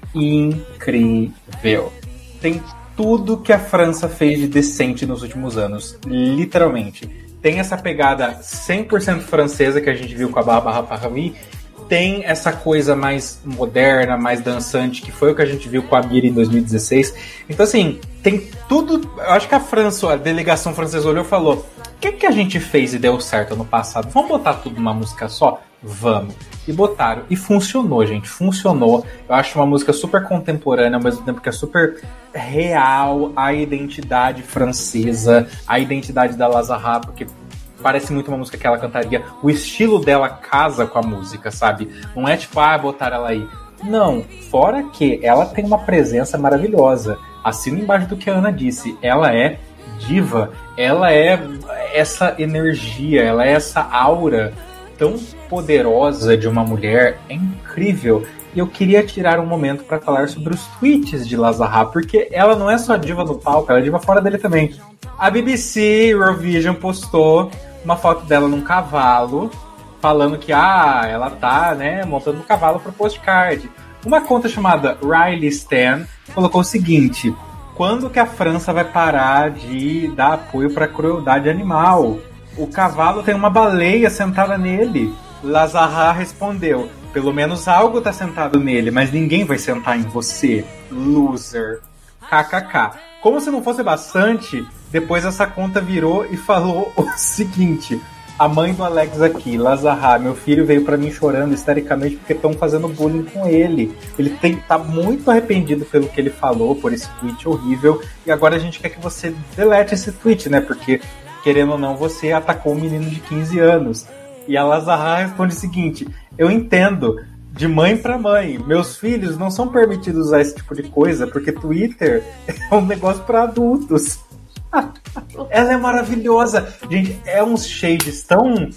Speaker 4: incrível. Tem tudo que a França fez de decente nos últimos anos. Literalmente. Tem essa pegada cem por cento francesa que a gente viu com a Barbara Pravi. Tem essa coisa mais moderna, mais dançante, que foi o que a gente viu com a Mira em dois mil e dezesseis. Então, assim, tem tudo... Eu acho que a França, a delegação francesa olhou e falou: o que, que a gente fez e deu certo ano passado? Vamos botar tudo numa música só? Vamos. E botaram. E funcionou, gente. Funcionou. Eu acho uma música super contemporânea, ao mesmo tempo que é super real a identidade francesa, a identidade da Lazarra, porque parece muito uma música que ela cantaria. O estilo dela casa com a música, sabe? Não é tipo, ah, botar ela aí. Não. Fora que ela tem uma presença maravilhosa. Assina embaixo do que a Ana disse. Ela é diva. Ela é essa energia. Ela é essa aura tão poderosa de uma mulher. É incrível. E eu queria tirar um momento para falar sobre os tweets de Lazarra, porque ela não é só diva no palco, ela é diva fora dele também. A B B C Eurovision postou uma foto dela num cavalo, falando que ah, ela tá, né, montando um cavalo pro postcard. Uma conta chamada Riley Stan colocou o seguinte: quando que a França vai parar de dar apoio pra crueldade animal? O cavalo tem uma baleia sentada nele. Lazarra respondeu: pelo menos algo tá sentado nele, mas ninguém vai sentar em você, loser. K K K. Como se não fosse bastante, depois essa conta virou e falou o seguinte: a mãe do Alex aqui, Lazarra, meu filho veio pra mim chorando histericamente porque estão fazendo bullying com ele. Ele tem, tá muito arrependido pelo que ele falou, por esse tweet horrível, e agora a gente quer que você delete esse tweet, né? Porque, querendo ou não, você atacou um menino de quinze anos. E a Lazarra responde o seguinte: eu entendo, de mãe pra mãe, meus filhos não são permitidos usar esse tipo de coisa, porque Twitter é um negócio pra adultos. Ela é maravilhosa. Gente, é uns shades tão...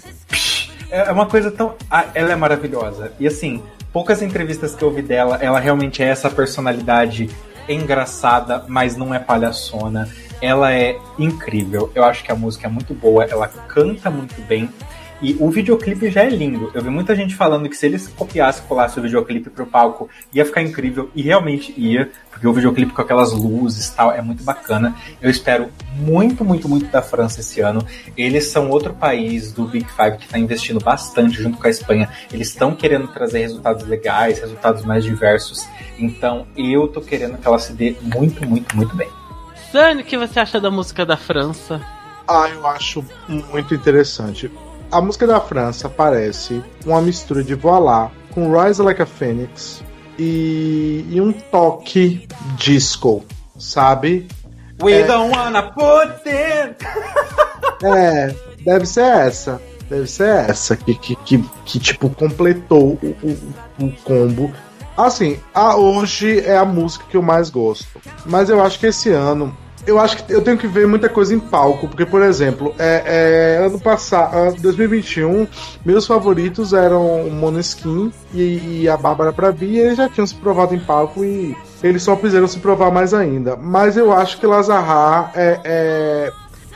Speaker 4: É uma coisa tão... Ela é maravilhosa. E assim, poucas entrevistas que eu vi dela, ela realmente é essa personalidade engraçada, mas não é palhaçona. Ela é incrível. Eu acho que a música é muito boa, ela canta muito bem. E o videoclipe já é lindo. Eu vi muita gente falando que se eles copiassem e colassem o videoclipe pro palco, ia ficar incrível. E realmente ia, porque o videoclipe com aquelas luzes e tal é muito bacana. Eu espero muito, muito, muito da França esse ano. Eles são outro país do Big Five que está investindo bastante junto com a Espanha. Eles estão querendo trazer resultados legais, resultados mais diversos. Então eu tô querendo que ela se dê muito, muito, muito bem.
Speaker 2: Sani, o que você acha da música da França?
Speaker 9: Ah, eu acho muito interessante. A música da França parece uma mistura de Voilá com Rise Like a Phoenix e, e um toque disco, sabe?
Speaker 4: We
Speaker 9: é,
Speaker 4: don't wanna put it.
Speaker 9: É, deve ser essa. Deve ser essa que, que, que, que tipo, completou o, o, o combo. Assim, a, hoje é a música que eu mais gosto. Mas eu acho que esse ano... Eu acho que eu tenho que ver muita coisa em palco, porque, por exemplo, é, é, ano passado, dois mil e vinte e um, meus favoritos eram o Måneskin e, e a Bárbara Pravi, e eles já tinham se provado em palco e eles só fizeram se provar mais ainda. Mas eu acho que Lazarra é, é,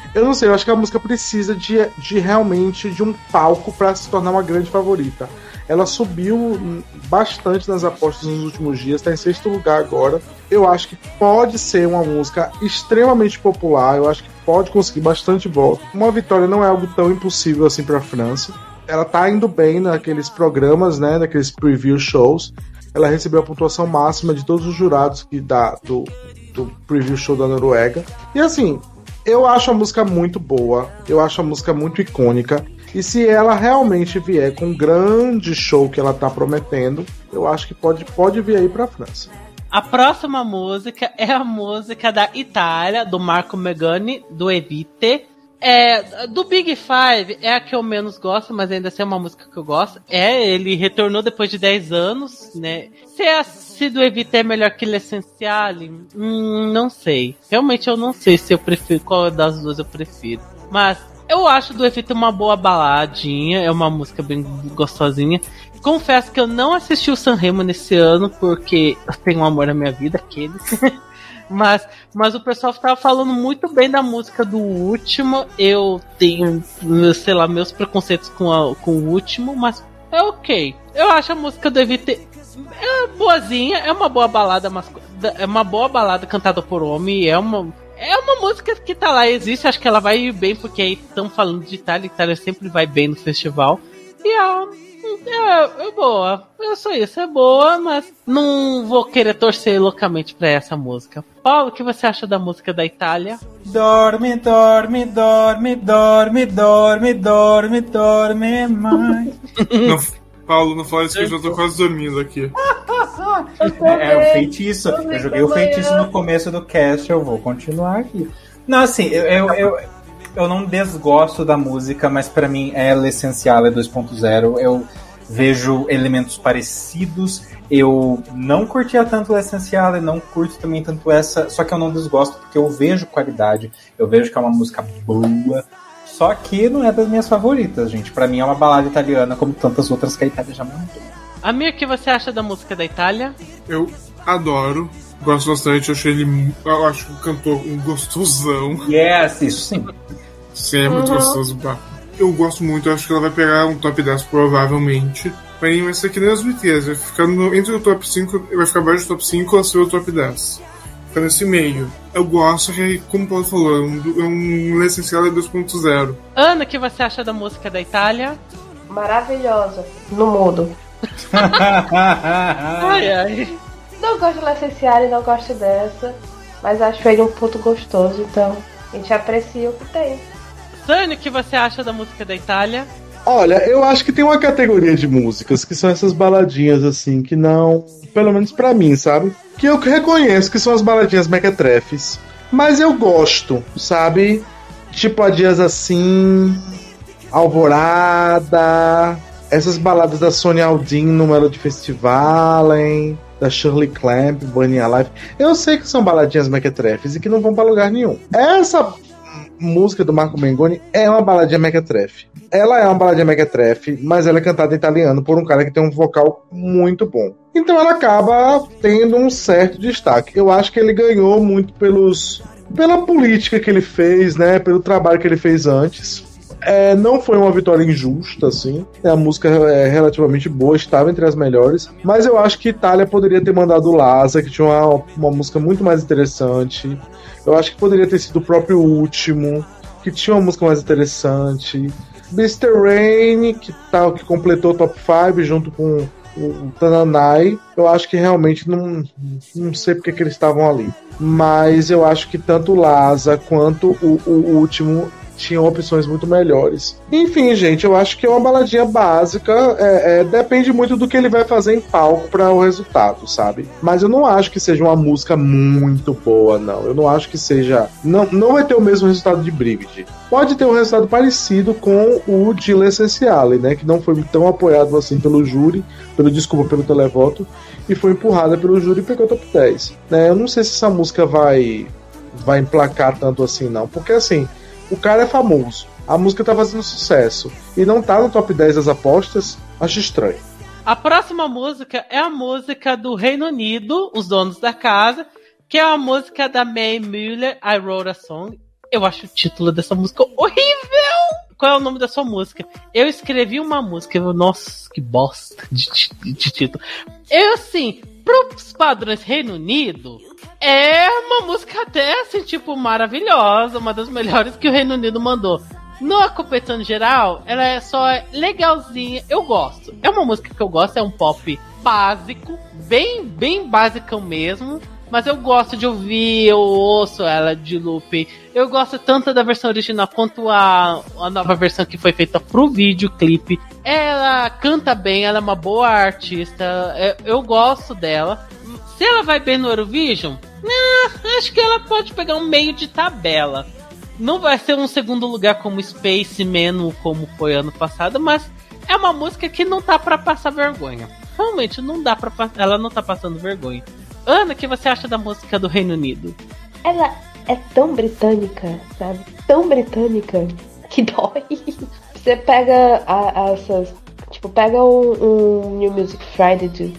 Speaker 9: Eu não sei, eu acho que a música precisa de, de realmente de um palco pra se tornar uma grande favorita. Ela subiu bastante nas apostas nos últimos dias, tá em sexto lugar agora. Eu acho que pode ser uma música extremamente popular, eu acho que pode conseguir bastante voto. Uma vitória não é algo tão impossível assim pra França. Ela tá indo bem naqueles programas, né, naqueles preview shows. Ela recebeu a pontuação máxima de todos os jurados que dá do, do preview show da Noruega. E assim, eu acho a música muito boa, eu acho a música muito icônica. E se ela realmente vier com um grande show que ela tá prometendo, eu acho que pode, pode vir aí pra França.
Speaker 2: A próxima música é a música da Itália, do Marco Megani, do Evite. É, do Big Five é a que eu menos gosto, mas ainda assim é uma música que eu gosto. É, ele retornou depois de dez anos, né? Se a se do Evite é melhor que L'Essenziale, hum, não sei. Realmente eu não sei se eu prefiro, qual das duas eu prefiro. Mas eu acho do Evite uma boa baladinha, é uma música bem gostosinha. Confesso que eu não assisti o Sanremo nesse ano, porque eu tenho um amor na minha vida, aqueles. mas, mas o pessoal estava falando muito bem da música do último. Eu tenho, sei lá, meus preconceitos com, a, com o último, mas é ok. Eu acho a música do Evite é boazinha, é uma boa balada, mas é uma boa balada cantada por homem, é uma... É uma música que tá lá, existe, acho que ela vai ir bem, porque aí estão falando de Itália, Itália sempre vai bem no festival. E é, é, é boa, é só isso, é boa, mas não vou querer torcer loucamente pra essa música. Paulo, o que você acha da música da Itália?
Speaker 4: Dorme, dorme, dorme, dorme, dorme, dorme, dorme mais.
Speaker 5: Não, Paulo, não fala isso que eu já tô quase dormindo aqui.
Speaker 4: É, é o feitiço. Eu joguei o feitiço no começo do cast, eu vou continuar aqui. Não, assim, eu, eu, eu, eu não desgosto da música, mas pra mim é L'Essenziale dois ponto zero. Eu vejo elementos parecidos. Eu não curtia tanto L'Essenziale, não curto também tanto essa, só que eu não desgosto porque eu vejo qualidade, eu vejo que é uma música boa. Só que não é das minhas favoritas, gente. Pra mim é uma balada italiana, como tantas outras que a Itália já montou.
Speaker 2: Amir, o que você acha da música da Itália?
Speaker 5: Eu adoro, gosto bastante, eu achei ele. Eu acho que o cantor um gostosão.
Speaker 4: Yes, isso sim.
Speaker 5: Sim, é muito uhum. gostoso. Eu gosto muito, eu acho que ela vai pegar um top dez provavelmente. Pra mim vai ser que nem as B T S, vai ficar no, entre o top cinco, vai ficar abaixo do top cinco ou acima do top dez. Fica nesse meio. Eu gosto, que, como o Paulo falou, é um, é um L'Essenziale dois ponto zero.
Speaker 2: Ana, o que você acha da música da Itália?
Speaker 3: Maravilhosa, no mudo.
Speaker 2: ai, ai.
Speaker 3: Não gosto de L'Essenziale, não gosto dessa, mas acho ele um ponto gostoso, então a gente aprecia o que tem.
Speaker 2: Sânia, o que você acha da música da Itália?
Speaker 9: Olha, eu acho que tem uma categoria de músicas que são essas baladinhas assim, que não, pelo menos pra mim, sabe? Que eu reconheço que são as baladinhas mequetrefes, mas eu gosto, sabe? Tipo a Dias Assim, Alvorada, essas baladas da Sônia Aldin no Melody Festival, hein? Da Shirley Clamp, Burning Alive. Eu sei que são baladinhas mequetrefes e que não vão pra lugar nenhum. Essa música do Marco Mengoni é uma baladinha mequetrefe. Ela é uma baladinha mequetrefe, mas ela é cantada em italiano por um cara que tem um vocal muito bom. Então ela acaba tendo um certo destaque. Eu acho que ele ganhou muito pelos pela política que ele fez, né? Pelo trabalho que ele fez antes. É, não foi uma vitória injusta, assim. A música é relativamente boa, estava entre as melhores. Mas eu acho que Itália poderia ter mandado Lasa, que tinha uma, uma música muito mais interessante. Eu acho que poderia ter sido o próprio Último, que tinha uma música mais interessante. mister Rain, que, tá, que completou o top cinco junto com o Tananai. Eu acho que realmente não, não sei porque que eles estavam ali. Mas eu acho que tanto Lasa quanto o, o Último tinham opções muito melhores. Enfim, gente, eu acho que é uma baladinha básica. É, é, depende muito do que ele vai fazer em palco para o resultado, sabe? Mas eu não acho que seja uma música muito boa, não. Eu não acho que seja... Não, não vai ter o mesmo resultado de Brigid. Pode ter um resultado parecido com o de L'Essenziale, né? Que não foi tão apoiado assim pelo júri, pelo, desculpa, pelo televoto, e foi empurrada pelo júri e pegou top dez. Né? Eu não sei se essa música vai, vai emplacar tanto assim, não. Porque, assim... O cara é famoso, a música tá fazendo sucesso e não tá no top dez das apostas, acho estranho.
Speaker 2: A próxima música é a música do Reino Unido, Os Donos da Casa, que é a música da Mae Muller, I Wrote a Song. Eu acho o título dessa música horrível! Qual é o nome da sua música? Eu escrevi uma música, eu, nossa, que bosta de, de, de título. Eu, assim, pros padrões Reino Unido, é uma música até, assim, tipo, maravilhosa, uma das melhores que o Reino Unido mandou. No competição geral, ela é só legalzinha, eu gosto. É uma música que eu gosto, é um pop básico, bem, bem básico mesmo. Mas eu gosto de ouvir, eu ouço ela de loop. Eu gosto tanto da versão original quanto a, a nova versão que foi feita pro videoclipe. Ela canta bem, ela é uma boa artista. Eu, eu gosto dela. Se ela vai bem no Eurovision, ah, acho que ela pode pegar um meio de tabela. Não vai ser um segundo lugar como Spaceman ou como foi ano passado, mas é uma música que não tá pra passar vergonha. Realmente não dá pra, ela não tá passando vergonha. Ana, o que você acha da música do Reino Unido?
Speaker 3: Ela é tão britânica, sabe? Tão britânica que dói. Você pega a, a essas... Tipo, pega um, um New Music Friday do U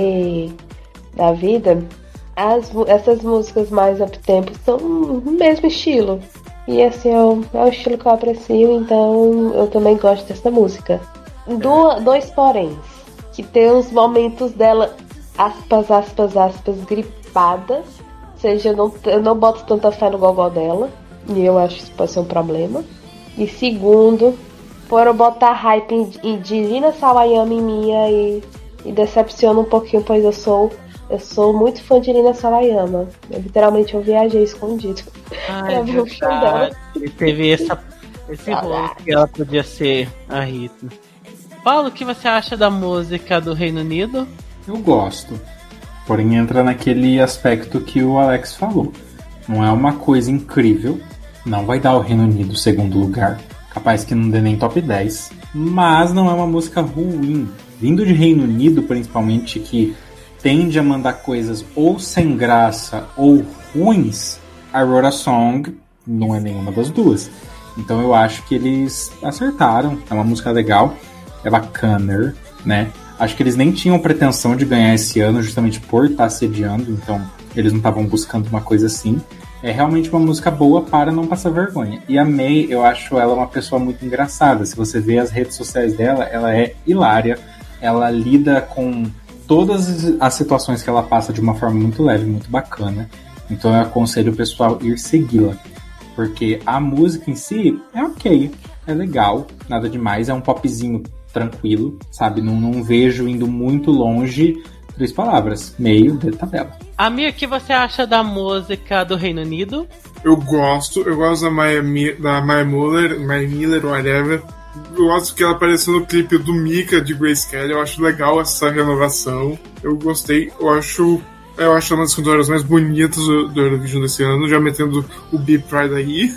Speaker 3: K da vida. As, essas músicas mais up-tempo são o mesmo estilo. E assim, é o, é o estilo que eu aprecio, então eu também gosto dessa música. Do, dois poréns. Que tem os momentos dela... aspas, aspas, aspas, gripadas. Ou seja, eu não, eu não boto tanta fé no gogó dela. E eu acho que isso pode ser um problema. E segundo, foram botar hype em, em, de Irina Sawayama em minha e, e decepciona um pouquinho, pois eu sou eu sou muito fã de Irina Sawayama. Eu literalmente eu viajei escondido.
Speaker 2: Ai,
Speaker 3: pra ver o show dela.
Speaker 2: E teve essa, esse rolo que ela podia ser a Rita. Paulo, o que você acha da música do Reino Unido?
Speaker 4: Eu gosto, porém entra naquele aspecto que o Alex falou. Não é uma coisa incrível, não vai dar o Reino Unido segundo lugar, capaz que não dê nem top dez, mas não é uma música ruim. Vindo de Reino Unido, principalmente, que tende a mandar coisas ou sem graça ou ruins, a Wrote a Song não é nenhuma das duas. Então eu acho que eles acertaram, é uma música legal, é bacana, né? Acho que eles nem tinham pretensão de ganhar esse ano, justamente por estar sediando, então eles não estavam buscando uma coisa assim. É realmente uma música boa para não passar vergonha. E a May, eu acho ela uma pessoa muito engraçada. Se você vê as redes sociais dela, ela é hilária. Ela lida com todas as situações que ela passa de uma forma muito leve, muito bacana. Então eu aconselho o pessoal ir segui-la. Porque a música em si é ok, é legal, nada demais, é um popzinho tranquilo, sabe? Não, não vejo indo muito longe. Três palavras, meio de tabela.
Speaker 2: Amir, o que você acha da música do Reino Unido?
Speaker 5: Eu gosto, eu gosto da Maya, da Maya Muller, Maya Miller, whatever. Eu gosto que ela apareceu no clipe do Mika de Grace Kelly. Eu acho legal essa renovação. Eu gostei, eu acho. Eu acho uma das cantoras mais bonitas do, do Eurovision desse ano, já metendo o B-Pride aí.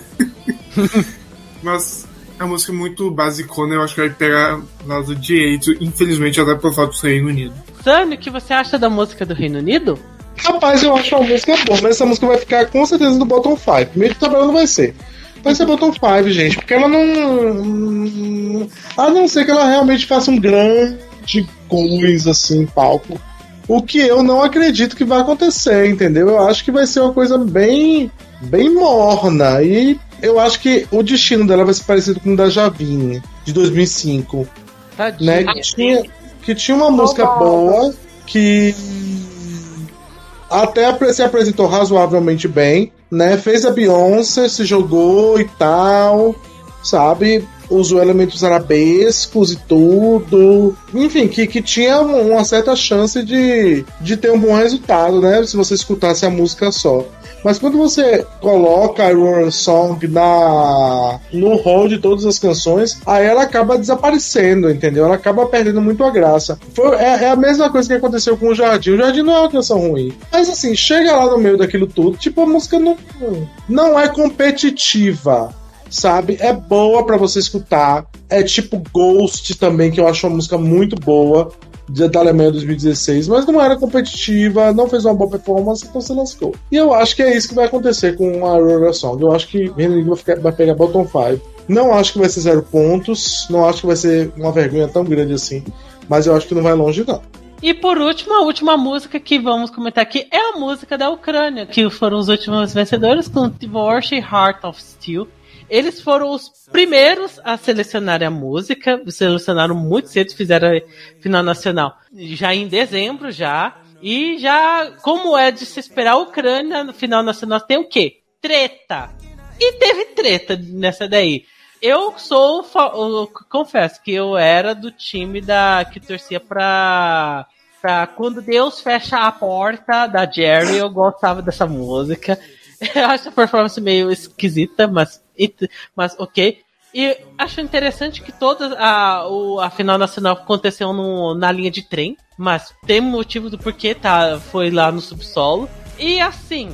Speaker 5: Mas é uma música muito basicona, eu acho que vai pegar lado direito, infelizmente, até pelo fato do Reino Unido.
Speaker 2: Sânio, o que você acha da música do Reino Unido?
Speaker 9: Rapaz, eu acho uma música boa, mas essa música vai ficar com certeza no bottom five. Meio de tabela não vai ser. Vai ser bottom five, gente, porque ela não. A não ser que ela realmente faça um grande coisa assim em palco. O que eu não acredito que vai acontecer, entendeu? Eu acho que vai ser uma coisa bem, bem morna. E eu acho que o destino dela vai ser parecido com o da Javine, de dois mil e cinco. Né? Que, tinha, que tinha uma música boa, que até se apresentou razoavelmente bem, né? Fez a Beyoncé, se jogou e tal, sabe? Usou elementos arabescos e tudo. Enfim, que, que tinha uma certa chance de, de ter um bom resultado, né? Se você escutasse a música só. Mas quando você coloca a Royal Song na, no rol de todas as canções, aí ela acaba desaparecendo, entendeu? Ela acaba perdendo muito a graça. Foi, é, é a mesma coisa que aconteceu com o Jardim. O Jardim não é uma canção ruim. Mas assim, chega lá no meio daquilo tudo, tipo, a música não, não é competitiva, sabe? É boa pra você escutar. É tipo Ghost também, que eu acho uma música muito boa, da Alemanha dois mil e dezesseis, mas não era competitiva, não fez uma boa performance, então se lascou. E eu acho que é isso que vai acontecer com a Aurora Song. Eu acho que Reino Unido vai, ficar, vai pegar bottom five. Não acho que vai ser zero pontos, não acho que vai ser uma vergonha tão grande assim, mas eu acho que não vai longe, não.
Speaker 2: E por último, a última música que vamos comentar aqui é a música da Ucrânia, que foram os últimos vencedores com Divorce e Heart of Steel. Eles foram os primeiros a selecionarem a música, selecionaram muito cedo, fizeram a final nacional já em dezembro já. E já, como é de se esperar, a Ucrânia no final nacional tem o quê? Treta! E teve treta nessa daí. Eu sou, eu confesso que eu era do time da que torcia pra, pra Quando Deus Fecha a Porta, da Jerry. Eu gostava dessa música. Eu acho a performance meio esquisita, mas, mas ok. E acho interessante que toda a, o, a final nacional aconteceu no, na linha de trem, mas tem motivo do porquê tá, foi lá no subsolo. E assim,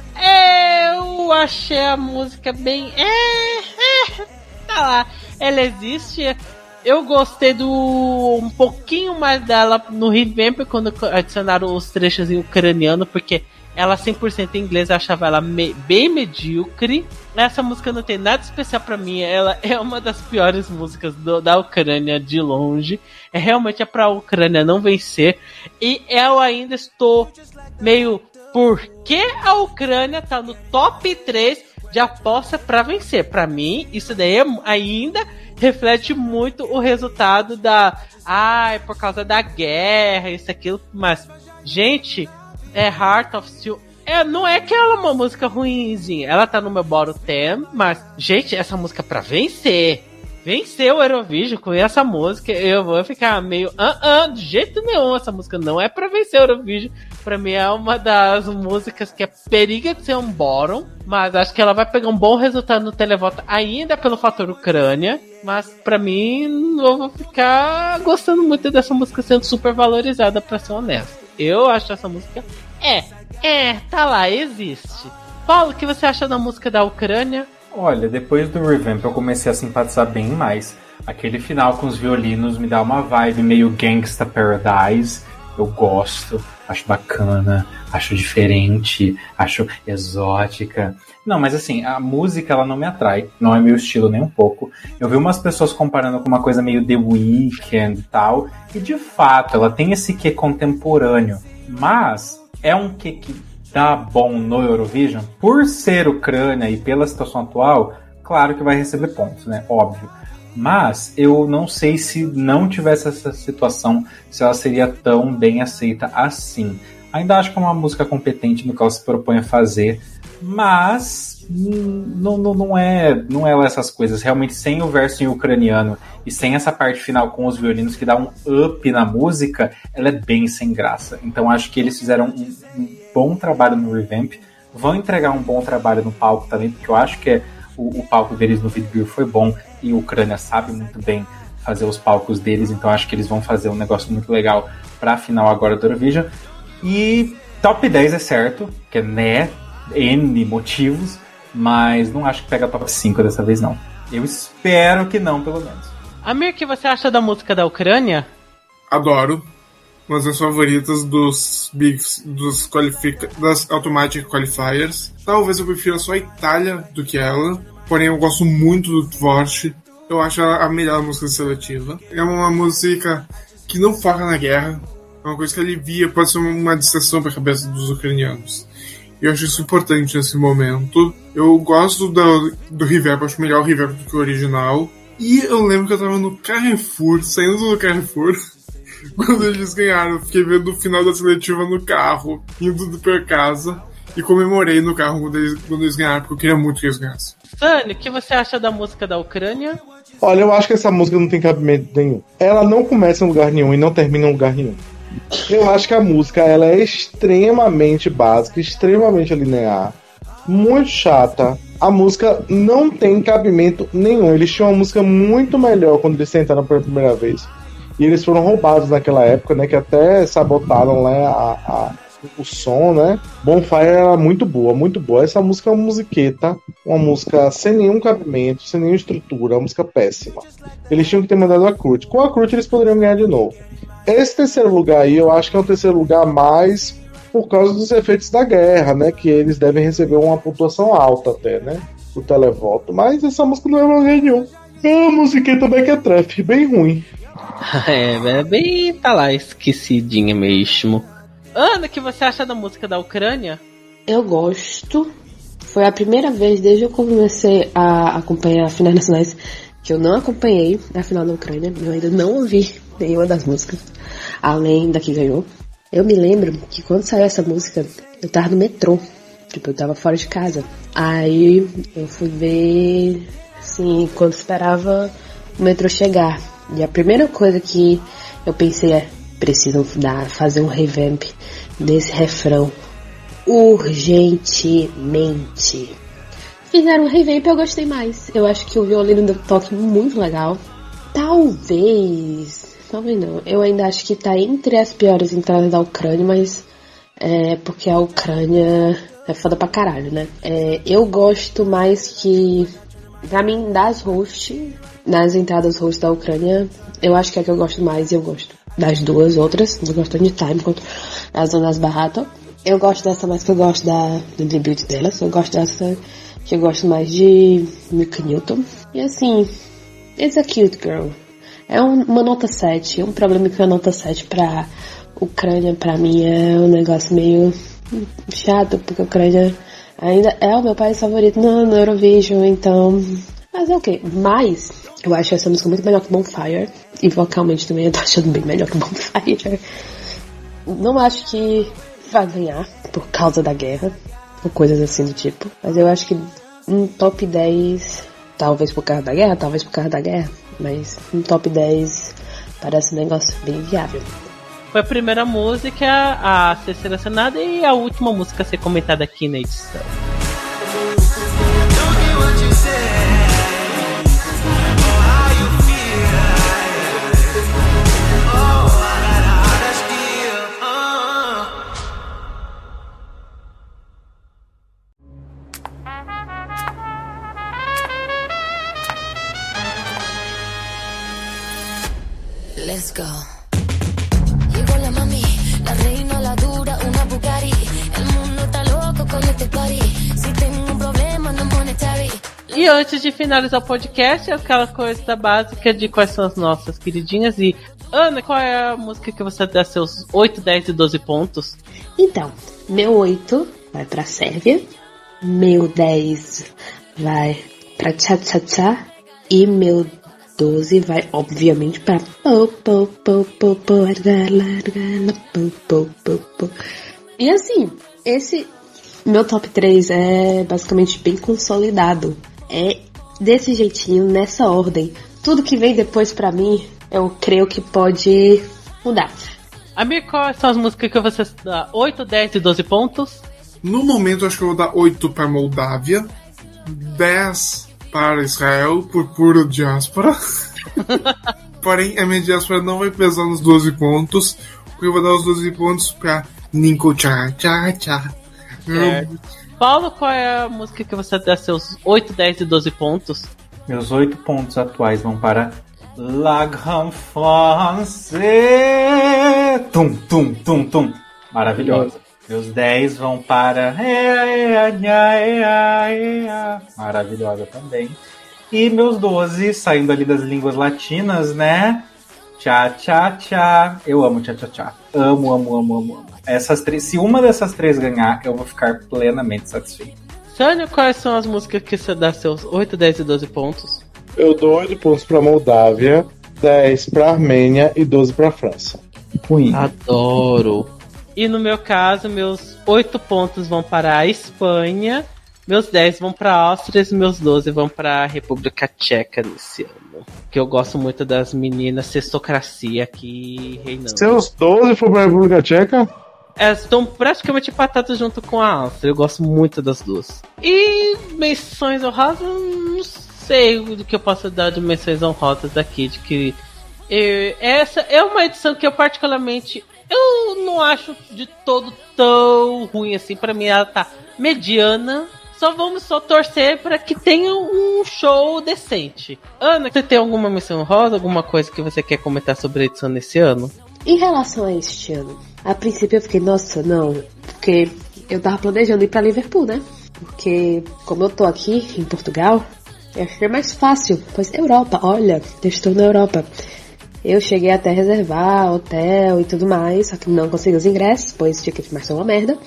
Speaker 2: eu achei a música bem... É, é, tá lá, ela existe. Eu gostei do um pouquinho mais dela no revamp quando adicionaram os trechos em ucraniano, porque ela cem por cento em inglês, eu achava ela me, bem medíocre. Essa música não tem nada especial pra mim, ela é uma das piores músicas do, da Ucrânia de longe. É realmente é pra Ucrânia não vencer. E eu ainda estou meio... Por que a Ucrânia tá no top três de aposta pra vencer? Pra mim, isso daí é, ainda reflete muito o resultado da... Ai, ah, por causa da guerra, isso, aquilo. Mas, gente, é Heart of Steel. É, não é que ela é uma música ruinzinha. Ela tá no meu bottom dez, mas, gente, essa música é pra vencer. Vencer o Eurovision com essa música, eu vou ficar meio... Ah, ah, de jeito nenhum, essa música não é pra vencer o Eurovision. Pra mim é uma das músicas que é periga de ser um bottom, mas acho que ela vai pegar um bom resultado no televoto ainda pelo fator Ucrânia, mas pra mim eu vou ficar gostando muito dessa música sendo super valorizada, pra ser honesto. Eu acho essa música... É, é, tá lá, existe. Paulo, o que você acha da música da Ucrânia?
Speaker 4: Olha, depois do revamp eu comecei a simpatizar bem mais. Aquele final com os violinos me dá uma vibe meio Gangsta Paradise. Eu gosto, acho bacana, acho diferente, acho exótica. Não, mas assim, a música ela não me atrai, não é meu estilo nem um pouco. Eu vi umas pessoas comparando com uma coisa meio The Weeknd e tal, e de fato ela tem esse quê contemporâneo, mas é um quê que dá bom no Eurovision. Por ser Ucrânia e pela situação atual, claro que vai receber pontos, né? Óbvio. Mas eu não sei se não tivesse essa situação, se ela seria tão bem aceita assim. Ainda acho que é uma música competente no que ela se propõe a fazer, mas não, não, não, é, não é essas coisas. Realmente, sem o verso em ucraniano e sem essa parte final com os violinos que dá um up na música, ela é bem sem graça. Então acho que eles fizeram um, um bom trabalho no revamp, vão entregar um bom trabalho no palco também, porque eu acho que é, o, o palco deles no Vidbeer foi bom, e a Ucrânia sabe muito bem fazer os palcos deles, então acho que eles vão fazer um negócio muito legal pra final agora do Eurovision. E top dez é certo, que é né, N motivos, mas não acho que pega top cinco dessa vez não. Eu espero que não, pelo menos.
Speaker 2: Amir, o que você acha da música da Ucrânia?
Speaker 5: Adoro. Uma das favoritas dos Bigs, dos qualifica- das Automatic Qualifiers. Talvez eu prefira só a Itália do que ela. Porém, eu gosto muito do Dvorak. Eu acho ela a melhor música seletiva. É uma música que não foca na guerra. É uma coisa que alivia, pode ser uma distração para a cabeça dos ucranianos. E eu acho isso importante nesse momento. Eu gosto do, do reverb, acho melhor o reverb do que o original. E eu lembro que eu tava no Carrefour, saindo do Carrefour, quando eles ganharam. Eu fiquei vendo o final da seletiva no carro, indo pra casa, e comemorei no carro quando eles, quando eles ganharam, porque eu queria muito que eles ganhassem.
Speaker 2: Sani, o que você acha da música da Ucrânia?
Speaker 9: Olha, eu acho que essa música não tem cabimento nenhum. Ela não começa em lugar nenhum e não termina em lugar nenhum. Eu acho que a música ela é extremamente básica, extremamente linear, muito chata. A música não tem cabimento nenhum. Eles tinham uma música muito melhor quando eles tentaram pela primeira vez. E eles foram roubados naquela época, né? Que até sabotaram lá a, a, o som, né? Bonfire era muito boa, muito boa. Essa música é uma musiqueta, uma música sem nenhum cabimento, sem nenhuma estrutura, uma música péssima. Eles tinham que ter mandado a Crut. Com a Crut eles poderiam ganhar de novo. Esse terceiro lugar aí, eu acho que é um terceiro lugar mais por causa dos efeitos da guerra, né? Que eles devem receber uma pontuação alta até, né? O televoto. Mas essa música não é lugar nenhum. É uma musiqueta mequetrefe, bem ruim.
Speaker 2: É, é bem, tá lá, esquecidinha mesmo. Ana, o que você acha da música da Ucrânia?
Speaker 3: Eu gosto. Foi a primeira vez desde que eu comecei a acompanhar a finais nacionais que eu não acompanhei a final da Ucrânia. Eu ainda não ouvi nenhuma das músicas, além da que ganhou. Eu me lembro que quando saiu essa música, eu tava no metrô. Tipo, eu tava fora de casa. Aí eu fui ver, assim, quando esperava o metrô chegar. E a primeira coisa que eu pensei é, precisam dar, fazer um revamp desse refrão urgentemente. Fizeram um revamp e eu gostei mais. Eu acho que o violino deu um toque muito legal. Talvez, talvez não. Eu ainda acho que tá entre as piores entradas da Ucrânia, mas é porque a Ucrânia é foda pra caralho, né? É, eu gosto mais que, pra mim, das hosts, nas entradas host da Ucrânia, eu acho que é a que eu gosto mais e eu gosto das duas outras. Eu gosto de Time quanto as Zonas Barrato. Eu gosto dessa mais que eu gosto da, do debut delas. Eu gosto dessa que eu gosto mais de Mika Newton. E assim, it's a cute girl. É um, uma nota sete. Um problema que a nota sete pra Ucrânia, pra mim, é um negócio meio chato, porque a Ucrânia ainda é o meu país favorito no, no Eurovision, então... Mas é o okay. Mas eu acho essa música muito melhor que Bonfire. E vocalmente também eu tô achando bem melhor que Bonfire. Não acho que vai ganhar por causa da guerra, ou coisas assim do tipo. Mas eu acho que um top dez, talvez por causa da guerra, talvez por causa da guerra, mas um top dez parece um negócio bem viável.
Speaker 2: Foi a primeira música a ser selecionada e a última música a ser comentada aqui na edição.
Speaker 6: Let's go. Llegó la mami, la reina, la dura, una Bugatti. El mundo está loco con este party. Si tengo un problema, no monetary.
Speaker 2: E antes de finalizar o podcast, aquela coisa básica de quais são as nossas queridinhas. E, Ana, qual é a música que você dá seus oito, dez e doze pontos?
Speaker 3: Então, meu oito vai pra Sérvia, meu dez vai pra Tcha Tcha Tcha e meu doze vai, obviamente, pra po, po, po, po, po, larga, larga, po, po, po, po. E assim, esse meu top três é basicamente bem consolidado. É desse jeitinho, nessa ordem. Tudo que vem depois pra mim, eu creio que pode mudar.
Speaker 2: Amir, quais são as músicas que você dá oito, dez e doze pontos?
Speaker 5: No momento, acho que eu vou dar oito pra Moldávia, dez para Israel, por pura diáspora. Porém, a minha diáspora não vai pesar nos doze pontos, porque eu vou dar os doze pontos pra Ninko Tcha Tcha Tcha.
Speaker 2: É. Paulo, qual é a música que você dá seus oito, dez e doze pontos?
Speaker 4: Meus oito pontos atuais vão para La Grande France. Tum, tum, tum, tum. Maravilhosa. Meus dez vão para maravilhosa também. E meus doze, saindo ali das línguas latinas, né? Tchá, tchá, tchá. Eu amo tchá, tchá, tchá. Amo, amo, amo, amo, amo. Essas três, se uma dessas três ganhar, eu vou ficar plenamente satisfeito.
Speaker 2: Sânia, quais são as músicas que você dá seus oito, dez e doze pontos?
Speaker 9: Eu dou oito pontos pra Moldávia, dez pra Armênia e doze pra França.
Speaker 4: Ui.
Speaker 2: Adoro. E no meu caso, meus oito pontos vão para a Espanha, meus dez vão para a Áustria e meus doze vão para a República Tcheca nesse ano. Que eu gosto muito das meninas sextocracia aqui reinando.
Speaker 9: Seus doze foram para a República Tcheca?
Speaker 2: Elas estão praticamente empatadas junto com a Áustria. Eu gosto muito das duas. E menções honrosas, não sei do que eu posso dar de menções honrosas aqui. De que eu, essa é uma edição que eu particularmente... Eu não acho de todo tão ruim assim. Pra mim ela tá mediana. Só vamos só torcer pra que tenha um show decente. Ana, você tem alguma menção rosa? Alguma coisa que você quer comentar sobre a edição desse ano?
Speaker 3: Em relação a este ano, a princípio eu fiquei, nossa, não. Porque eu tava planejando ir pra Liverpool, né? Porque como eu tô aqui em Portugal, eu achei mais fácil. Pois Europa, olha, eu estou na Europa. Eu cheguei até a reservar hotel e tudo mais, só que não consegui os ingressos, pois Ticketmaster é uma merda.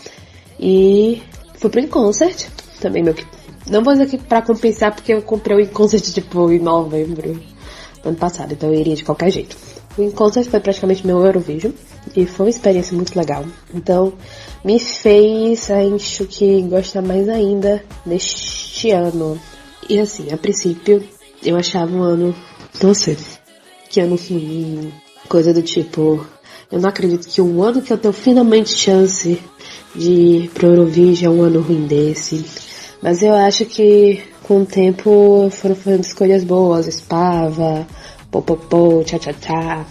Speaker 3: E fui pro In-Concert, também meu que... Não vou dizer que pra compensar, porque eu comprei o In-Concert, tipo, em novembro do ano passado, então eu iria de qualquer jeito. O In-Concert foi praticamente meu Eurovision, e foi uma experiência muito legal. Então, me fez, acho que, gostar mais ainda deste ano. E assim, a princípio, eu achava um ano, não sei, que ano ruim, coisa do tipo... Eu não acredito que o ano que eu tenho finalmente chance de ir pro Eurovision é um ano ruim desse. Mas eu acho que com o tempo foram fazendo escolhas boas, Spava, Popopô, Tchá Tchá Tchá.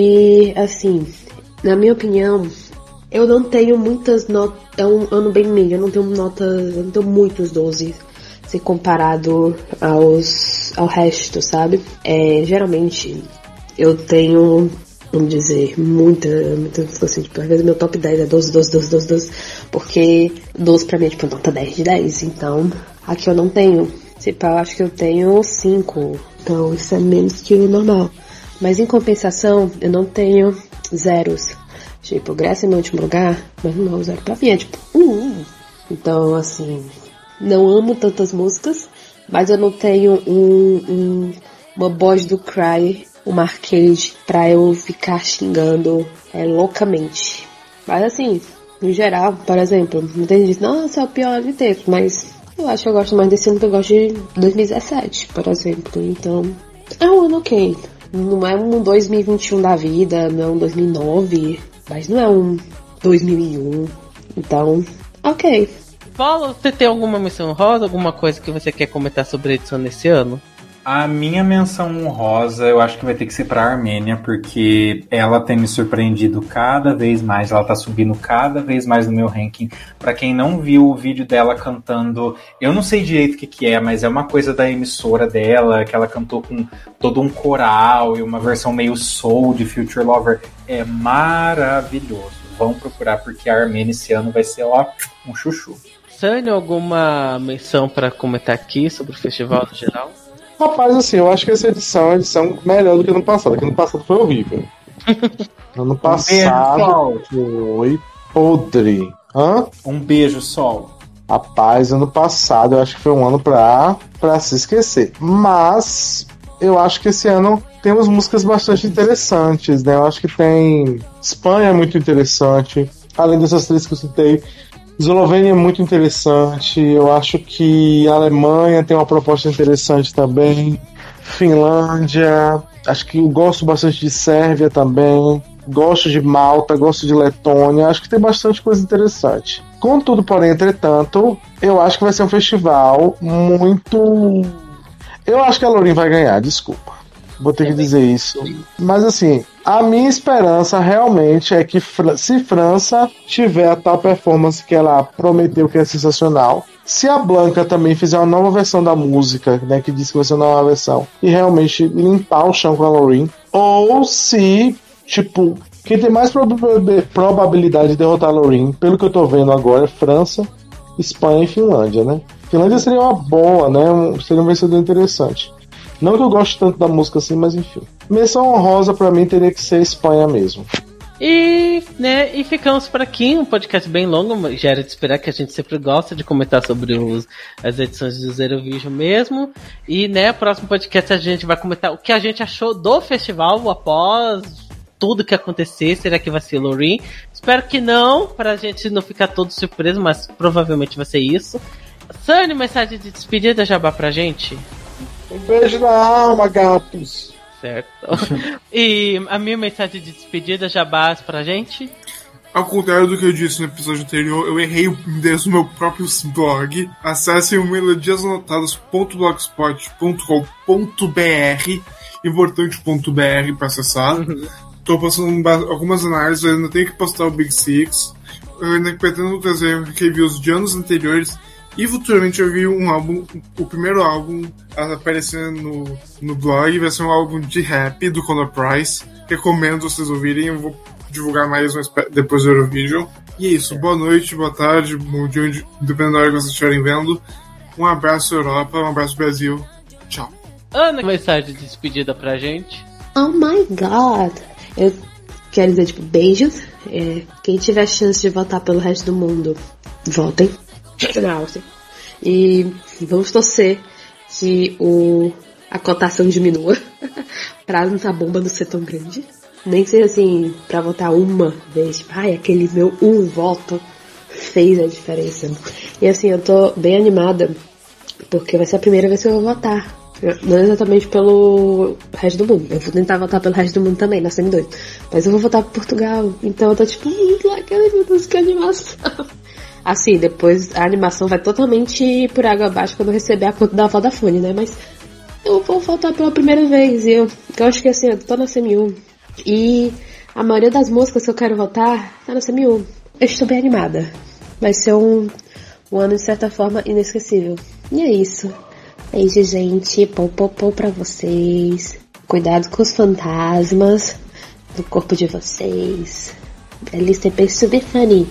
Speaker 3: E assim, na minha opinião, eu não tenho muitas notas, é um ano bem médio, eu não tenho notas, eu não tenho muitos doze, se comparado aos, ao resto, sabe? É, geralmente eu tenho, vamos dizer, muita, muita, assim, tipo, às vezes meu top dez é doze, doze, doze, doze, doze, porque doze pra mim é tipo nota dez de dez, então aqui eu não tenho, tipo, eu acho que eu tenho cinco, então isso é menos que o normal, mas em compensação eu não tenho zeros, tipo, Grécia é meu último lugar, mas não, zero pra mim é tipo um, então assim, não amo tantas músicas, mas eu não tenho um, um uma voz do Cry, uma arcade pra eu ficar xingando é, loucamente. Mas assim, no geral, por exemplo, muita gente diz, nossa, é o pior de tempo, mas eu acho que eu gosto mais desse ano que eu gosto de dois mil e dezessete, por exemplo. Então, é um ano ok. Não é um dois mil e vinte e um da vida, não é um dois mil e nove, mas não é um dois mil e um. Então, ok.
Speaker 2: Paulo, você tem alguma menção honrosa, alguma coisa que você quer comentar sobre a edição nesse ano?
Speaker 4: A minha menção honrosa, eu acho que vai ter que ser pra Armênia, porque ela tem me surpreendido cada vez mais, ela tá subindo cada vez mais no meu ranking. Pra quem não viu o vídeo dela cantando, eu não sei direito o que que é, mas é uma coisa da emissora dela, que ela cantou com todo um coral e uma versão meio soul de Future Lover. É maravilhoso. Vão procurar, porque a Armênia esse ano vai ser, ó, um chuchu.
Speaker 2: Sânio, alguma menção pra comentar aqui sobre o festival no geral?
Speaker 9: Rapaz, assim, eu acho que essa edição é uma edição melhor do que ano passado, porque ano passado foi horrível. Ano passado foi podre. Hã?
Speaker 4: Um beijo, Sol.
Speaker 9: Rapaz, ano passado eu acho que foi um ano pra, pra se esquecer. Mas eu acho que esse ano tem umas músicas bastante interessantes, né? Eu acho que tem Espanha é muito interessante, além dessas três que eu citei. Eslovênia é muito interessante, eu acho que a Alemanha tem uma proposta interessante também, Finlândia, acho que eu gosto bastante de Sérvia também, gosto de Malta, gosto de Letônia, acho que tem bastante coisa interessante. Contudo, porém, entretanto, eu acho que vai ser um festival muito... Eu acho que a Loreen vai ganhar, desculpa. Vou ter que dizer isso. Mas assim, a minha esperança realmente é que se França tiver a tal performance que ela prometeu, que é sensacional, se a Blanca também fizer uma nova versão da música, né, que disse que vai ser uma nova versão, e realmente limpar o chão com a Loreen, ou se, tipo, quem tem mais prob- probabilidade de derrotar a Loreen, pelo que eu tô vendo agora, é França, Espanha e Finlândia, né? Finlândia seria uma boa, né? Um, seria um vencedor interessante. Não que eu goste tanto da música assim, mas enfim. Menção honrosa pra mim teria que ser Espanha mesmo.
Speaker 2: E, né, e ficamos por aqui, um podcast bem longo, já era de esperar, que a gente sempre gosta de comentar sobre os, as edições do Zero Vision mesmo. E, né, próximo podcast a gente vai comentar o que a gente achou do festival após tudo que acontecer. Será que vai ser Loreen? Espero que não, pra gente não ficar todo surpreso, mas provavelmente vai ser isso. Sânio, mensagem de despedida, Jabá, pra gente?
Speaker 9: Um beijo na alma, gatos.
Speaker 2: Certo. E a minha mensagem de despedida, Jabás, pra gente?
Speaker 5: Ao contrário do que eu disse no episódio anterior, eu errei o endereço do meu próprio blog. Acessem o melodias anotadas ponto blogspot ponto com ponto b r, importante ponto b r para acessar. Tô postando algumas análises, eu ainda tenho que postar o Big Six. Eu ainda pretendo trazer reviews de anos anteriores. E futuramente eu vi um álbum, o primeiro álbum aparecendo no, no blog, vai ser um álbum de rap do Conor Price. Recomendo vocês ouvirem, eu vou divulgar mais depois do Eurovision. E é isso, boa noite, boa tarde, bom dia, dependendo da hora que vocês estiverem vendo. Um abraço Europa, um abraço Brasil, tchau.
Speaker 2: Ana, mensagem de despedida pra gente?
Speaker 10: Oh my god. Eu quero dizer, tipo, beijos. É, quem tiver chance de votar pelo resto do mundo, votem na Áustria. E vamos torcer que o, a cotação diminua pra essa bomba não ser tão grande. Nem que seja assim, pra votar uma vez. Tipo, ai, aquele meu um voto fez a diferença. E assim, eu tô bem animada, porque vai ser a primeira vez que eu vou votar. Não exatamente pelo resto do mundo. Eu vou tentar votar pelo resto do mundo também, na semi dois. Mas eu vou votar por Portugal. Então eu tô tipo, muito lá, meu Deus, que animação. Assim, depois a animação vai totalmente por água abaixo quando eu receber a conta da Vodafone, né? Mas eu vou votar pela primeira vez. E eu, eu acho que assim, eu tô na semi um. E a maioria das músicas que eu quero votar tá na semi um. Eu estou bem animada. Vai ser um, um ano, de certa forma, inesquecível. E é isso. Beijo, gente. Pô, pô, pô pra vocês. Cuidado com os fantasmas do corpo de vocês. A lista é bem super funny.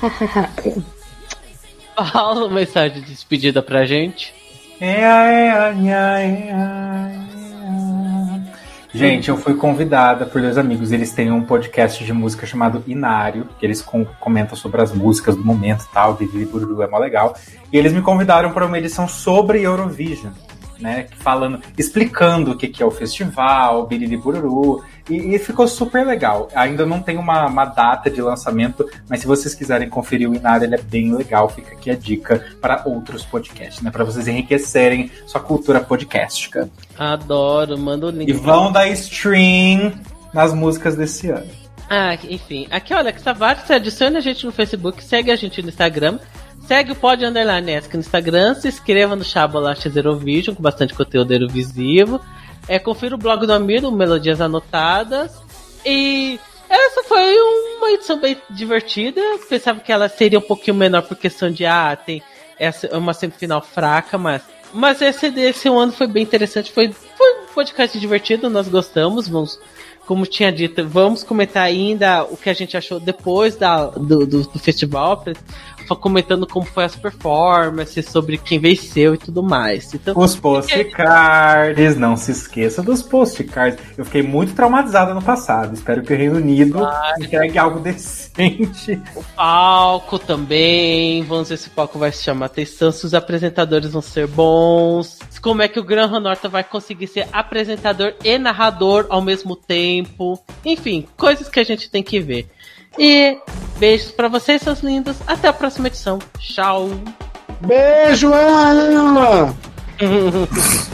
Speaker 2: Fala uma mensagem de despedida pra gente.
Speaker 4: É, é, é, é, é. Gente, eu fui convidada por dois amigos. Eles têm um podcast de música chamado Inário, que eles com- comentam sobre as músicas do momento e tal. Vivi Bururu é mó legal. E eles me convidaram para uma edição sobre Eurovision, né? Falando, explicando o que, que é o festival, Biriri Bururu. E, e ficou super legal. Ainda não tem uma, uma data de lançamento, mas se vocês quiserem conferir o Inário, ele é bem legal. Fica aqui a dica para outros podcasts, né? Para vocês enriquecerem sua cultura podcastica.
Speaker 2: Adoro, manda o link.
Speaker 4: E vão dar stream nas músicas desse ano.
Speaker 2: Ah, enfim. Aqui, olha, que Tavares, você adiciona a gente no Facebook, segue a gente no Instagram, segue o Pod Underline Esc no Instagram, se inscreva no Chabolaches Eurovision, com bastante conteúdo eurovisivo. É, confira o blog do Amir, Melodias Anotadas. E essa foi uma edição bem divertida. Pensava que ela seria um pouquinho menor por questão de, ah, tem essa, uma semifinal fraca, mas... Mas esse, esse ano foi bem interessante, foi, foi um podcast divertido, nós gostamos, vamos, como tinha dito, vamos comentar ainda o que a gente achou depois da, do, do, do festival, comentando como foi as performances, sobre quem venceu e tudo mais. Então,
Speaker 4: os postcards, não se esqueça dos postcards. Eu fiquei muito traumatizada no passado, espero que o Reino Unido entregue algo decente.
Speaker 2: O palco também, vamos ver se o palco vai se chamar atenção, se os apresentadores vão ser bons, como é que o Graham Norton vai conseguir ser apresentador e narrador ao mesmo tempo, enfim, coisas que a gente tem que ver. E beijos pra vocês, seus lindos. Até a próxima edição. Tchau.
Speaker 9: Beijo, Ana!